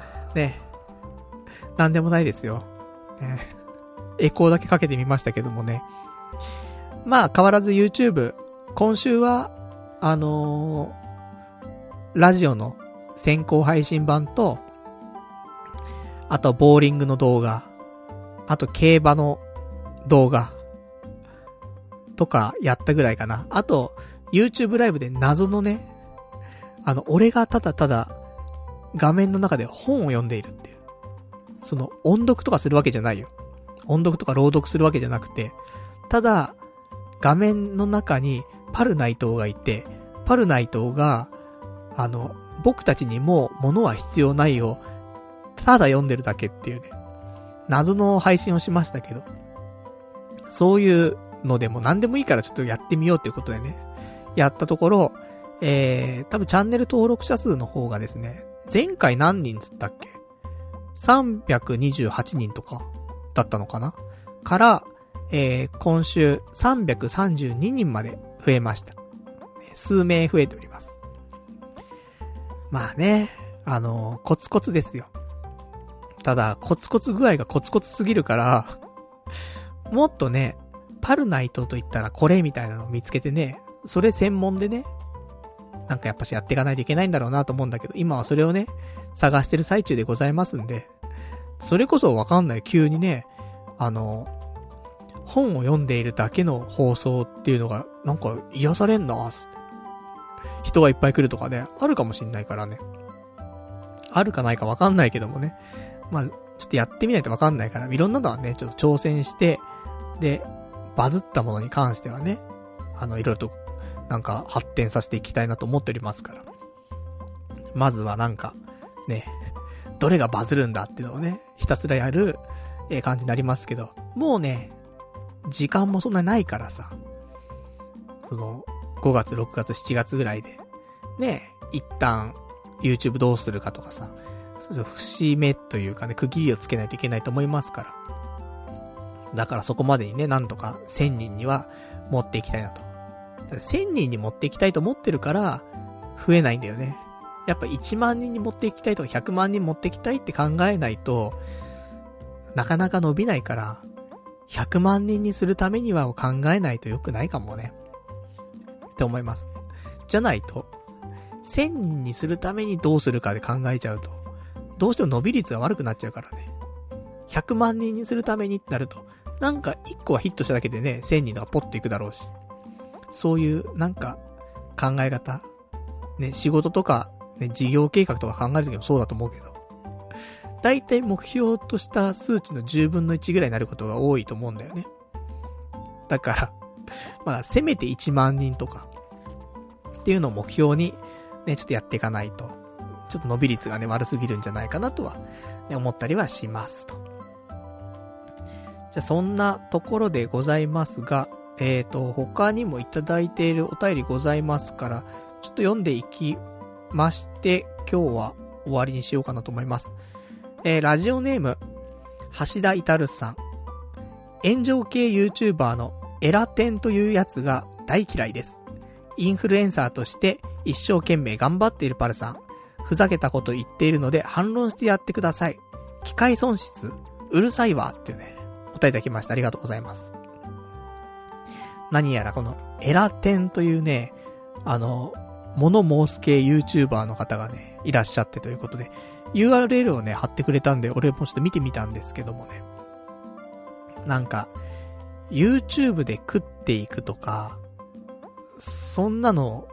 ね、なんでもないですよ。ね、エコーだけかけてみましたけどもね。まあ、変わらず YouTube、今週は、あのー、ラジオの先行配信版と、あと、ボーリングの動画、あと、競馬の動画、とかやったぐらいかな。あと、YouTube ライブで謎のね、あの、俺がただただ、画面の中で本を読んでいるっていう。その、音読とかするわけじゃないよ。音読とか朗読するわけじゃなくて、ただ、画面の中にパルナイトがいて、パルナイトが、あの、僕たちにもう物は必要ないよ。ただ読んでるだけっていうね。謎の配信をしましたけど。そういうのでも何でもいいからちょっとやってみようっていうことでね。やったところ、えー、多分チャンネル登録者数の方がですね、前回何人つったっけ ?さんびゃくにじゅうはちにんとかだったのかなから、えー、今週さんびゃくさんじゅうににんまで増えました。数名増えております。まあね、あのー、コツコツですよ。ただ、コツコツ具合がコツコツすぎるから、もっとね、パルナイトと言ったらこれみたいなのを見つけてね、それ専門でね、なんかやっぱしやっていかないといけないんだろうなと思うんだけど、今はそれをね、探してる最中でございますんで、それこそわかんない。急にね、あの、本を読んでいるだけの放送っていうのが、なんか癒されんなーって。人がいっぱい来るとかね、あるかもしんないからね。あるかないかわかんないけどもね。まあ、ちょっとやってみないとわかんないから、いろんなのはね、ちょっと挑戦して、で、バズったものに関してはね、あの、いろいろと、なんか発展させていきたいなと思っておりますから。まずはなんか、ね、どれがバズるんだっていうのをね、ひたすらやる、えー、感じになりますけど、もうね、時間もそんなないからさ、その、ごがつ、ろくがつ、しちがつぐらいで、ね、一旦、YouTube どうするかとかさ、そうそう、節目というかね、区切りをつけないといけないと思いますから。だからそこまでにね、なんとかせんにんには持っていきたいなと。せんにんに持っていきたいと思ってるから、増えないんだよね。やっぱいちまんにんに持っていきたいとかひゃくまんにん持っていきたいって考えないと、なかなか伸びないから、ひゃくまんにんにするためにはを考えないと良くないかもね。って思います。じゃないと、せんにんにするためにどうするかで考えちゃうと、どうしても伸び率が悪くなっちゃうからね。ひゃくまんにんにするためにってなると、なんかいっこはヒットしただけでね、せんにんがポッといくだろうし。そういう、なんか、考え方。ね、仕事とか、ね、事業計画とか考えるときもそうだと思うけど。だいたい目標とした数値のじゅうぶんのいちぐらいになることが多いと思うんだよね。だから、まあ、せめていちまんにんとか、っていうのを目標に、ね、ちょっとやっていかないと、ちょっと伸び率がね、悪すぎるんじゃないかなとは、ね、思ったりはしますと。じゃあ、そんなところでございますが、えーと、他にもいただいているお便りございますから、ちょっと読んでいきまして、今日は終わりにしようかなと思います。えー、ラジオネーム、橋田至さん。炎上系 YouTuber のエラテンというやつが大嫌いです。インフルエンサーとして一生懸命頑張っているパルさん。ふざけたこと言っているので反論してやってください。機械損失、うるさいわっていうね、お便りいただきました。ありがとうございます。何やらこのエラテンというね、あの、物申す系 YouTuber の方がね、いらっしゃってということで、ユーアールエル をね、貼ってくれたんで、俺もちょっと見てみたんですけどもね。なんか、YouTube で食っていくとか、そんなの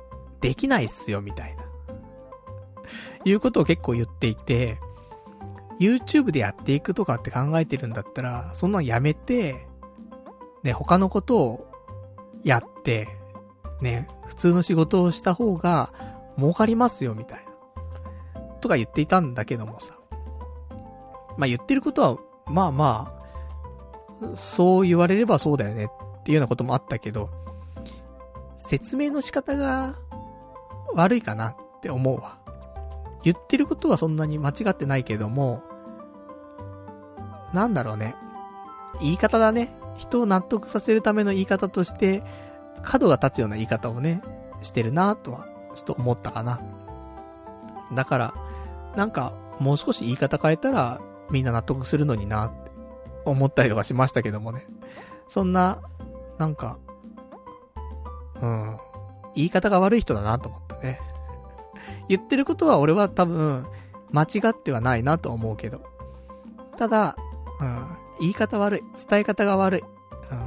できないっすよ、みたいな。いうことを結構言っていて、YouTube でやっていくとかって考えてるんだったら、そんなのやめて、ね、他のことをやって、ね、普通の仕事をした方が儲かりますよ、みたいな。とか言っていたんだけどもさ。まあ言ってることは、まあまあ、そう言われればそうだよねっていうようなこともあったけど、説明の仕方が悪いかなって思うわ。言ってることはそんなに間違ってないけども、なんだろうね。言い方だね。人を納得させるための言い方として、角が立つような言い方をね、してるなとは、ちょっと思ったかな。だから、なんか、もう少し言い方変えたら、みんな納得するのになって思ったりとかしましたけどもね。そんな、なんか、うん、言い方が悪い人だなと思ったね。言ってることは俺は多分、間違ってはないなと思うけど。ただ、うん、言い方悪い。伝え方が悪い。うん、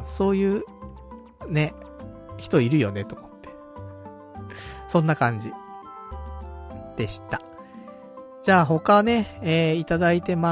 そういう、ね、人いるよねと思って。そんな感じ。でした。じゃあ他ね、えー、いただいてます。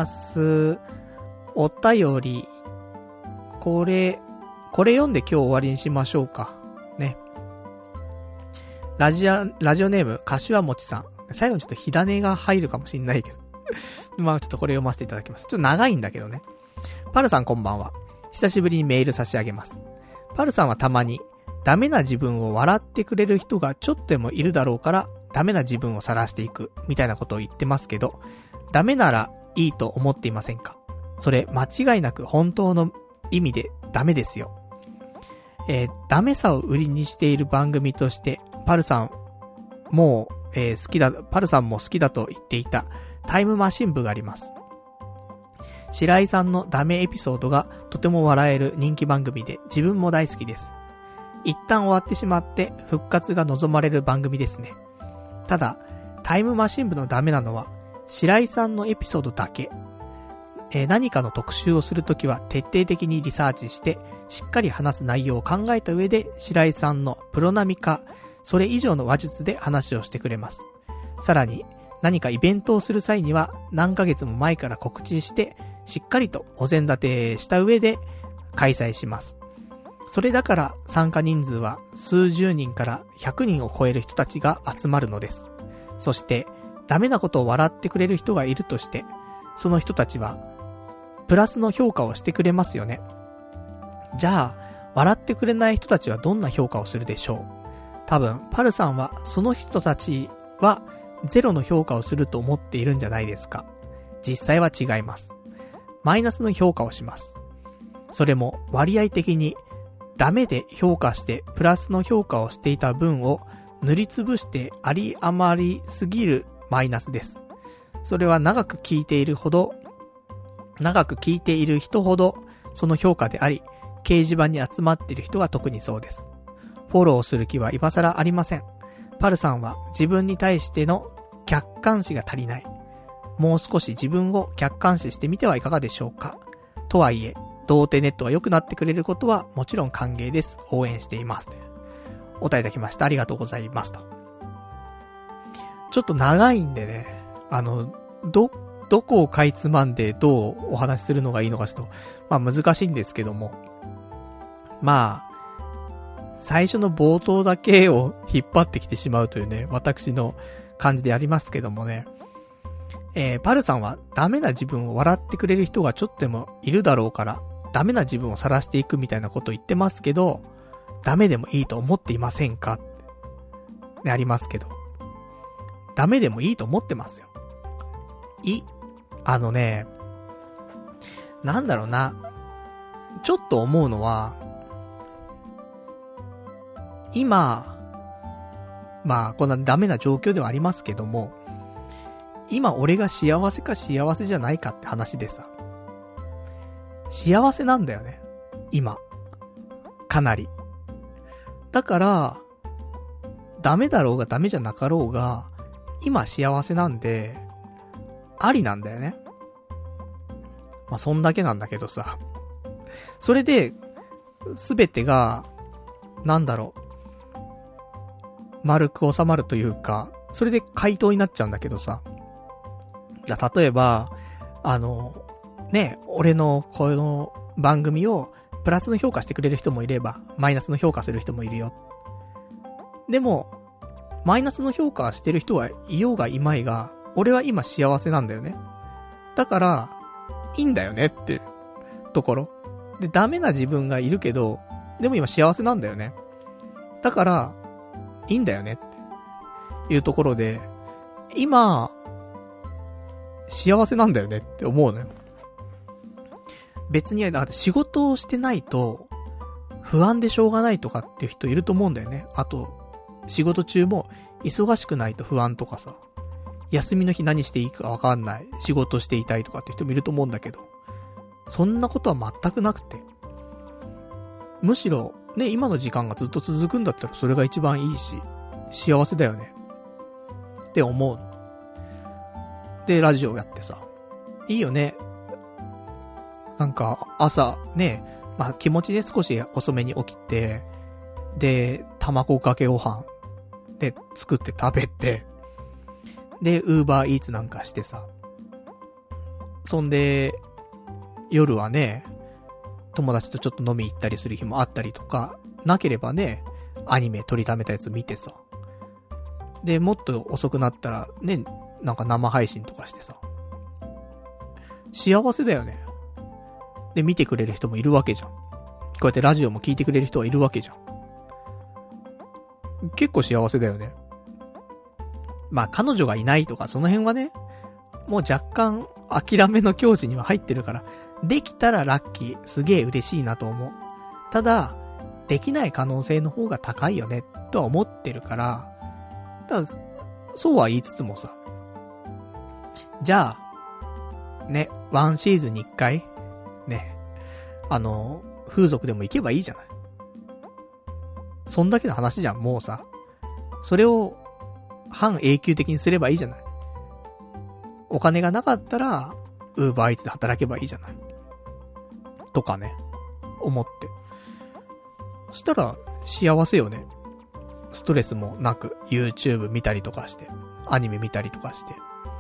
お便り。これ、これ読んで今日終わりにしましょうか。ね。ラジア、ラジオネーム、柏餅さん。最後にちょっと火種が入るかもしんないけど。まあちょっとこれ読ませていただきます。ちょっと長いんだけどね。パルさんこんばんは。久しぶりにメール差し上げます。パルさんはたまに、ダメな自分を笑ってくれる人がちょっとでもいるだろうから、ダメな自分を晒していく、みたいなことを言ってますけど、ダメならいいと思っていませんか？それ間違いなく本当の意味でダメですよ。えー、ダメさを売りにしている番組として、パルさんもう、えー、好きだ、パルさんも好きだと言っていたタイムマシン部があります。白井さんのダメエピソードがとても笑える人気番組で自分も大好きです。一旦終わってしまって復活が望まれる番組ですね。ただ、タイムマシン部のダメなのは白井さんのエピソードだけ。えー、何かの特集をするときは徹底的にリサーチしてしっかり話す内容を考えた上で白井さんのプロ並みかそれ以上の話術で話をしてくれます。さらに何かイベントをする際には何ヶ月も前から告知してしっかりとお膳立てした上で開催します。それだから参加人数は数十人からひゃくにんを超える人たちが集まるのです。そしてダメなことを笑ってくれる人がいるとして、その人たちはプラスの評価をしてくれますよね。じゃあ笑ってくれない人たちはどんな評価をするでしょう。多分パルさんはその人たちはゼロの評価をすると思っているんじゃないですか。実際は違います。マイナスの評価をします。それも割合的にダメで評価してプラスの評価をしていた分を塗りつぶしてあり余りすぎるマイナスです。それは長く聞いているほど、長く聞いている人ほどその評価であり、掲示板に集まっている人が特にそうです。フォローする気は今更ありません。パルさんは自分に対しての客観視が足りない。もう少し自分を客観視してみてはいかがでしょうか。とはいえ、童貞ネットが良くなってくれることはもちろん歓迎です。応援しています。というお答えいただきました。ありがとうございます。と。ちょっと長いんでね、あの、ど、どこをかいつまんでどうお話しするのがいいのかちょっと、まあ難しいんですけども。まあ、最初の冒頭だけを引っ張ってきてしまうというね、私の感じでやりますけどもね。えー、パルさんはダメな自分を笑ってくれる人がちょっとでもいるだろうから、ダメな自分を晒していくみたいなことを言ってますけど、ダメでもいいと思っていませんかね、ありますけど。ダメでもいいと思ってますよ。い、あのね、なんだろうな。ちょっと思うのは、今、まあ、こんなダメな状況ではありますけども、今俺が幸せか幸せじゃないかって話でさ、幸せなんだよね。今。かなり。だから、ダメだろうがダメじゃなかろうが、今幸せなんで、ありなんだよね。まあ、そんだけなんだけどさ。それで、すべてが、なんだろう。 丸く収まるというか、それで回答になっちゃうんだけどさ。だ例えば、あの、ね、俺のこの番組をプラスの評価してくれる人もいれば、マイナスの評価する人もいるよ。でも、マイナスの評価してる人はいようがいまいが、俺は今幸せなんだよね。だから、いいんだよねっていうところ。で、ダメな自分がいるけど、でも今幸せなんだよね。だから、いいんだよねっていうところで、今、幸せなんだよねって思うのよ。別に、だって仕事をしてないと、不安でしょうがないとかっていう人いると思うんだよね。あと、仕事中も忙しくないと不安とかさ、休みの日何していいかわかんない、仕事していたいとかって人もいると思うんだけど、そんなことは全くなくて、むしろね、今の時間がずっと続くんだったらそれが一番いいし、幸せだよねって思うの。で、ラジオやってさ、いいよね。なんか朝ね、まあ気持ちで少し遅めに起きて、で、卵かけご飯で作って食べて、で、ウーバーイーツなんかしてさ、そんで、夜はね、友達とちょっと飲み行ったりする日もあったりとか、なければね、アニメ取りためたやつ見てさ、で、もっと遅くなったらね、なんか生配信とかしてさ、幸せだよね。で、見てくれる人もいるわけじゃん。こうやってラジオも聞いてくれる人はいるわけじゃん。結構幸せだよね。まあ彼女がいないとかその辺はね、もう若干諦めの境地には入ってるから、できたらラッキー、すげえ嬉しいなと思う。ただ、できない可能性の方が高いよね、とは思ってるから、ただ、そうは言いつつもさ、じゃあ、ね、ワンシーズンに一回、ね、あの、風俗でも行けばいいじゃない。そんだけの話じゃん、もうさ。それを、半永久的にすればいいじゃない。お金がなかったら、ウーバーイーツで働けばいいじゃない。とかね、思って。そしたら、幸せよね。ストレスもなく、YouTube 見たりとかして、アニメ見たりとかして。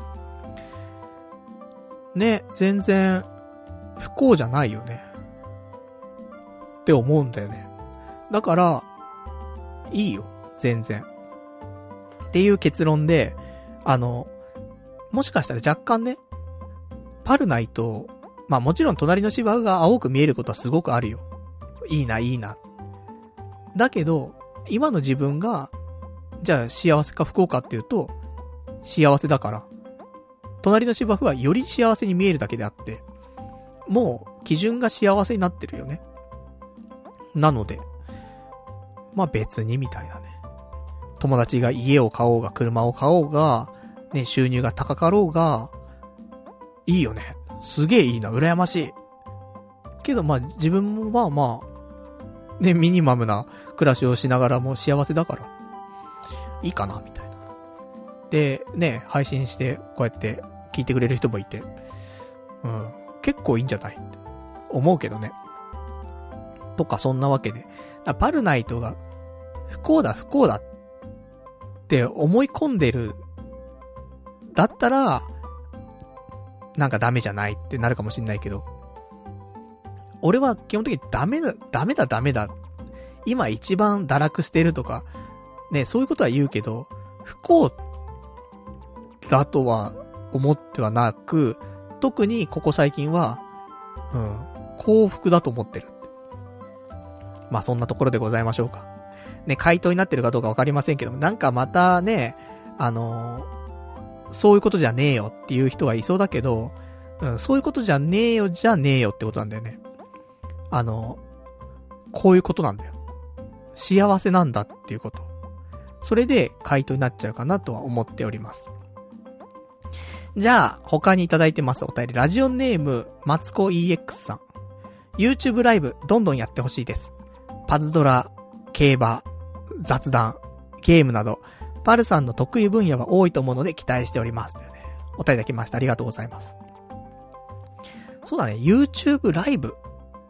ね、全然、不幸じゃないよね。って思うんだよね。だから、いいよ、全然。っていう結論で、あの、もしかしたら若干ね、パルナイと、まあもちろん隣の芝生が青く見えることはすごくあるよ。いいな、いいな。だけど、今の自分が、じゃあ幸せか不幸かっていうと、幸せだから、隣の芝生はより幸せに見えるだけであって、もう基準が幸せになってるよね。なので、まあ別にみたいなね。友達が家を買おうが車を買おうが、ね、収入が高かろうが、いいよね。すげえいいな、羨ましい。けどまあ自分もまあまあ、ね、ミニマムな暮らしをしながらも幸せだから、いいかな、みたいな。で、ね、配信してこうやって聞いてくれる人もいて、うん、結構いいんじゃないって思うけどね。とかそんなわけで、パルナイトが不幸だ不幸だって思い込んでるだったらなんかダメじゃないってなるかもしんないけど、俺は基本的にダメだダメだダメだ今一番堕落してるとかね、そういうことは言うけど不幸だとは思ってはなく、特にここ最近はうん幸福だと思ってる。まあそんなところでございましょうか。ね、回答になってるかどうかわかりませんけども、なんかまたね、あのー、そういうことじゃねえよっていう人がいそうだけど、うん、そういうことじゃねえよじゃねえよってことなんだよね。あのー、こういうことなんだよ。幸せなんだっていうこと。それで回答になっちゃうかなとは思っております。じゃあ、他にいただいてますお便り、ラジオネーム、マツコ イーエックス さん。YouTube ライブ、どんどんやってほしいです。パズドラ、競馬、雑談、ゲームなど、パルさんの得意分野は多いと思うので期待しております。というね、お便りいただきました。ありがとうございます。そうだね、YouTube ライブ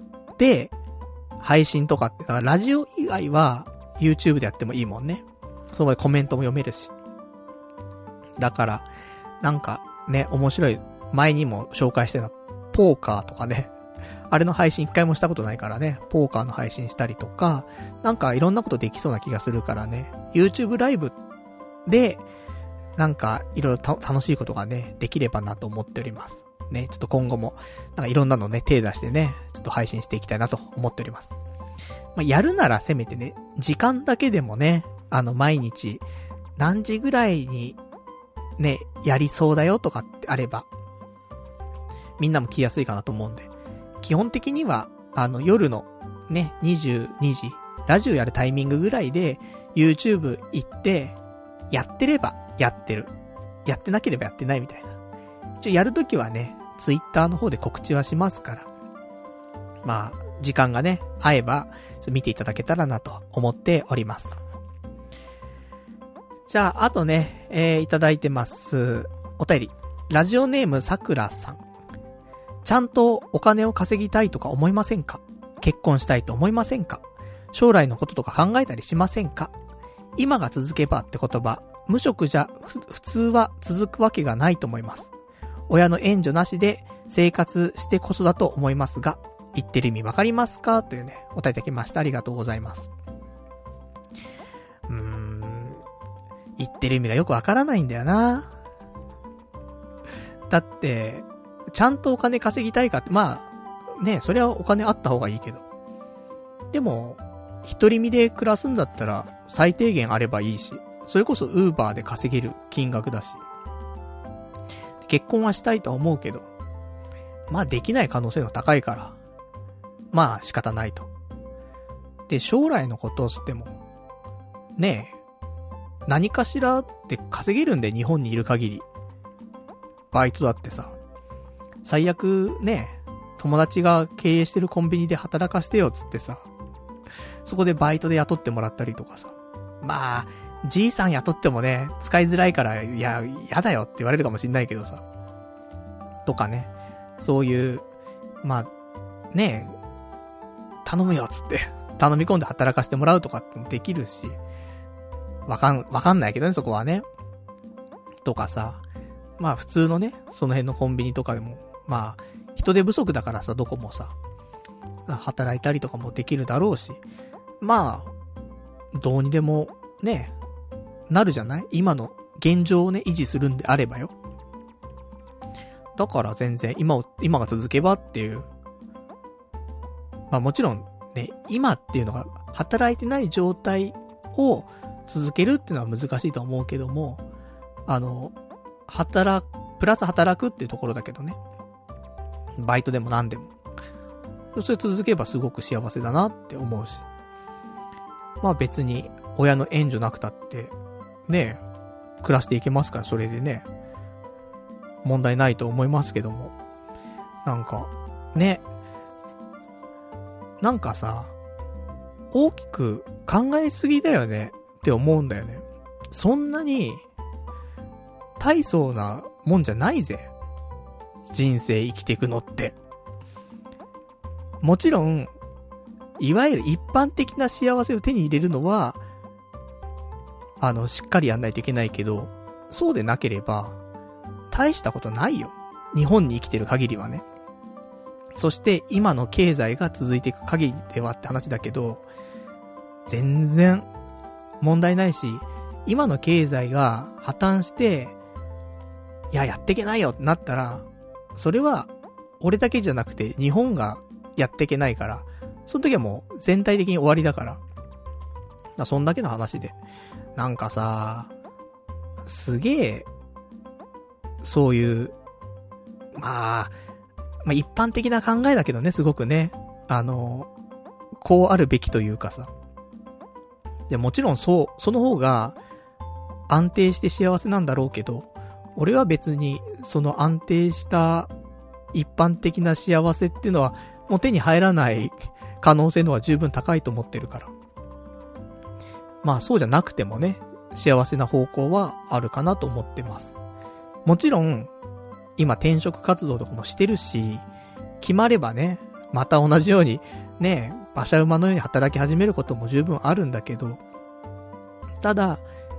で配信とかって、だからラジオ以外は YouTube でやってもいいもんね。 その場でコメントも読めるし。だから、なんかね、面白い、前にも紹介してた、ポーカーとかね。あれの配信一回もしたことないからね、ポーカーの配信したりとか、なんかいろんなことできそうな気がするからね、YouTube ライブで、なんかいろいろ楽しいことがね、できればなと思っております。ね、ちょっと今後も、なんかいろんなのね、手出してね、ちょっと配信していきたいなと思っております。まあ、やるならせめてね、時間だけでもね、あの毎日、何時ぐらいに、ね、やりそうだよとかってあれば、みんなも来やすいかなと思うんで、基本的には、あの夜のね、にじゅうにじ、ラジオやるタイミングぐらいで、YouTube 行って、やってればやってる。やってなければやってないみたいな。一応やるときはね、Twitter の方で告知はしますから。まあ、時間がね、合えば、見ていただけたらなと思っております。じゃあ、あとね、えー、いただいてます。お便り。ラジオネームさくらさん。ちゃんとお金を稼ぎたいとか思いませんか？結婚したいと思いませんか？将来のこととか考えたりしませんか？今が続けばって言葉、無職じゃ普通は続くわけがないと思います。親の援助なしで生活してこそだと思いますが、言ってる意味わかりますか？というね、お答えいただきました。ありがとうございます。うーん、言ってる意味がよくわからないんだよな。だって、ちゃんとお金稼ぎたいかって、まあ、ね、それはお金あった方がいいけど。でも、一人身で暮らすんだったら、最低限あればいいし、それこそウーバーで稼げる金額だし。結婚はしたいとは思うけど、まあできない可能性の高いから、まあ仕方ないと。で、将来のことをつっても、ねえ、何かしらって稼げるんで、日本にいる限り。バイトだってさ、最悪ね、友達が経営してるコンビニで働かせてよっつってさ、そこでバイトで雇ってもらったりとかさ。まあ、じいさん雇ってもね、使いづらいから、いや、やだよって言われるかもしんないけどさ。とかね、そういう、まあ、ねえ、頼むよっつって、頼み込んで働かせてもらうとかってもできるし、わかん、わかんないけどね、そこはね。とかさ、まあ普通のね、その辺のコンビニとかでも、まあ、人手不足だからさ、どこもさ、働いたりとかもできるだろうし、まあ、どうにでも、ね、なるじゃない？今の現状をね、維持するんであればよ。だから全然、今を、今が続けばっていう。まあもちろん、ね、今っていうのが、働いてない状態を続けるっていうのは難しいと思うけども、あの、働く、プラス働くっていうところだけどね。バイトでも何でも。それ続けばすごく幸せだなって思うし。まあ別に親の援助なくたって、ね、暮らしていけますから、それでね、問題ないと思いますけども。なんか、ね、なんかさ、大きく考えすぎだよねって思うんだよね。そんなに、大層なもんじゃないぜ。人生生きていくのって。もちろん、いわゆる一般的な幸せを手に入れるのは、あの、しっかりやんないといけないけど、そうでなければ、大したことないよ。日本に生きてる限りはね。そして今の経済が続いていく限りではって話だけど、全然問題ないし、今の経済が破綻して、いや、やっていけないよってなったら、それは俺だけじゃなくて日本がやっていけないから、その時はもう全体的に終わりだから。だそんだけの話で。なんかさ、すげえ、そういう、まあ、まあ一般的な考えだけどね、すごくね。あの、こうあるべきというかさ。でもちろんそう、その方が安定して幸せなんだろうけど、俺は別にその安定した一般的な幸せっていうのはもう手に入らない可能性の方が十分高いと思ってるから。まあそうじゃなくてもね、幸せな方向はあるかなと思ってます。もちろん、今転職活動とかもしてるし、決まればね、また同じように、ね、馬車馬のように働き始めることも十分あるんだけど、ただ、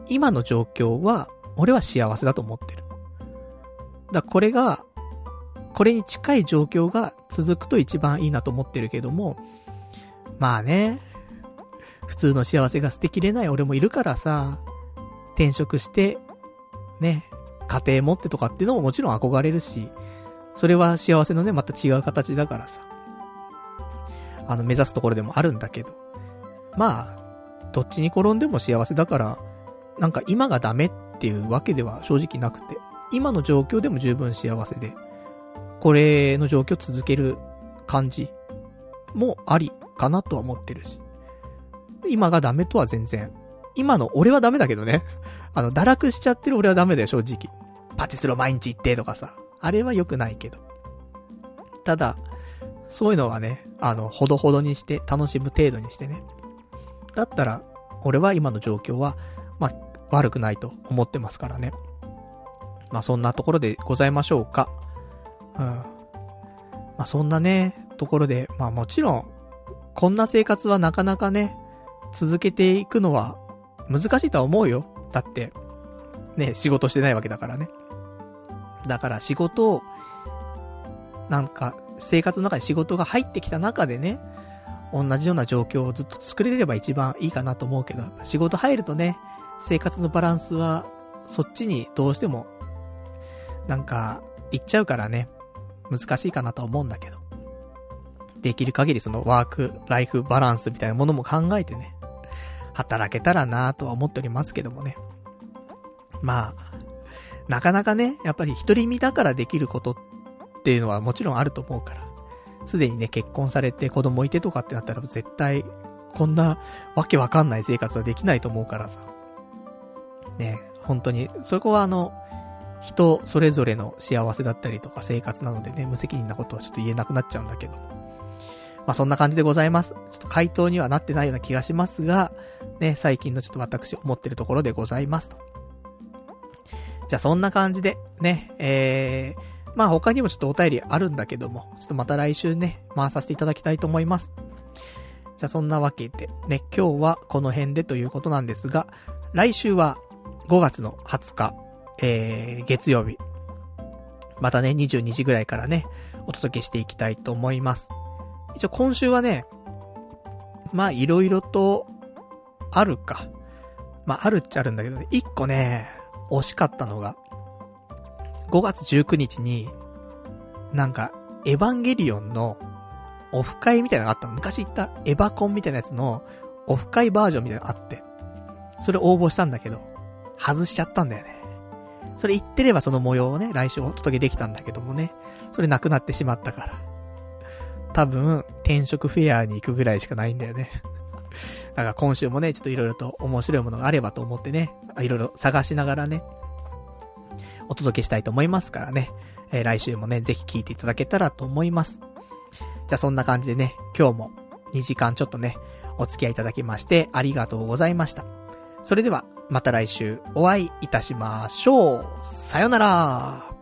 今の状況は、俺は幸せだと思ってる。だからこれが、これに近い状況が続くと一番いいなと思ってるけども、まあね、普通の幸せが捨てきれない俺もいるからさ、転職して、ね、家庭持ってとかっていうのももちろん憧れるし、それは幸せのね、また違う形だからさ、あの、目指すところでもあるんだけど、まあ、どっちに転んでも幸せだから、なんか今がダメっていうわけでは正直なくて、今の状況でも十分幸せで、これの状況を続ける感じもありかなとは思ってるし、今がダメとは全然、今の俺はダメだけどね、あの、堕落しちゃってる俺はダメだよ、正直。パチスロ毎日行ってとかさ、あれは良くないけど。ただ、そういうのはね、あの、ほどほどにして、楽しむ程度にしてね。だったら、俺は今の状況は、まあ、悪くないと思ってますからね。まあ、そんなところでございましょうか。うん。まあ、そんなね、ところで、まあもちろん、こんな生活はなかなかね、続けていくのは難しいとは思うよ。だって、ね、仕事してないわけだからね。だから仕事を、なんか、生活の中に仕事が入ってきた中でね、同じような状況をずっと作れれば一番いいかなと思うけど、仕事入るとね、生活のバランスは、そっちにどうしても、なんか、いっちゃうからね、難しいかなとは思うんだけど。できる限りそのワーク、ライフバランスみたいなものも考えてね、働けたらなとは思っておりますけどもね。まあ、なかなかね、やっぱり独り身だからできることっていうのはもちろんあると思うから、すでにね、結婚されて子供いてとかってなったら絶対、こんなわけわかんない生活はできないと思うからさ。ね、本当に、そこはあの、人それぞれの幸せだったりとか生活なのでね、無責任なことはちょっと言えなくなっちゃうんだけど。まあそんな感じでございます。ちょっと回答にはなってないような気がしますが、ね、最近のちょっと私思ってるところでございますと。じゃあそんな感じで、ね、えー、まあ他にもちょっとお便りあるんだけども、ちょっとまた来週ね、回させていただきたいと思います。じゃあそんなわけで、ね、今日はこの辺でということなんですが、来週はごがつのはつか、えー、月曜日。またね、にじゅうにじぐらいからね、お届けしていきたいと思います。一応今週はね、まあいろいろと、あるか。まああるっちゃあるんだけどね、一個ね、惜しかったのが、ごがつじゅうくにちに、なんか、エヴァンゲリオンの、オフ会みたいなのがあったの。昔言ったエヴァコンみたいなやつの、オフ会バージョンみたいなのがあって、それ応募したんだけど、外しちゃったんだよね。それ言ってればその模様をね、来週お届けできたんだけどもね、それなくなってしまったから。多分、転職フェアに行くぐらいしかないんだよね。だから今週もね、ちょっといろいろと面白いものがあればと思ってね、いろいろ探しながらね、お届けしたいと思いますからね、えー、来週もね、ぜひ聞いていただけたらと思います。じゃあそんな感じでね、今日もにじかんちょっとね、お付き合いいただきましてありがとうございました。それではまた来週お会いいたしましょう。さよなら。